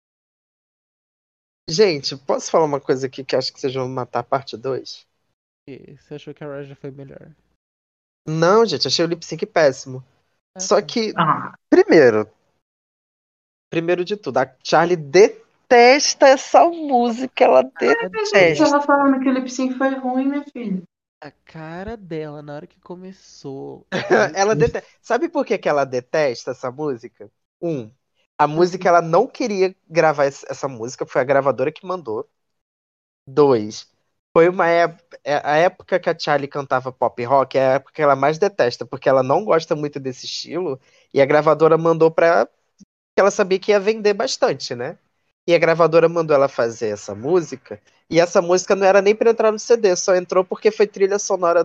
[SPEAKER 1] Gente, posso falar uma coisa aqui que acho que vocês vão matar a parte 2?
[SPEAKER 3] Você achou que a Raja foi melhor?
[SPEAKER 1] Não, gente, achei o lip sync péssimo.
[SPEAKER 3] Ah,
[SPEAKER 1] Só
[SPEAKER 3] tá.
[SPEAKER 1] que,
[SPEAKER 2] Ah,
[SPEAKER 1] primeiro de tudo, a Charlie detesta essa música, ela
[SPEAKER 3] A
[SPEAKER 2] a gente
[SPEAKER 1] detesta.
[SPEAKER 2] tava falando que o lip sync foi ruim, minha filha.
[SPEAKER 3] A cara dela, na hora que começou.
[SPEAKER 1] Ela detesta. Sabe por que que ela detesta essa música? A música ela não queria gravar essa música, foi a gravadora que mandou. Dois, foi a época que a Charlie cantava pop rock, é a época que ela mais detesta, porque ela não gosta muito desse estilo, e a gravadora mandou pra. Que ela sabia que ia vender bastante, né? E a gravadora mandou ela fazer essa música, e essa música não era nem pra entrar no CD, só entrou porque foi trilha sonora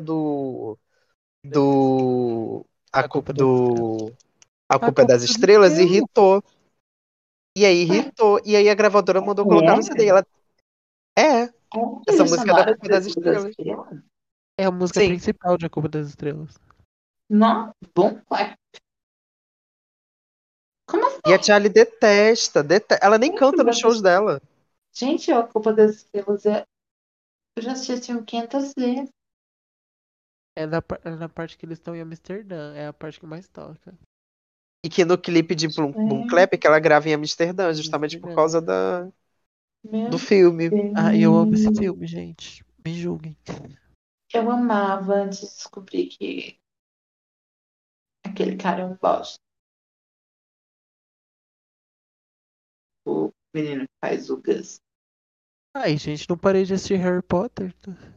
[SPEAKER 1] do
[SPEAKER 3] A culpa das estrelas.
[SPEAKER 1] A
[SPEAKER 3] A
[SPEAKER 1] Culpa é
[SPEAKER 3] culpa
[SPEAKER 1] das
[SPEAKER 3] das
[SPEAKER 1] Estrelas e
[SPEAKER 3] estrelas.
[SPEAKER 1] irritou. E aí
[SPEAKER 2] Ué,
[SPEAKER 1] irritou. E aí a gravadora mandou colocar no CD. E
[SPEAKER 2] é?
[SPEAKER 1] ela é,
[SPEAKER 2] Qual
[SPEAKER 1] essa
[SPEAKER 2] trilha
[SPEAKER 1] música é da
[SPEAKER 2] sonora
[SPEAKER 1] Culpa
[SPEAKER 2] da
[SPEAKER 1] das
[SPEAKER 2] Culpa das
[SPEAKER 1] Estrelas.
[SPEAKER 2] Estrelas?
[SPEAKER 3] É a música
[SPEAKER 1] Sim.
[SPEAKER 3] principal de A Culpa das Estrelas.
[SPEAKER 2] Não, bom, ué. Como assim?
[SPEAKER 1] E a Charlie detesta. Ela nem
[SPEAKER 2] Gente,
[SPEAKER 1] canta
[SPEAKER 2] eu já
[SPEAKER 1] nos shows
[SPEAKER 2] assisti.
[SPEAKER 1] dela.
[SPEAKER 2] Gente, a Culpa das Estrelas é. Eu já assisti 500 vezes.
[SPEAKER 3] É na parte que eles estão em Amsterdã. É a parte que mais toca.
[SPEAKER 1] E que no clipe de Boom
[SPEAKER 2] Gente,
[SPEAKER 1] Clap que ela grava em Amsterdã, justamente por
[SPEAKER 3] Amsterdã.
[SPEAKER 1] causa do
[SPEAKER 2] meu
[SPEAKER 1] filme.
[SPEAKER 3] Ah, eu amo esse
[SPEAKER 2] Deus.
[SPEAKER 3] filme, gente. Me julguem.
[SPEAKER 2] Eu amava antes de descobrir que aquele cara é um bosta. O menino que faz o Gus.
[SPEAKER 3] Ai, gente, não parei de assistir Harry Potter.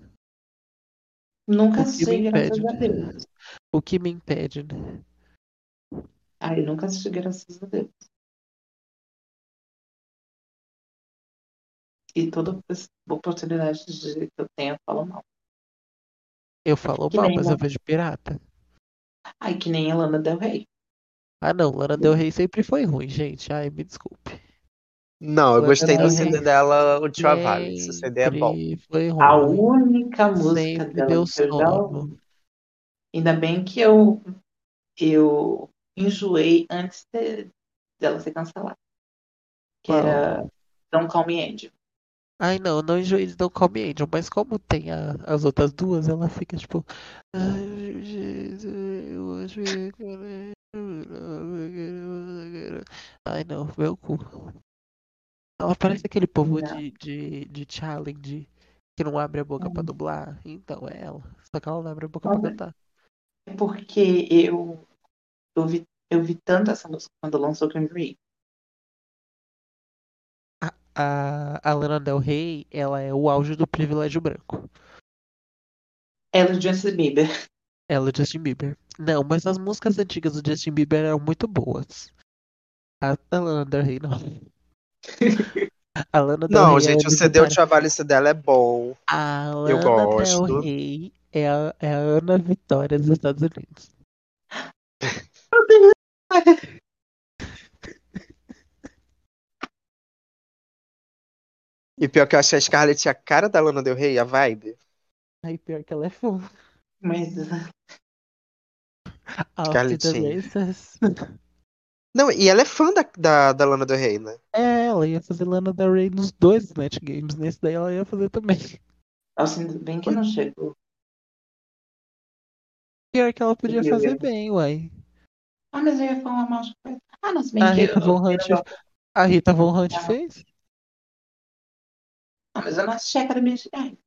[SPEAKER 2] Nunca
[SPEAKER 3] O que me
[SPEAKER 2] assisti, graças
[SPEAKER 3] impede,
[SPEAKER 2] a
[SPEAKER 3] né?
[SPEAKER 2] Deus.
[SPEAKER 3] O que me impede, né?
[SPEAKER 2] Ai, nunca assisti, graças a Deus. E toda oportunidade que eu tenho, eu falo mal.
[SPEAKER 3] Eu falo
[SPEAKER 2] Que
[SPEAKER 3] mal,
[SPEAKER 2] nem,
[SPEAKER 3] mas eu vejo pirata.
[SPEAKER 2] ai, que nem a Lana Del Rey.
[SPEAKER 3] Ah, não, Lana Del Rey sempre foi ruim, gente. Ai, me desculpe.
[SPEAKER 1] Não, eu
[SPEAKER 3] Lana
[SPEAKER 1] gostei do
[SPEAKER 3] Del
[SPEAKER 1] CD
[SPEAKER 3] Rey
[SPEAKER 1] dela, Ultraviolet. Esse CD é bom.
[SPEAKER 3] sempre foi
[SPEAKER 2] A
[SPEAKER 3] ruim.
[SPEAKER 2] única música
[SPEAKER 3] Sempre
[SPEAKER 2] dela
[SPEAKER 3] deu
[SPEAKER 2] que eu já
[SPEAKER 3] sono.
[SPEAKER 2] ouvi. Ainda bem que eu enjoei antes dela ser cancelada. Que
[SPEAKER 3] Qual?
[SPEAKER 2] era Don't Call Me Angel.
[SPEAKER 3] Ai, não, não enjoei de Don't Call Me Angel, mas como tem as outras duas, ela fica tipo. Ai, Jesus, eu acho que- Ai, não, meu cu. Ela parece aquele povo
[SPEAKER 2] Não.
[SPEAKER 3] de challenge que não abre a boca pra dublar. Então é ela. Só que ela não abre a boca pra
[SPEAKER 2] Nossa,
[SPEAKER 3] cantar.
[SPEAKER 2] é porque eu vi tanto essa música quando lançou Cream Free.
[SPEAKER 3] A Lana Del Rey, ela é o auge do privilégio branco.
[SPEAKER 2] Ela e Justin Bieber.
[SPEAKER 3] Ela é Justin Bieber. Não, mas as músicas antigas do Justin Bieber eram muito boas. A Lana Del Rey, não. A Lana Del
[SPEAKER 1] Não,
[SPEAKER 3] Rey é
[SPEAKER 1] gente, o CD
[SPEAKER 3] universitária.
[SPEAKER 1] Ultraviolet dela é bom.
[SPEAKER 3] A
[SPEAKER 1] Eu
[SPEAKER 3] Lana Del
[SPEAKER 1] gosto.
[SPEAKER 3] Rey é a Ana Vitória dos Estados Unidos.
[SPEAKER 1] E pior que eu achei a Scarlett a cara da Lana Del Rey, a vibe.
[SPEAKER 3] Aí pior que ela é fã.
[SPEAKER 2] Mas
[SPEAKER 3] Off the
[SPEAKER 1] Scarlettinha.
[SPEAKER 3] races.
[SPEAKER 1] Não, e ela é fã da Lana Del Rey, né?
[SPEAKER 3] É, ela ia fazer Lana Del Rey nos dois Snatch Games. Nesse daí ela ia fazer também.
[SPEAKER 2] ainda bem que não chegou.
[SPEAKER 3] Pior que ela podia
[SPEAKER 2] Eu
[SPEAKER 3] fazer
[SPEAKER 2] ia-
[SPEAKER 3] bem, uai.
[SPEAKER 2] Ah, mas eu ia falar mal de coisa. Ah, não, se
[SPEAKER 3] A
[SPEAKER 2] bem que
[SPEAKER 3] Rita Von Hunt, a Rita Von Hunt fez?
[SPEAKER 2] Ah, mas eu não assisti a Academia de Ai,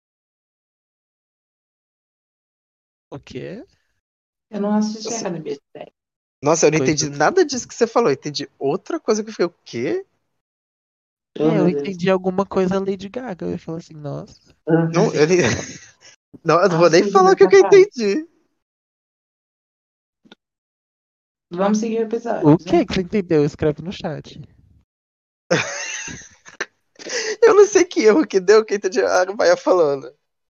[SPEAKER 3] O quê?
[SPEAKER 2] eu não assisti a
[SPEAKER 1] Eu
[SPEAKER 2] Academia de Ai.
[SPEAKER 1] Nossa, eu não
[SPEAKER 3] Coisa.
[SPEAKER 1] entendi nada disso que você falou. Eu entendi outra coisa que eu fiquei, o quê?
[SPEAKER 2] Oh,
[SPEAKER 3] Eu
[SPEAKER 2] meu Deus.
[SPEAKER 3] entendi alguma coisa Lady Gaga. Eu falei assim, nossa.
[SPEAKER 1] Não, eu, nem- não, eu não vou nem
[SPEAKER 2] Assunto
[SPEAKER 1] falar o que
[SPEAKER 2] dessa
[SPEAKER 1] eu
[SPEAKER 2] parte.
[SPEAKER 1] entendi.
[SPEAKER 2] Vamos seguir o
[SPEAKER 3] O
[SPEAKER 2] episódio,
[SPEAKER 3] que
[SPEAKER 2] né?
[SPEAKER 3] que você entendeu? Escreve no chat.
[SPEAKER 1] Eu não sei que erro que deu, que entendi a Maia falando.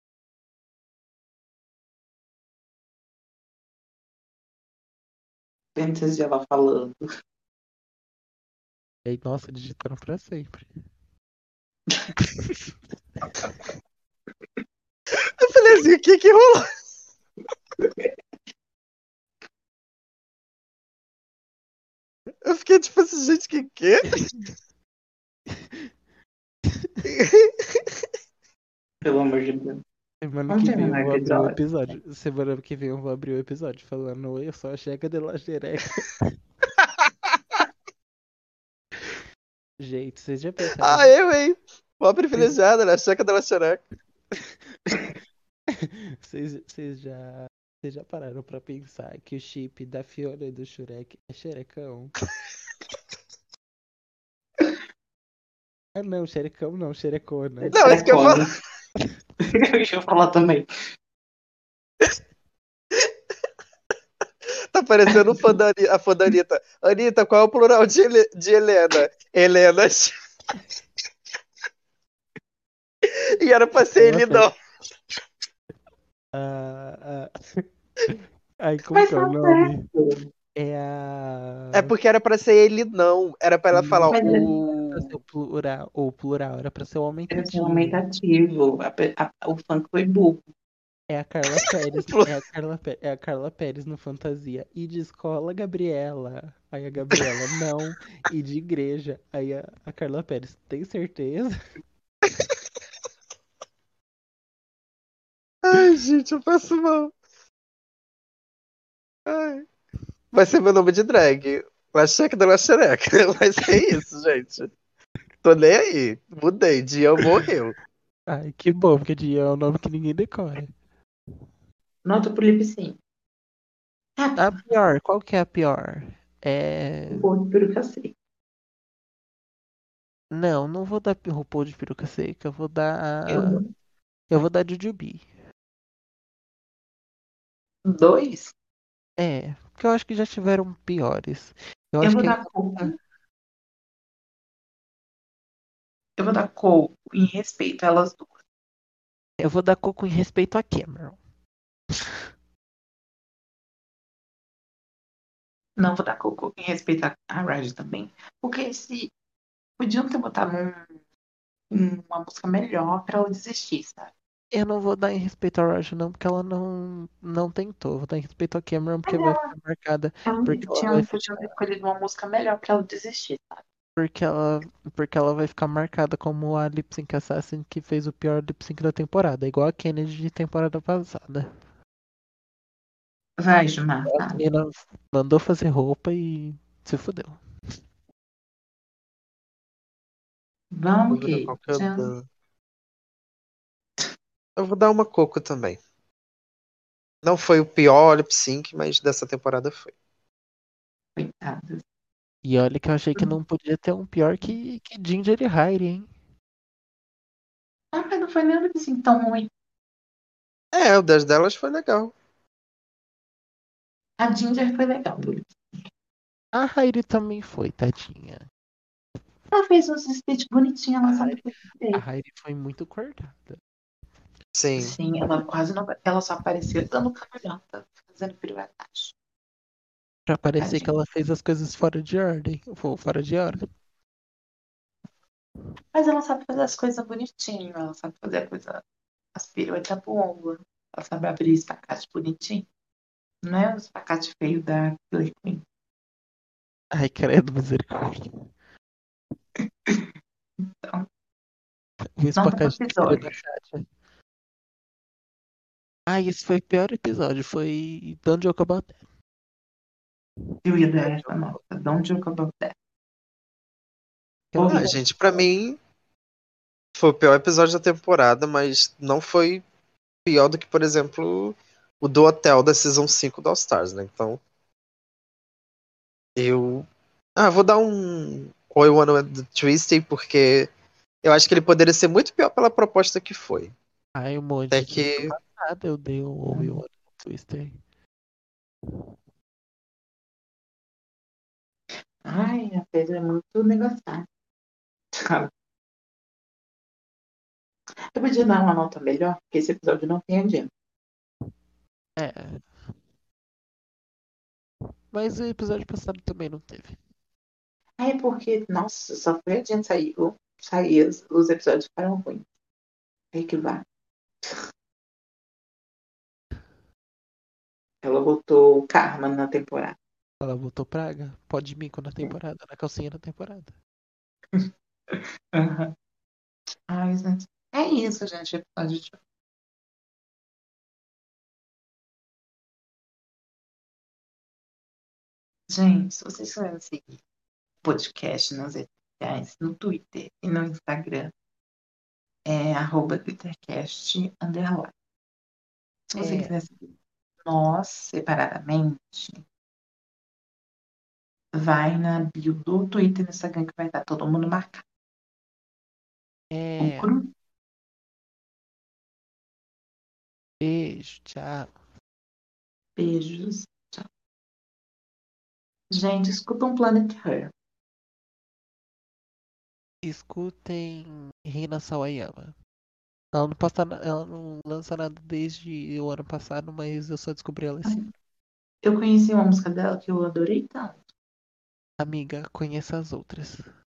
[SPEAKER 2] Antes de ela falando.
[SPEAKER 3] E aí, nossa, digitaram pra sempre.
[SPEAKER 1] Eu falei assim, o que que rolou? Eu fiquei tipo assim, gente, que quê?
[SPEAKER 2] Pelo amor de Deus.
[SPEAKER 3] Semana
[SPEAKER 2] Vamos
[SPEAKER 3] que vem eu
[SPEAKER 2] terminar o
[SPEAKER 3] vou abrir o
[SPEAKER 2] episódio.
[SPEAKER 3] episódio. Semana que vem eu vou abrir o episódio falando oi, eu sou a Checa de la Xereca. Gente, vocês já pensaram
[SPEAKER 1] Ah, eu, hein? Mó
[SPEAKER 3] Vocês,
[SPEAKER 1] privilegiada, né? Checa dela xereca.
[SPEAKER 3] vocês já pararam pra pensar que o chip da Fiona e do Shurek é xerecão? Ah não, xerecão não, xerecona.
[SPEAKER 1] Não, isso que eu falo.
[SPEAKER 2] Telecona. Eu ia falar também.
[SPEAKER 1] Tá parecendo a fã da Anitta. Anitta, qual é o plural de Helena? Helenas. E era pra ser
[SPEAKER 3] Carla
[SPEAKER 1] ele,
[SPEAKER 3] Pérez.
[SPEAKER 1] não.
[SPEAKER 3] Ah, ai, como
[SPEAKER 2] Mas
[SPEAKER 3] que é o
[SPEAKER 2] tá
[SPEAKER 3] nome?
[SPEAKER 2] certo.
[SPEAKER 3] É
[SPEAKER 1] É
[SPEAKER 3] a.
[SPEAKER 1] porque era pra ser ele, não. Era pra ela falar
[SPEAKER 2] Mas
[SPEAKER 3] Não era pra ser
[SPEAKER 1] o.
[SPEAKER 3] o plural, era pra ser o
[SPEAKER 2] era ser
[SPEAKER 3] aumentativo.
[SPEAKER 2] aumentativo. O funk foi burro.
[SPEAKER 3] É a Carla Pérez, é a Carla Pérez no Fantasia. E de escola, Gabriela. Aí a Gabriela, não. E de igreja. Aí a Carla Pérez, tem certeza?
[SPEAKER 1] Ai, gente, eu passo mal. Ai. Vai ser meu nome de drag. Lacheca da Laxereca. Vai ser isso, gente. Tô nem aí. Mudei. Dia morreu.
[SPEAKER 3] Ai, que bom, porque Dia é o nome que ninguém decora.
[SPEAKER 2] Nota pro lip sync.
[SPEAKER 3] A
[SPEAKER 2] Rápido.
[SPEAKER 3] pior, qual que é a pior? É.
[SPEAKER 2] O povo de peruca seca.
[SPEAKER 3] Não, não vou dar RuPaul de peruca seca, eu vou
[SPEAKER 2] Eu
[SPEAKER 3] dar.
[SPEAKER 2] dou
[SPEAKER 3] Eu vou dar Jujubee.
[SPEAKER 2] 2.
[SPEAKER 3] É, porque eu acho que já tiveram piores. Eu
[SPEAKER 2] Eu
[SPEAKER 3] acho
[SPEAKER 2] vou
[SPEAKER 3] que
[SPEAKER 2] dar
[SPEAKER 3] ainda.
[SPEAKER 2] culpa. Eu vou dar Coco em respeito a elas duas.
[SPEAKER 3] Eu vou dar Coco em respeito a Cameron.
[SPEAKER 2] Não vou dar Coco em respeito a Raj também. Porque se podiam ter botado uma música melhor pra ela desistir, sabe?
[SPEAKER 3] Eu não vou dar em respeito a Raj não, porque ela não tentou. Vou dar em respeito a Cameron,
[SPEAKER 2] Mas
[SPEAKER 3] porque vai ficar marcada. Porque ela vai
[SPEAKER 2] podiam ter
[SPEAKER 3] ficar.
[SPEAKER 2] escolhido uma música melhor pra ela desistir, sabe?
[SPEAKER 3] Porque ela vai ficar marcada como a Lip Sync Assassin que fez o pior lip sync da temporada, igual a Kennedy de temporada passada.
[SPEAKER 2] Vai, Gilmar,
[SPEAKER 3] A
[SPEAKER 2] fala.
[SPEAKER 3] menina mandou fazer roupa e se fudeu.
[SPEAKER 2] Vamos
[SPEAKER 1] Vou ver
[SPEAKER 2] que
[SPEAKER 1] qual que eu dou. Eu vou dar uma Coco também. Não foi o pior lip sync, mas dessa temporada foi.
[SPEAKER 2] coitadas.
[SPEAKER 3] E olha que eu achei que não podia ter um pior que Ginger e Heidi, hein?
[SPEAKER 2] Ah, mas não foi nada assim tão ruim.
[SPEAKER 1] É, o das delas foi legal.
[SPEAKER 2] A Ginger foi legal, Luli.
[SPEAKER 3] A Heidi também foi, tadinha.
[SPEAKER 2] Ela fez uns speech bonitinhos, ela
[SPEAKER 3] A
[SPEAKER 2] sabe
[SPEAKER 3] Heidi,
[SPEAKER 2] fazer
[SPEAKER 3] a
[SPEAKER 2] direito.
[SPEAKER 3] Heidi foi muito cortada.
[SPEAKER 1] Sim.
[SPEAKER 2] Sim, ela quase não. Ela só aparecia dando cambalhota, fazendo piruetagem.
[SPEAKER 3] Pra parecer que
[SPEAKER 2] Tadinha.
[SPEAKER 3] ela fez as coisas fora de ordem. Ou fora de hora.
[SPEAKER 2] Mas ela sabe fazer as coisas bonitinho, ela sabe fazer a coisa, as piruetas boas. Ela sabe abrir espacate bonitinho. Não é o espacate feio da Killer Queen.
[SPEAKER 3] Ai, credo, misericórdia.
[SPEAKER 2] Então,
[SPEAKER 3] O
[SPEAKER 2] nota pro
[SPEAKER 3] espacate de filho da
[SPEAKER 2] episódio.
[SPEAKER 3] Kátia. Ai, esse foi o pior episódio. Foi Don't Joke About That.
[SPEAKER 2] Eu ia dar essa nota. Don't joke about that.
[SPEAKER 1] Ah,
[SPEAKER 2] Horrível.
[SPEAKER 1] gente, pra mim foi o pior episódio da temporada, mas não foi pior do que, por exemplo, o do Hotel da Season 5 do All Stars, né? Então, eu. Ah, vou dar um Oi One do Twisted, porque eu acho que ele poderia ser muito pior pela proposta que foi.
[SPEAKER 3] Ai, um monte
[SPEAKER 1] Até
[SPEAKER 3] de temporada
[SPEAKER 1] que.
[SPEAKER 3] eu dei um Obi-Wan Twister.
[SPEAKER 2] Ai, a Pedro é muito negociada. Eu podia dar uma nota melhor, porque esse episódio não tem a Jen.
[SPEAKER 3] É, mas o episódio passado também não teve.
[SPEAKER 2] É porque, nossa, só foi a Jen sair, os episódios ficaram ruins. Aí que vai. Ela botou o Karma na temporada.
[SPEAKER 3] Ela botou praga, pode mico na temporada, na calcinha da temporada.
[SPEAKER 2] Uhum. Ai, gente. É isso, gente. Episódio de... Gente, se vocês quiserem seguir o podcast nas redes sociais, no Twitter e no Instagram, é @glittercast_. Se você
[SPEAKER 3] É,
[SPEAKER 2] quiser seguir nós separadamente, vai na bio do Twitter e no Instagram que vai estar todo mundo marcado. O
[SPEAKER 3] é.
[SPEAKER 2] grupo.
[SPEAKER 3] Beijo, tchau.
[SPEAKER 2] Beijos. Tchau. Gente, escuta um Planet Her.
[SPEAKER 3] Escutem Rina Sawayama. Ela não lança nada desde o ano passado, mas eu só descobri ela esse ano.
[SPEAKER 2] Eu conheci uma música dela que eu adorei tanto.
[SPEAKER 3] Amiga, conheça as outras.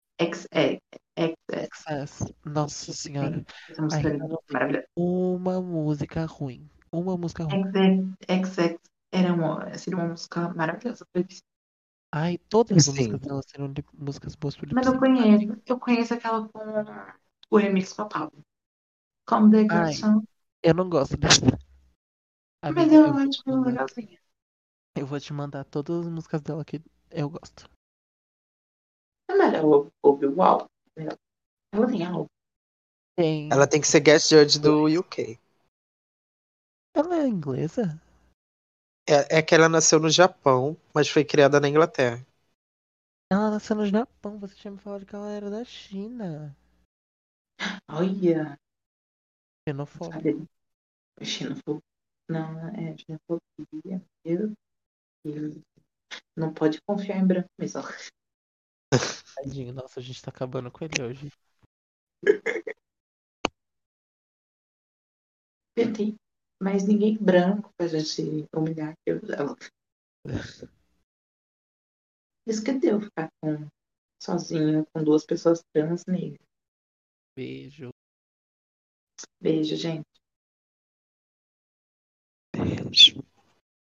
[SPEAKER 2] XX.
[SPEAKER 3] Excess, nossa senhora.
[SPEAKER 2] Essa
[SPEAKER 3] A
[SPEAKER 2] música é
[SPEAKER 3] Rina não tem
[SPEAKER 2] maravilhosa.
[SPEAKER 3] uma música ruim. Uma música ruim.
[SPEAKER 2] XX seria uma música maravilhosa.
[SPEAKER 3] Ai, todas as
[SPEAKER 1] Sim.
[SPEAKER 3] músicas dela seriam músicas boas pro lip
[SPEAKER 2] Mas eu
[SPEAKER 3] sync.
[SPEAKER 2] conheço. Eu conheço aquela com o remix com a Paula. Como The
[SPEAKER 3] Ai,
[SPEAKER 2] Garçon.
[SPEAKER 3] eu não gosto dessa.
[SPEAKER 2] Mas
[SPEAKER 3] Amiga,
[SPEAKER 2] eu acho legalzinha.
[SPEAKER 3] eu vou te mandar todas as músicas dela que eu gosto.
[SPEAKER 2] É melhor ouvir o álbum. Ela tem álbum.
[SPEAKER 1] Ela
[SPEAKER 3] Tem.
[SPEAKER 1] tem que ser guest judge do UK.
[SPEAKER 3] Ela é inglesa?
[SPEAKER 1] É que ela nasceu no Japão, mas foi criada na Inglaterra.
[SPEAKER 3] Ela nasceu no Japão, você tinha me falado que ela era da China.
[SPEAKER 2] Olha.
[SPEAKER 3] Xenofóbico.
[SPEAKER 2] Sabe? Xenofobia. Não, é xenofobia. Meu Deus. Não pode confiar em branco mesmo.
[SPEAKER 3] Tadinho, nossa, a gente tá acabando com ele hoje.
[SPEAKER 2] Tem mais ninguém branco pra gente humilhar aqui. Ela. Isso que deu ficar sozinho com duas pessoas trans negras.
[SPEAKER 3] Beijo.
[SPEAKER 2] Beijo, gente.